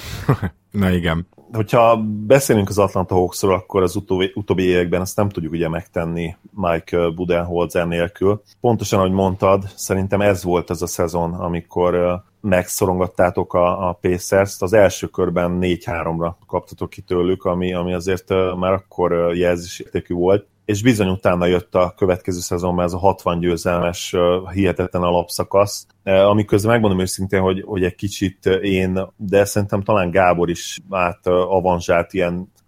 Na igen. Hogyha beszélünk az Atlanta Hawksról, akkor az utóbbi, utóbbi években azt nem tudjuk ugye megtenni Mike Budenholzer nélkül. Pontosan, ahogy mondtad, szerintem ez volt az a szezon, amikor megszorongattátok a, a Pacers-t. Az első körben négy háromra kaptatok ki tőlük, ami, ami azért már akkor jelzésértékű volt. És bizony utána jött a következő szezonban ez a hatvan győzelmes, hihetetlen alapszakasz, amiközben megmondom őszintén, hogy, hogy egy kicsit én, de szerintem talán Gábor is átavanzsált ilyen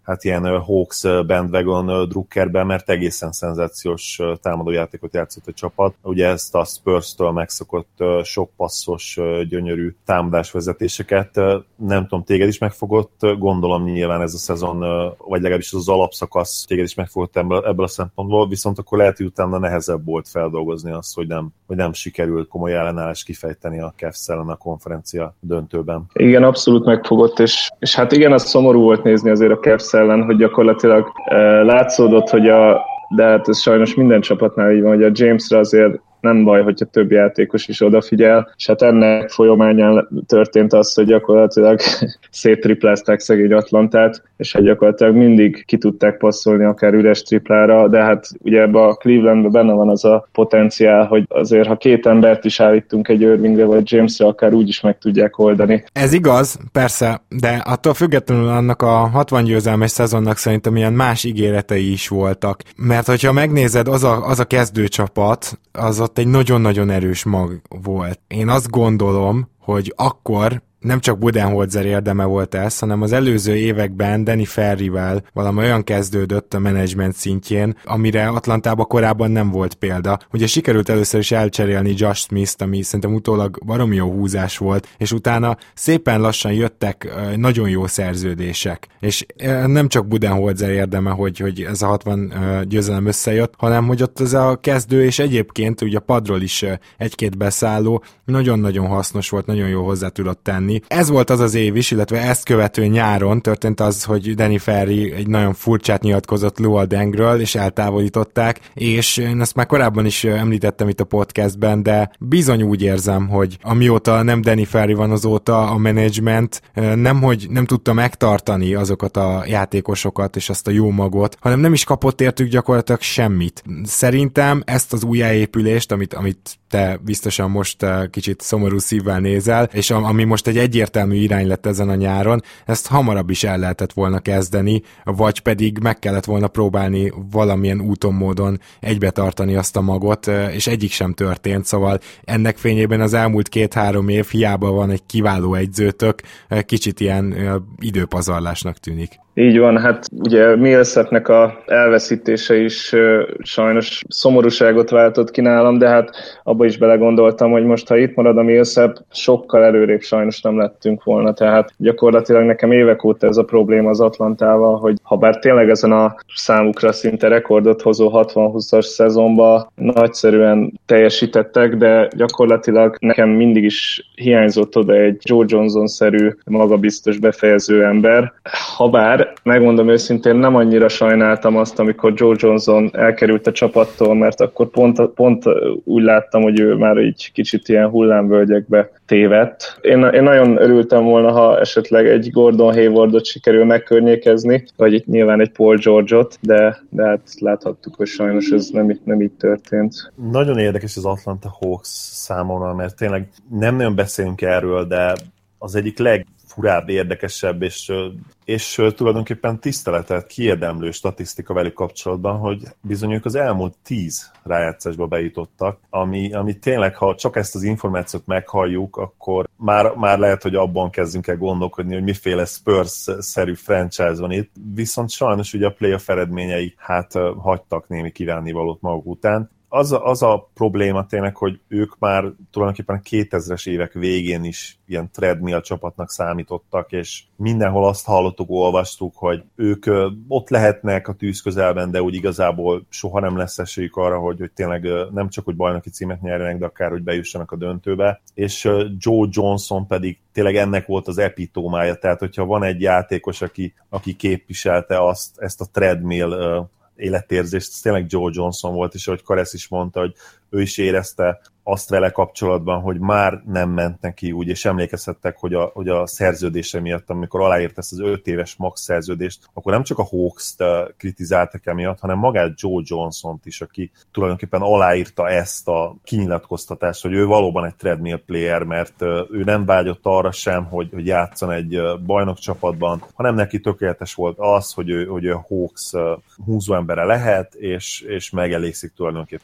hát ilyen Hawks bandwagon drukkerben, mert egészen szenzációs támadójátékot játszott a csapat. Ugye ezt a Spurs-től megszokott sok passzos, gyönyörű támadásvezetéseket. Nem tudom, téged is megfogott, gondolom nyilván ez a szezon, vagy legalábbis az alapszakasz téged is megfogott ebből, ebből a szempontból, viszont akkor lehet, hogy utána nehezebb volt feldolgozni azt, hogy nem, hogy nem sikerült komoly ellenállás kifejteni a Cavs ellen a konferencia döntőben. Igen, abszolút megfogott, és, és hát igen, az szomorú volt nézni azért a Cavs ellen, hogy gyakorlatilag eh, látszódott, hogy a, de hát ez sajnos minden csapatnál így van, hogy a Jamesre azért nem baj, hogyha több játékos is odafigyel, és hát ennek folyamányán történt az, hogy gyakorlatilag széttriplázták szegény Atlantát, és hát gyakorlatilag mindig ki tudták passzolni akár üres triplára, de hát ugye ebben a Clevelandben benne van az a potenciál, hogy azért ha két embert is állítunk egy Irvingre vagy Jamesre, akár úgy is meg tudják oldani. Ez igaz, persze, de attól függetlenül annak a hatvan győzelmes szezonnak szerintem ilyen más ígéretei is voltak, mert hogyha megnézed, az a, az a kezdőcsapat, az ott egy nagyon-nagyon erős mag volt. Én azt gondolom, hogy akkor nem csak Budenholzer érdeme volt ez, hanem az előző években Danny Ferryvel valami olyan kezdődött a menedzsment szintjén, amire Atlantában korábban nem volt példa. Ugye sikerült először is elcserélni Josh Smith-t, ami szerintem utólag baromi jó húzás volt, és utána szépen lassan jöttek nagyon jó szerződések. És nem csak Budenholzer érdeme, hogy, hogy ez a hatvan győzelem összejött, hanem hogy ott az a kezdő, és egyébként ugye a padról is egy-két beszálló nagyon-nagyon hasznos volt, nagyon jó hozzá tudott tenni. Ez volt az az év is, illetve ezt követő nyáron történt az, hogy Danny Ferry egy nagyon furcsát nyilatkozott Luol Dengről, és eltávolították, és én ezt már korábban is említettem itt a podcastben, de bizony úgy érzem, hogy amióta nem Danny Ferry van, azóta a menedzsment nemhogy nem tudta megtartani azokat a játékosokat és azt a jó magot, hanem nem is kapott értük gyakorlatilag semmit. Szerintem ezt az újjáépülést, amit, amit te biztosan most kicsit szomorú szívvel nézel, és ami most egy egyértelmű irány lett ezen a nyáron, ezt hamarabb is el lehetett volna kezdeni, vagy pedig meg kellett volna próbálni valamilyen úton, módon egybetartani azt a magot, és egyik sem történt, szóval ennek fényében az elmúlt két-három év hiába van egy kiváló egyzőtök, kicsit ilyen időpazarlásnak tűnik. Így van, hát ugye Millsapnek a elveszítése is uh, sajnos szomorúságot váltott ki nálam, de hát abba is belegondoltam, hogy most ha itt marad a Millsap, sokkal előrébb sajnos nem lettünk volna, tehát gyakorlatilag nekem évek óta ez a probléma az Atlantával, hogy ha bár tényleg ezen a számukra szinte rekordot hozó hatvan-húszas szezonban nagyszerűen teljesítettek, de gyakorlatilag nekem mindig is hiányzott oda egy Joe Johnson-szerű magabiztos befejező ember, ha bár megmondom őszintén, nem annyira sajnáltam azt, amikor Joe Johnson elkerült a csapattól, mert akkor pont, pont úgy láttam, hogy ő már így kicsit ilyen hullámvölgyekbe tévedt. Én, én nagyon örültem volna, ha esetleg egy Gordon Haywardot sikerül megkörnyékezni, vagy itt nyilván egy Paul George-ot, de, de hát láthattuk, hogy sajnos ez nem, nem így történt. Nagyon érdekes az Atlanta Hawks számomra, mert tényleg nem nagyon beszélünk erről, de az egyik legfurább, érdekesebb és, és tulajdonképpen tiszteletet kiérdemlő statisztika velük kapcsolatban, hogy bizonyuk az elmúlt tíz rájátszásba bejutottak, ami, ami tényleg, ha csak ezt az információt meghalljuk, akkor már, már lehet, hogy abban kezdünk el gondolkodni, hogy miféle Spurs-szerű franchise van itt, viszont sajnos ugye a playoff eredményei hát hagytak némi kívánnivalót maguk után. Az a, az a probléma tényleg, hogy ők már tulajdonképpen kétezres évek végén is ilyen treadmill csapatnak számítottak, és mindenhol azt hallottuk, olvastuk, hogy ők ott lehetnek a tűz közelben, de úgy igazából soha nem lesz esélyük arra, hogy, hogy tényleg nem csak, hogy bajnoki címet nyerjenek, de akár, hogy bejussanak a döntőbe. És Joe Johnson pedig tényleg ennek volt az epitómája, tehát hogyha van egy játékos, aki, aki képviselte azt, ezt a treadmill életérzést, ez tényleg Joe Johnson volt, és ahogy Karesz is mondta, hogy ő is érezte azt vele kapcsolatban, hogy már nem ment neki úgy, és emlékezhettek, hogy a, hogy a szerződése miatt, amikor aláírt ezt az öt éves max szerződést, akkor nem csak a Hawks-t kritizáltak emiatt, hanem magát Joe Johnson-t is, aki tulajdonképpen aláírta ezt a kinyilatkoztatást, hogy ő valóban egy treadmill player, mert ő nem vágyott arra sem, hogy, hogy játszon egy bajnokcsapatban, hanem neki tökéletes volt az, hogy ő, hogy ő a Hawks húzóembere lehet, és, és megelégszik tulajdonképpen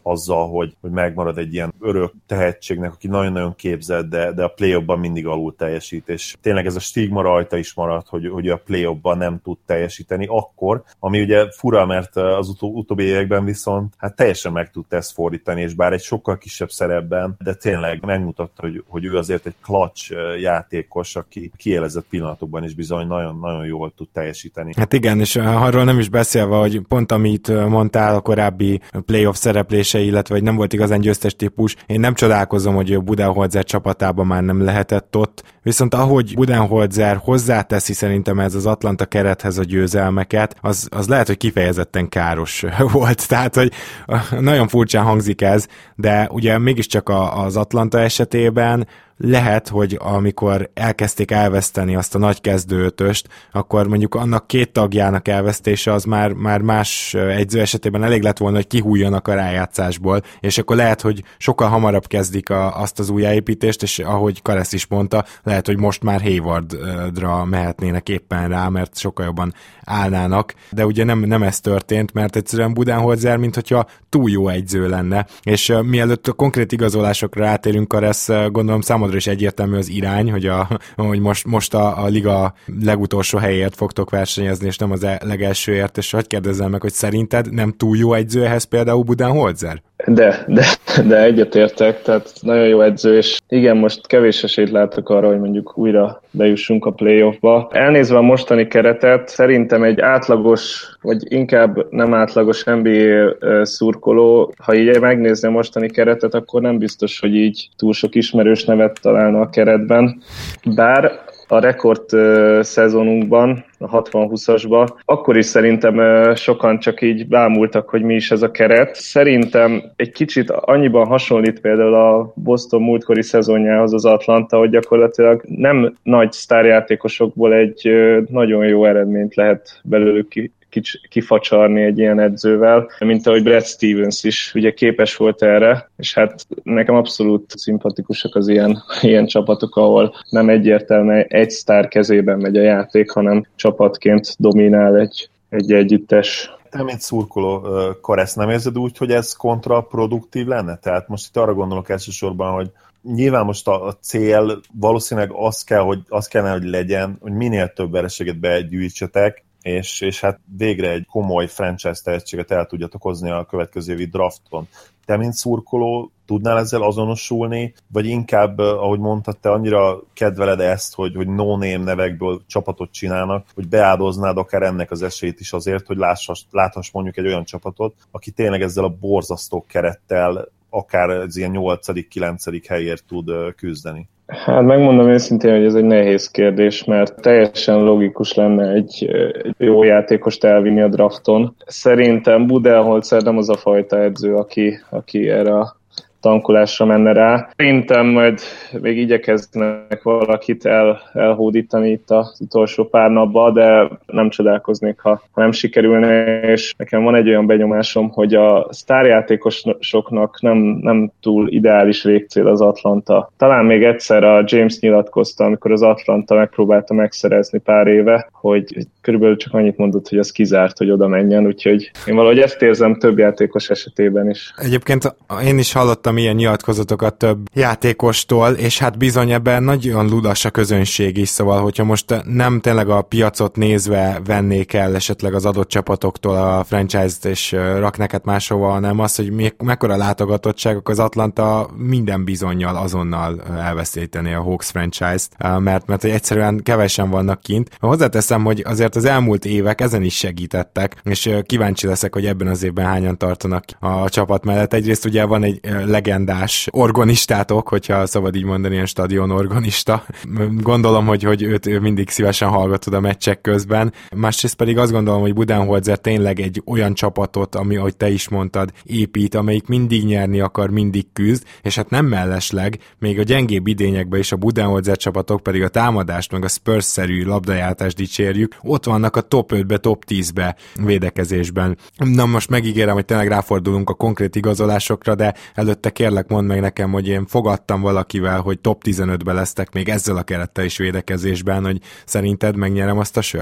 azzal, hogy, hogy megmarad egy ilyen örök tehetségnek, aki nagyon-nagyon képzett, de, de a play-offban mindig alul teljesít, és tényleg ez a stigma rajta is maradt, hogy, hogy a play-offban nem tud teljesíteni akkor, ami ugye fura, mert az utó, utóbbi években viszont hát teljesen meg tudta ezt fordítani, és bár egy sokkal kisebb szerepben, de tényleg megmutatta, hogy, hogy ő azért egy clutch játékos, aki kiélezett pillanatokban is bizony nagyon-nagyon jól tud teljesíteni. Hát igen, és arról nem is beszélve, hogy pont amit mondtál a korábbi playoff szereplése, illetve hogy nem volt igazán győztes típus, én nem csodálkozom, hogy a Budenholzer csapatában már nem lehetett ott, viszont ahogy Budenholzer hozzáteszi szerintem ez az Atlanta kerethez a győzelmeket, az, az lehet, hogy kifejezetten káros volt, tehát hogy nagyon furcsán hangzik ez, de ugye mégiscsak az Atlanta esetében lehet, hogy amikor elkezdték elveszteni azt a nagy kezdőötöst, akkor mondjuk annak két tagjának elvesztése az már, már más egyző esetében elég lett volna, hogy kihújjanak a rájátszásból, és akkor lehet, hogy sokkal hamarabb kezdik a, azt az újjáépítést, és ahogy Karesz is mondta, lehet, hogy most már Haywardra mehetnének éppen rá, mert sokkal jobban állnának, de ugye nem, nem ez történt, mert egyszerűen Budenholzer, mint hogyha túl jó egyző lenne, és uh, mielőtt a konkrét igazolásokra rátérünk, Karesz, uh, gondolom számodra is egyértelmű az irány, hogy, a, hogy most, most a, a liga legutolsó helyért fogtok versenyezni, és nem az e- legelsőért, és hogy kérdezzem meg, hogy szerinted nem túl jó egyző ehhez például Budenholzer? De, de, de egyetértek, tehát nagyon jó edző, és igen, most kevés esélyt látok arra, hogy mondjuk újra bejussunk a playoffba. Elnézve a mostani keretet, szerintem egy átlagos, vagy inkább nem átlagos en bé á szurkoló, ha így megnézni a mostani keretet, akkor nem biztos, hogy így túl sok ismerős nevet találna a keretben. Bár a rekord uh, szezonunkban, a hatvan-húszasban, akkor is szerintem uh, sokan csak így bámultak, hogy mi is ez a keret. Szerintem egy kicsit annyiban hasonlít például a Boston múltkori szezonjához az Atlanta, hogy gyakorlatilag nem nagy sztárjátékosokból egy uh, nagyon jó eredményt lehet belőlük ki kifacsarni egy ilyen edzővel, mint ahogy Brad Stevens is ugye képes volt erre, és hát nekem abszolút szimpatikusak az ilyen, ilyen csapatok, ahol nem egyértelműen egy sztár kezében megy a játék, hanem csapatként dominál egy, egy együttes. Te, mint szurkoló, Karesz, nem érzed úgy, hogy ez kontraproduktív lenne? Tehát most itt arra gondolok elsősorban, hogy nyilván most a, a cél valószínűleg az kell, hogy az kellene, hogy legyen, hogy minél több vereséget begyűjtsetek, És, és hát végre egy komoly franchise tehetséget el tudjatok hozni a következő évi drafton. Te, mint szurkoló, tudnál ezzel azonosulni, vagy inkább, ahogy mondtad, te annyira kedveled ezt, hogy, hogy no-name nevekből csapatot csinálnak, hogy beáldoznád akár ennek az esélyt is azért, hogy láthass, láthass mondjuk egy olyan csapatot, aki tényleg ezzel a borzasztó kerettel akár az ilyen nyolcadik-kilencedik helyért tud küzdeni. Hát megmondom őszintén, hogy ez egy nehéz kérdés, mert teljesen logikus lenne egy, egy jó játékost elvinni a drafton. Szerintem Budenholzer nem az a fajta edző, aki, aki erre a tankolásra menne rá. Szerintem majd még igyekeznek valakit el, elhódítani itt az utolsó pár napban, de nem csodálkoznék, ha, ha nem sikerülne, és nekem van egy olyan benyomásom, hogy a sztárjátékosoknak nem, nem túl ideális végcél az Atlanta. Talán még egyszer a James nyilatkozta, amikor az Atlanta megpróbálta megszerezni pár éve, hogy körülbelül csak annyit mondott, hogy az kizárt, hogy oda menjen, úgyhogy én valahogy ezt érzem több játékos esetében is. Egyébként én is hallottam ilyen nyilatkozatokat több játékostól, és hát bizony ebben nagyon ludas a közönség is, szóval hogyha most nem tényleg a piacot nézve vennék el esetleg az adott csapatoktól a franchise-t, és raknak hát máshova, hanem az, hogy me- mekkora látogatottság, akkor az Atlanta minden bizonnyal azonnal elveszíteni a Hawks franchise-t, mert, mert egyszerűen kevesen vannak kint. Hozzáteszem, hogy azért az elmúlt évek ezen is segítettek, és kíváncsi leszek, hogy ebben az évben hányan tartanak a csapat mellett. Egyrészt ugye van egy legendás organistátok, hogyha szabad így mondani, ilyen stadion organista. Gondolom, hogy, hogy őt ő mindig szívesen hallgatod a meccsek közben. Másrészt pedig azt gondolom, hogy Budenholzer tényleg egy olyan csapatot, ami, ahogy te is mondtad, épít, amelyik mindig nyerni akar, mindig küzd, és hát nem mellesleg, még a gyengébb idényekben is a Budenholzer csapatok pedig a támadást, meg a Spurs-szerű labdajátást dicsérjük, ott vannak a top ötbe, top tízbe védekezésben. Na most megígérem, hogy tényleg ráfordulunk a konkrét igazolásokra, de előtte kérlek mondd meg nekem, hogy én fogadtam valakivel, hogy top tizenötbe lesztek még ezzel a kerettel is védekezésben, hogy szerinted megnyerem azt a sört?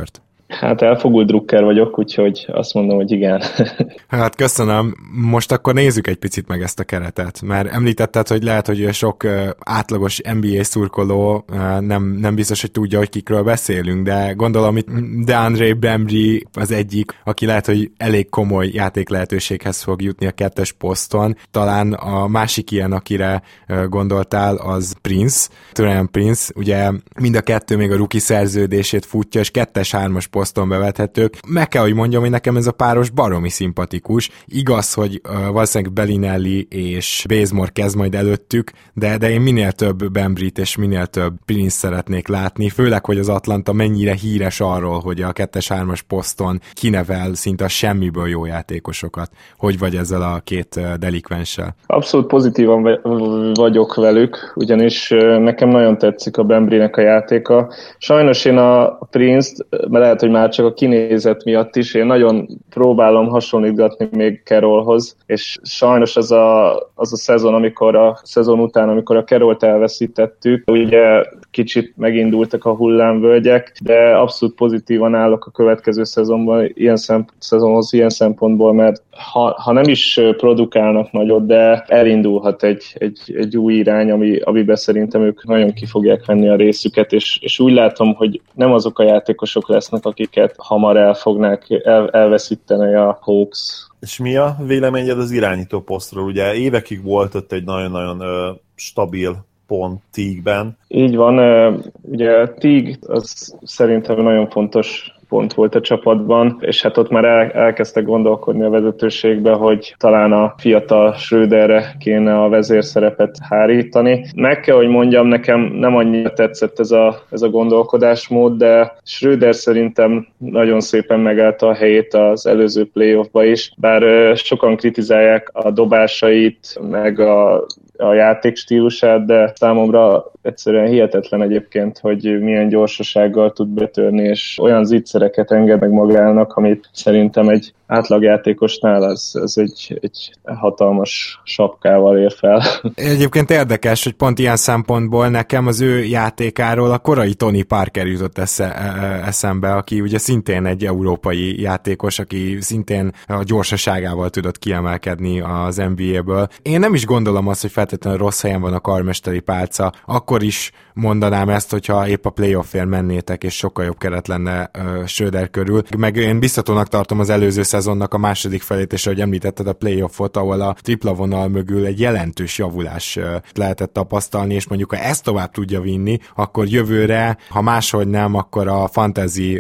Hát elfogult drukker vagyok, úgyhogy azt mondom, hogy igen. Hát köszönöm. Most akkor nézzük egy picit meg ezt a keretet, mert említetted, hogy lehet, hogy sok uh, átlagos en bé á szurkoló uh, nem, nem biztos, hogy tudja, hogy kikről beszélünk, de gondolom itt DeAndre Bembry az egyik, aki lehet, hogy elég komoly játék lehetőséghez fog jutni a kettes poszton. Talán a másik ilyen, akire uh, gondoltál, az Prince, Taurean Prince, ugye mind a kettő még a rookie szerződését futja, és kettes-hármas poszton bevethetők. Meg kell, hogy mondjam, hogy nekem ez a páros baromi szimpatikus. Igaz, hogy uh, valószínűleg Bellinelli és Bazemore kezd majd előttük, de, de én minél több Bembryt és minél több Prince szeretnék látni, főleg, hogy az Atlanta mennyire híres arról, hogy a kettes-hármas poszton kinevel szinte a semmiből jó játékosokat. Hogy vagy ezzel a két uh, delikvenssel? Abszolút pozitívan vagyok velük, ugyanis nekem nagyon tetszik a Bembrynek a játéka. Sajnos én a Prince-t, mert lehet, hogy már csak a kinézet miatt is, én nagyon próbálom hasonlítgatni még Carrollhoz, és sajnos az a, az a szezon, amikor a szezon után, amikor a Carrollt elveszítettük, ugye kicsit megindultak a hullámvölgyek, de abszolút pozitívan állok a következő szezonban, ilyen szemp- szezonhoz ilyen szempontból, mert ha, ha nem is produkálnak nagyot, de elindulhat egy, egy, egy új irány, ami, amiben szerintem ők nagyon ki fogják venni a részüket, és, és úgy látom, hogy nem azok a játékosok lesznek, akiket hamar el fognak el, elveszíteni a Hawks. És mi a véleményed az irányító posztról? Ugye évekig volt ott egy nagyon-nagyon ö, stabil pont Teague-ben. Így van, ugye Teague az szerintem nagyon fontos pont volt a csapatban, és hát ott már el, elkezdtek gondolkodni a vezetőségbe, hogy talán a fiatal Schröderre kéne a vezérszerepet hárítani. Meg kell, hogy mondjam, nekem nem annyira tetszett ez a, ez a gondolkodásmód, de Schröder szerintem nagyon szépen megállta a helyét az előző playoffba is, bár sokan kritizálják a dobásait, meg a a játékstílusát, de számomra egyszerűen hihetetlen egyébként, hogy milyen gyorsasággal tud betörni, és olyan zicsereket enged meg magának, amit szerintem egy átlagjátékosnál ez, ez egy, egy hatalmas sapkával ér fel. Egyébként érdekes, hogy pont ilyen szempontból nekem az ő játékáról a korai Tony Parker jutott esze, eszembe, aki ugye szintén egy európai játékos, aki szintén a gyorsaságával tudott kiemelkedni az en bé á-ből. Én nem is gondolom azt, hogy feltétlenül rossz helyen van a karmesteri pálca, akkor is mondanám ezt, hogyha épp a playoffért mennétek, és sokkal jobb keret lenne uh, Schröder körül. Meg én biztatónak tartom az előző szezonnak a második felét, és ahogy említetted a playoffot, ahol a tripla vonal mögül egy jelentős javulás uh, lehetett tapasztalni, és mondjuk ha ezt tovább tudja vinni, akkor jövőre, ha máshogy nem, akkor a fantasy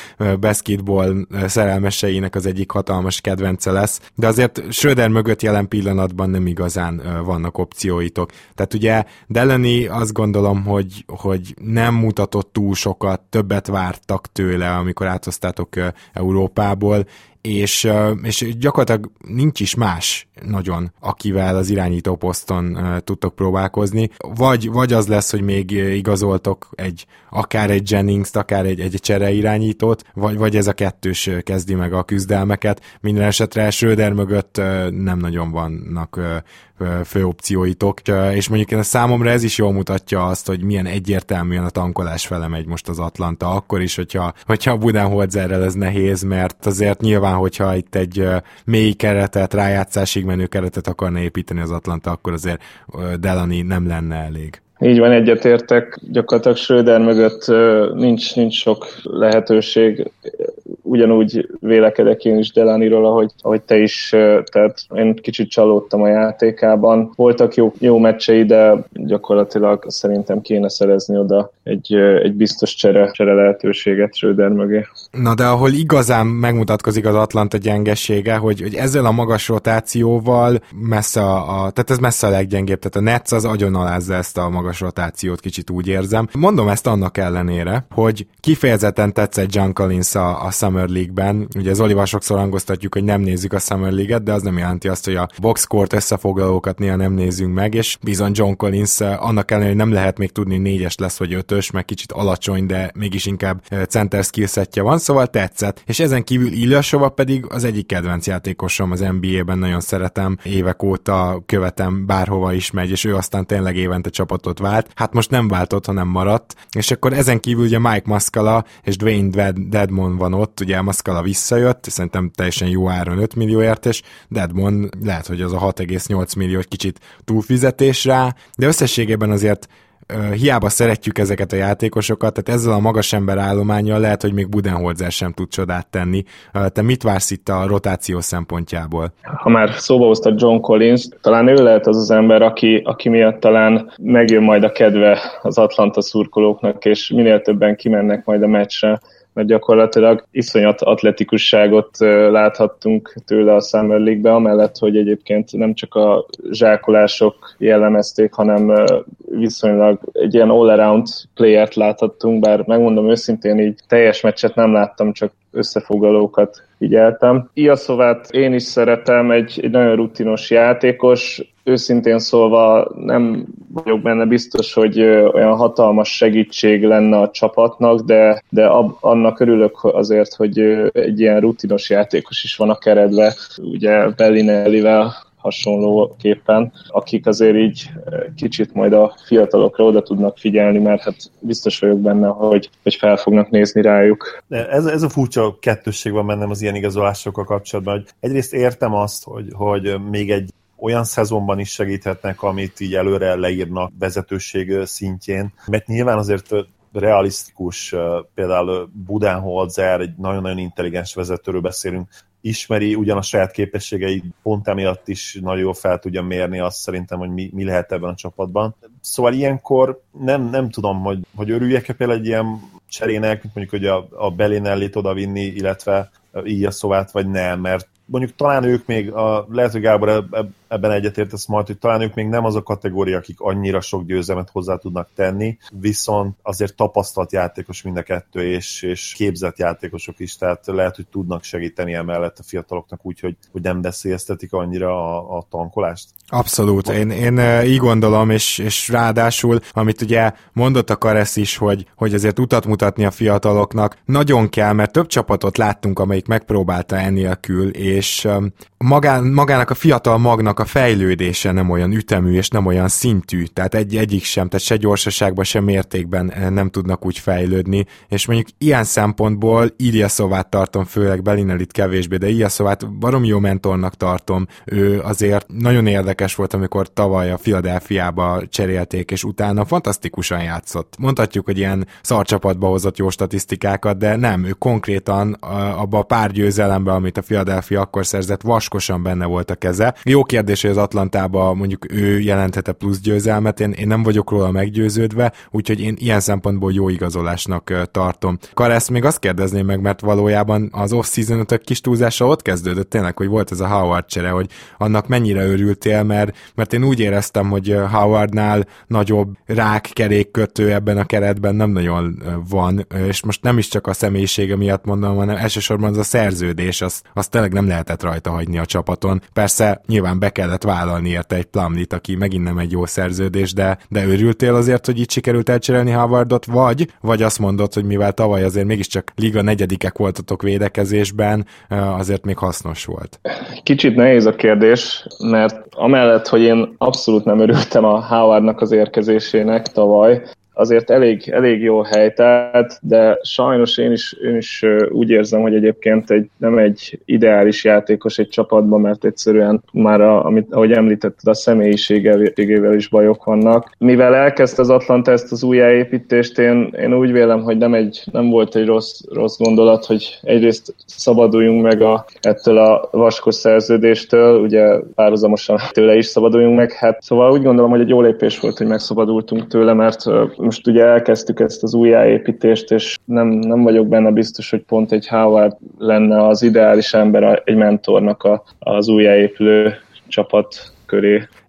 basketball szerelmeseinek az egyik hatalmas kedvence lesz. De azért Schröder mögött jelen pillanatban nem igazán uh, vannak opcióitok. Tehát ugye Delaney azt gondolom, hogy Hogy, hogy nem mutatott túl sokat, többet vártak tőle, amikor áthoztátok Európából, és, és gyakorlatilag nincs is más nagyon, akivel az irányító poszton tudtok próbálkozni. Vagy, vagy az lesz, hogy még igazoltok egy, akár egy Jennings-t, akár egy, egy csere irányítót, vagy, vagy ez a kettős kezdi meg a küzdelmeket. Minden esetre Schröder mögött nem nagyon vannak fő opcióitok, és mondjuk a számomra ez is jól mutatja azt, hogy milyen egyértelműen a tankolás fele megy most az Atlanta, akkor is, hogyha, hogyha a Budenholzerrel ez nehéz, mert azért nyilván, hogyha itt egy mély keretet, rájátszásig menő keretet akarna építeni az Atlanta, akkor azért Delaney nem lenne elég. Így van, egyetértek, gyakorlatilag Schröder mögött nincs, nincs sok lehetőség, ugyanúgy vélekedek én is Delaneyról, ahogy, ahogy te is, tehát én kicsit csalódtam a játékában. Voltak jó, jó meccsei, de gyakorlatilag szerintem kéne szerezni oda egy, egy biztos csere, csere lehetőséget Schröder mögé. Na de ahol igazán megmutatkozik az Atlanta gyengesége, hogy, hogy ezzel a magas rotációval messze a, a, tehát ez messze a leggyengébb, tehát a Nets az agyonalázza ezt a magas rotációt, kicsit úgy érzem. Mondom ezt annak ellenére, hogy kifejezetten tetszett John Collins a, a Summer Summer League-ben. Ugye Zolival sokszor hangoztatjuk, hogy nem nézzük a Summer League-et, de az nem jelenti azt, hogy a boxcourt összefoglalókat néha nem nézzünk meg, és bizony John Collins annak ellenére, hogy nem lehet még tudni, hogy négyes lesz, vagy ötös, meg kicsit alacsony, de mégis inkább center skillsetje van, szóval tetszett. És ezen kívül Ilyasova pedig az egyik kedvenc játékosom az en bé á-ben, nagyon szeretem, évek óta követem, bárhova is megy, és ő aztán tényleg évente csapatot vált. Hát most nem váltott, hanem maradt. És akkor ezen kívül ugye Mike Muscala és Dwayne Dedmon van ott, ugye Muscala visszajött, szerintem teljesen jó áron öt millióért, és Dedmon lehet, hogy az a hat egész nyolc millió egy kicsit túlfizetés rá, de összességében azért hiába szeretjük ezeket a játékosokat, tehát ezzel a magas ember állománnyal lehet, hogy még Budenholzer sem tud csodát tenni. Te mit vársz itt a rotáció szempontjából? Ha már szóba hoztad John Collins, talán ő lehet az az ember, aki, aki miatt talán megjön majd a kedve az Atlanta szurkolóknak, és minél többen kimennek majd a meccsre, mert gyakorlatilag iszonyat atletikusságot láthattunk tőle a Summer League-be, amellett, hogy egyébként nem csak a zsákolások jellemezték, hanem viszonylag egy ilyen all-around playert láthattunk, bár megmondom őszintén, így teljes meccset nem láttam, csak összefoglalókat figyeltem. Ilyaszovát én is szeretem, egy, egy nagyon rutinos játékos, őszintén szólva nem vagyok benne biztos, hogy olyan hatalmas segítség lenne a csapatnak, de, de ab, annak örülök azért, hogy egy ilyen rutinos játékos is van a keretben, ugye Bellinellivel hasonlóképpen, akik azért így kicsit majd a fiatalokra oda tudnak figyelni, mert hát biztos vagyok benne, hogy, hogy fel fognak nézni rájuk. De ez, ez a furcsa kettősség van bennem az ilyen igazolásokkal kapcsolatban, hogy egyrészt értem azt, hogy, hogy még egy olyan szezonban is segíthetnek, amit így előre leírnak vezetőség szintjén, mert nyilván azért realisztikus, például Budenholzer, egy nagyon-nagyon intelligens vezetőről beszélünk, ismeri ugyan a saját képességei, pont emiatt is nagyon jól fel tudja mérni azt szerintem, hogy mi, mi lehet ebben a csapatban. Szóval ilyenkor nem, nem tudom, hogy, hogy örüljek-e például egy ilyen cserének, mint mondjuk, hogy a, a Bellinellit odavinni, illetve Ilyaszovát, vagy nem, mert mondjuk talán ők még, a, lehet, hogy Gábor ebben egyetértesz majd, hogy talán ők még nem az a kategória, akik annyira sok győzelmet hozzá tudnak tenni, viszont azért tapasztalt játékos mind a kettő, és, és képzett játékosok is, tehát lehet, hogy tudnak segíteni emellett a fiataloknak úgy, hogy, hogy nem veszélyeztetik annyira a, a tankolást. Abszolút, én, én így gondolom, és, és ráadásul, amit ugye mondott a Karesz is, hogy, hogy azért utat mutatni a fiataloknak, nagyon kell, mert több csapatot láttunk, amelyik megpróbálta ennélkül, és magán, magának a fiatal magnak a fejlődése nem olyan ütemű, és nem olyan szintű, tehát egy, egyik sem, tehát se gyorsaságban, se mértékben nem tudnak úgy fejlődni, és mondjuk ilyen szempontból Ilyaszovát tartom, főleg Bellinellit kevésbé, de Ilyaszovát baromi jó mentornak tartom, ő azért nagyon érdekes volt, amikor tavaly a Philadelphiába cserélték, és utána fantasztikusan játszott. Mondhatjuk, hogy ilyen szarcsapatba hozott jó statisztikákat, de nem, ő konkrétan abba a pár győzelemben, amit a Philadelphia akkor szerzett, vaskosan benne volt a keze. Jó kérdés, hogy az Atlantában mondjuk ő jelentette plusz győzelmet, én, én nem vagyok róla meggyőződve, úgyhogy én ilyen szempontból jó igazolásnak tartom. Karesz, még azt kérdezném meg, mert valójában az off-season-ötök kis túlzása ott kezdődött tényleg, hogy volt ez a Howard csere, hogy annak mennyire örültél, mert, mert én úgy éreztem, hogy Howardnál nagyobb rákkerékkötő ebben a keretben nem nagyon van, és most nem is csak a személyisége miatt mondom, hanem elsősorban az a szerződés, az, az tényleg nem lehetett rajta hagyni a csapaton. Persze nyilván be kellett vállalni érte egy Plumlee-t, aki megint nem egy jó szerződés, de, de örültél azért, hogy itt sikerült elcserélni Howardot, vagy, vagy azt mondod, hogy mivel tavaly azért mégiscsak liga negyedikek voltatok védekezésben, azért még hasznos volt. Kicsit nehéz a kérdés, mert amellett, hogy én abszolút nem örültem a Howardnak az érkezésének tavaly, azért elég, elég jó helytelt, de sajnos én is, én is úgy érzem, hogy egyébként egy, nem egy ideális játékos egy csapatban, mert egyszerűen már, a, amit, ahogy említetted, a személyiségével is bajok vannak. Mivel elkezdte az Atlanta ezt az újjáépítést, én, én úgy vélem, hogy nem, egy, nem volt egy rossz, rossz gondolat, hogy egyrészt szabaduljunk meg a, ettől a vaskos szerződéstől, ugye párhuzamosan tőle is szabaduljunk meg. Hát, szóval úgy gondolom, hogy egy jó lépés volt, hogy megszabadultunk tőle, mert most ugye elkezdtük ezt az újjáépítést, és nem, nem vagyok benne biztos, hogy pont egy Howard lenne az ideális ember egy mentornak a, az újjáépülő csapat köré.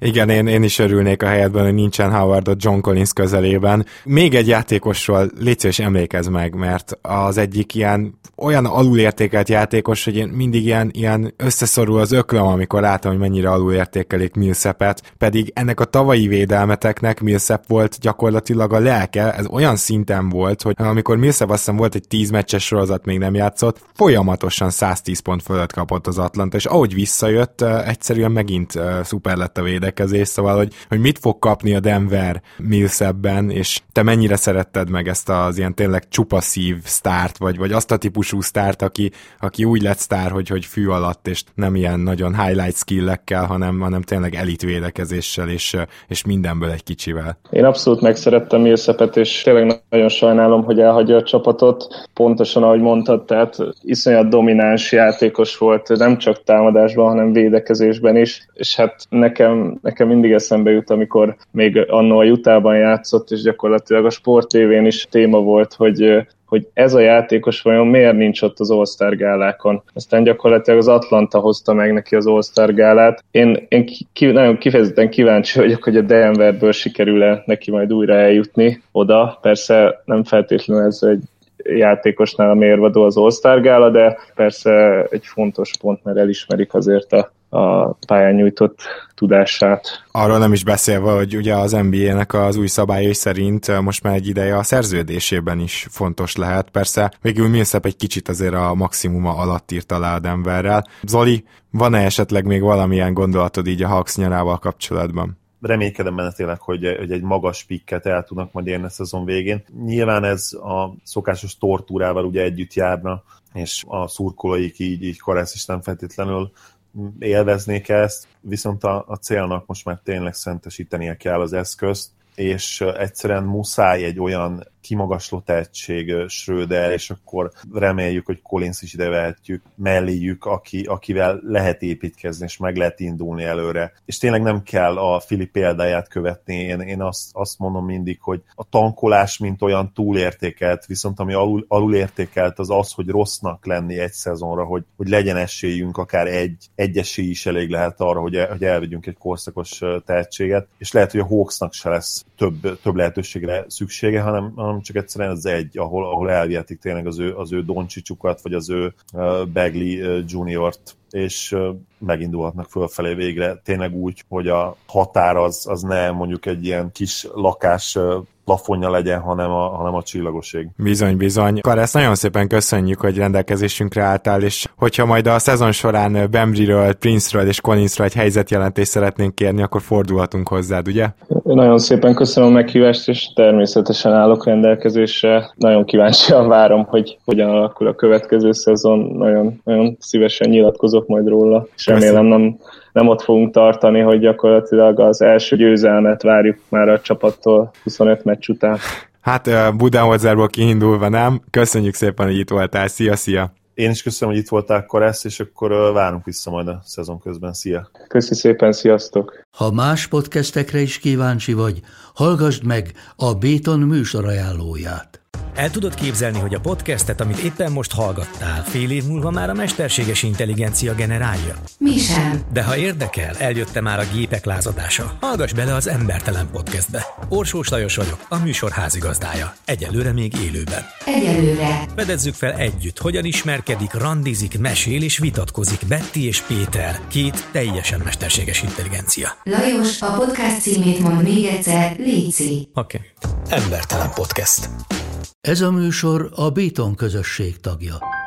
Igen, én, én is örülnék a helyetben, hogy nincsen Howardot John Collins közelében. Még egy játékosról légy szíves, emlékezz meg, mert az egyik ilyen olyan alulértékelt játékos, hogy én mindig ilyen, ilyen összeszorul az öklöm, amikor látom, hogy mennyire alulértékelik Millsapet, pedig ennek a tavalyi védelmeteknek Millsap volt gyakorlatilag a lelke, ez olyan szinten volt, hogy amikor Millsap azt hiszem volt egy tíz meccses sorozat, még nem játszott, folyamatosan száztíz pont fölött kapott az Atlanta, és ahogy visszajött, egyszerűen megint szuper lett a védekezés, szóval, hogy, hogy mit fog kapni a Denver Millsapben, és te mennyire szeretted meg ezt az ilyen tényleg csupa szív sztárt, vagy, vagy azt a típusú sztárt, aki, aki úgy lett sztár, hogy, hogy fű alatt, és nem ilyen nagyon highlight skillekkel, hanem, hanem tényleg elit védekezéssel, és, és mindenből egy kicsivel. Én abszolút megszerettem Millsapet, és tényleg nagyon sajnálom, hogy elhagyja a csapatot. Pontosan, ahogy mondtad, tehát iszonyat domináns játékos volt, nem csak támadásban, hanem védekezésben is, és hát nekem, nekem mindig eszembe jut, amikor még annó a Utahban játszott, és gyakorlatilag a Sport té vén is téma volt, hogy hogy ez a játékos vajon miért nincs ott az All-Star gálákon. Aztán gyakorlatilag az Atlanta hozta meg neki az All-Star gálát. Én, én ki, nagyon kifejezetten kíváncsi vagyok, hogy a Denverből sikerül-e neki majd újra eljutni oda. Persze nem feltétlenül ez egy játékosnál a mérvadó az All-Star gála, de persze egy fontos pont, mert elismerik azért a a pályán nyújtott tudását. Arról nem is beszélve, hogy ugye az en bé á-nek az új szabályai szerint most már egy ideje a szerződésében is fontos lehet. Persze végül Millsap egy kicsit azért a maximuma alatt írta le a Denverrel. Zoli, van-e esetleg még valamilyen gondolatod így a Hawks nyarával kapcsolatban? Reménykedem benne tényleg, hogy, hogy egy magas pikket el tudnak majd érni a szezon végén. Nyilván ez a szokásos tortúrával ugye együtt járna, és a szurkolóik így, így Karesz is nem feltétlenül élveznék ezt, viszont a, a célnak most már tényleg szentesítenie kell az eszközt, és egyszerűen muszáj egy olyan kimagasló tehetség Schröder, és akkor reméljük, hogy Collins is ide vehetjük melléjük, aki, akivel lehet építkezni, és meg lehet indulni előre. És tényleg nem kell a Fili példáját követni, én, én azt, azt mondom mindig, hogy a tankolás mint olyan túlértékelt, viszont ami alul, alulértékelt az az, hogy rossznak lenni egy szezonra, hogy, hogy legyen esélyünk, akár egy, egy esély is elég lehet arra, hogy, el, hogy elvegyünk egy korszakos tehetséget, és lehet, hogy a Hawksnak se lesz több, több lehetőségre szüksége, hanem, hanem csak egyszerűen az egy, ahol, ahol elvihetik tényleg az ő, az ő Doncsicsukat, vagy az ő uh, Bagley uh, juniort, és uh, megindulhatnak fölfelé végre, tényleg úgy, hogy a határ az, az ne mondjuk egy ilyen kis lakás uh, plafonja legyen, hanem a, hanem a csillagoség. Bizony, bizony. Karesz, nagyon szépen köszönjük, hogy rendelkezésünkre álltál, és hogyha majd a szezon során Bembryről, Prince-ről és Collinsről egy helyzetjelentést szeretnénk kérni, akkor fordulhatunk hozzád, ugye? Nagyon szépen köszönöm a meghívást, és természetesen állok rendelkezésre. Nagyon kíváncsian várom, hogy hogyan alakul a következő szezon. Nagyon, nagyon szívesen nyilatkozok majd róla, és remélem nem, nem ott fogunk tartani, hogy gyakorlatilag az első győzelmet várjuk már a csapattól huszonöt meccs után. Hát Budenholzerból kiindulva nem. Köszönjük szépen, hogy itt voltál. Szia, szia! Én is köszönöm, hogy itt voltál, Karesz, és akkor várunk vissza majd a szezon közben. Szia! Köszi szépen, sziasztok! Ha más podcastekre is kíváncsi vagy, hallgassd meg a Béton műsor ajánlóját. El tudod képzelni, hogy a podcastet, amit éppen most hallgattál, fél év múlva már a mesterséges intelligencia generálja? Mi sem. De ha érdekel, eljött már a gépek lázadása. Hallgass bele az Embertelen Podcastbe. Orsós Lajos vagyok, a műsor házigazdája. Egyelőre még élőben. Egyelőre. Fedezzük fel együtt, hogyan ismerkedik, randizik, mesél és vitatkozik Betty és Péter, két teljesen mesterséges intelligencia. Lajos, a podcast címét mond még egyszer, léci. Oké. Okay. Embertelen Podcast. Ez a műsor a Béton közösség tagja.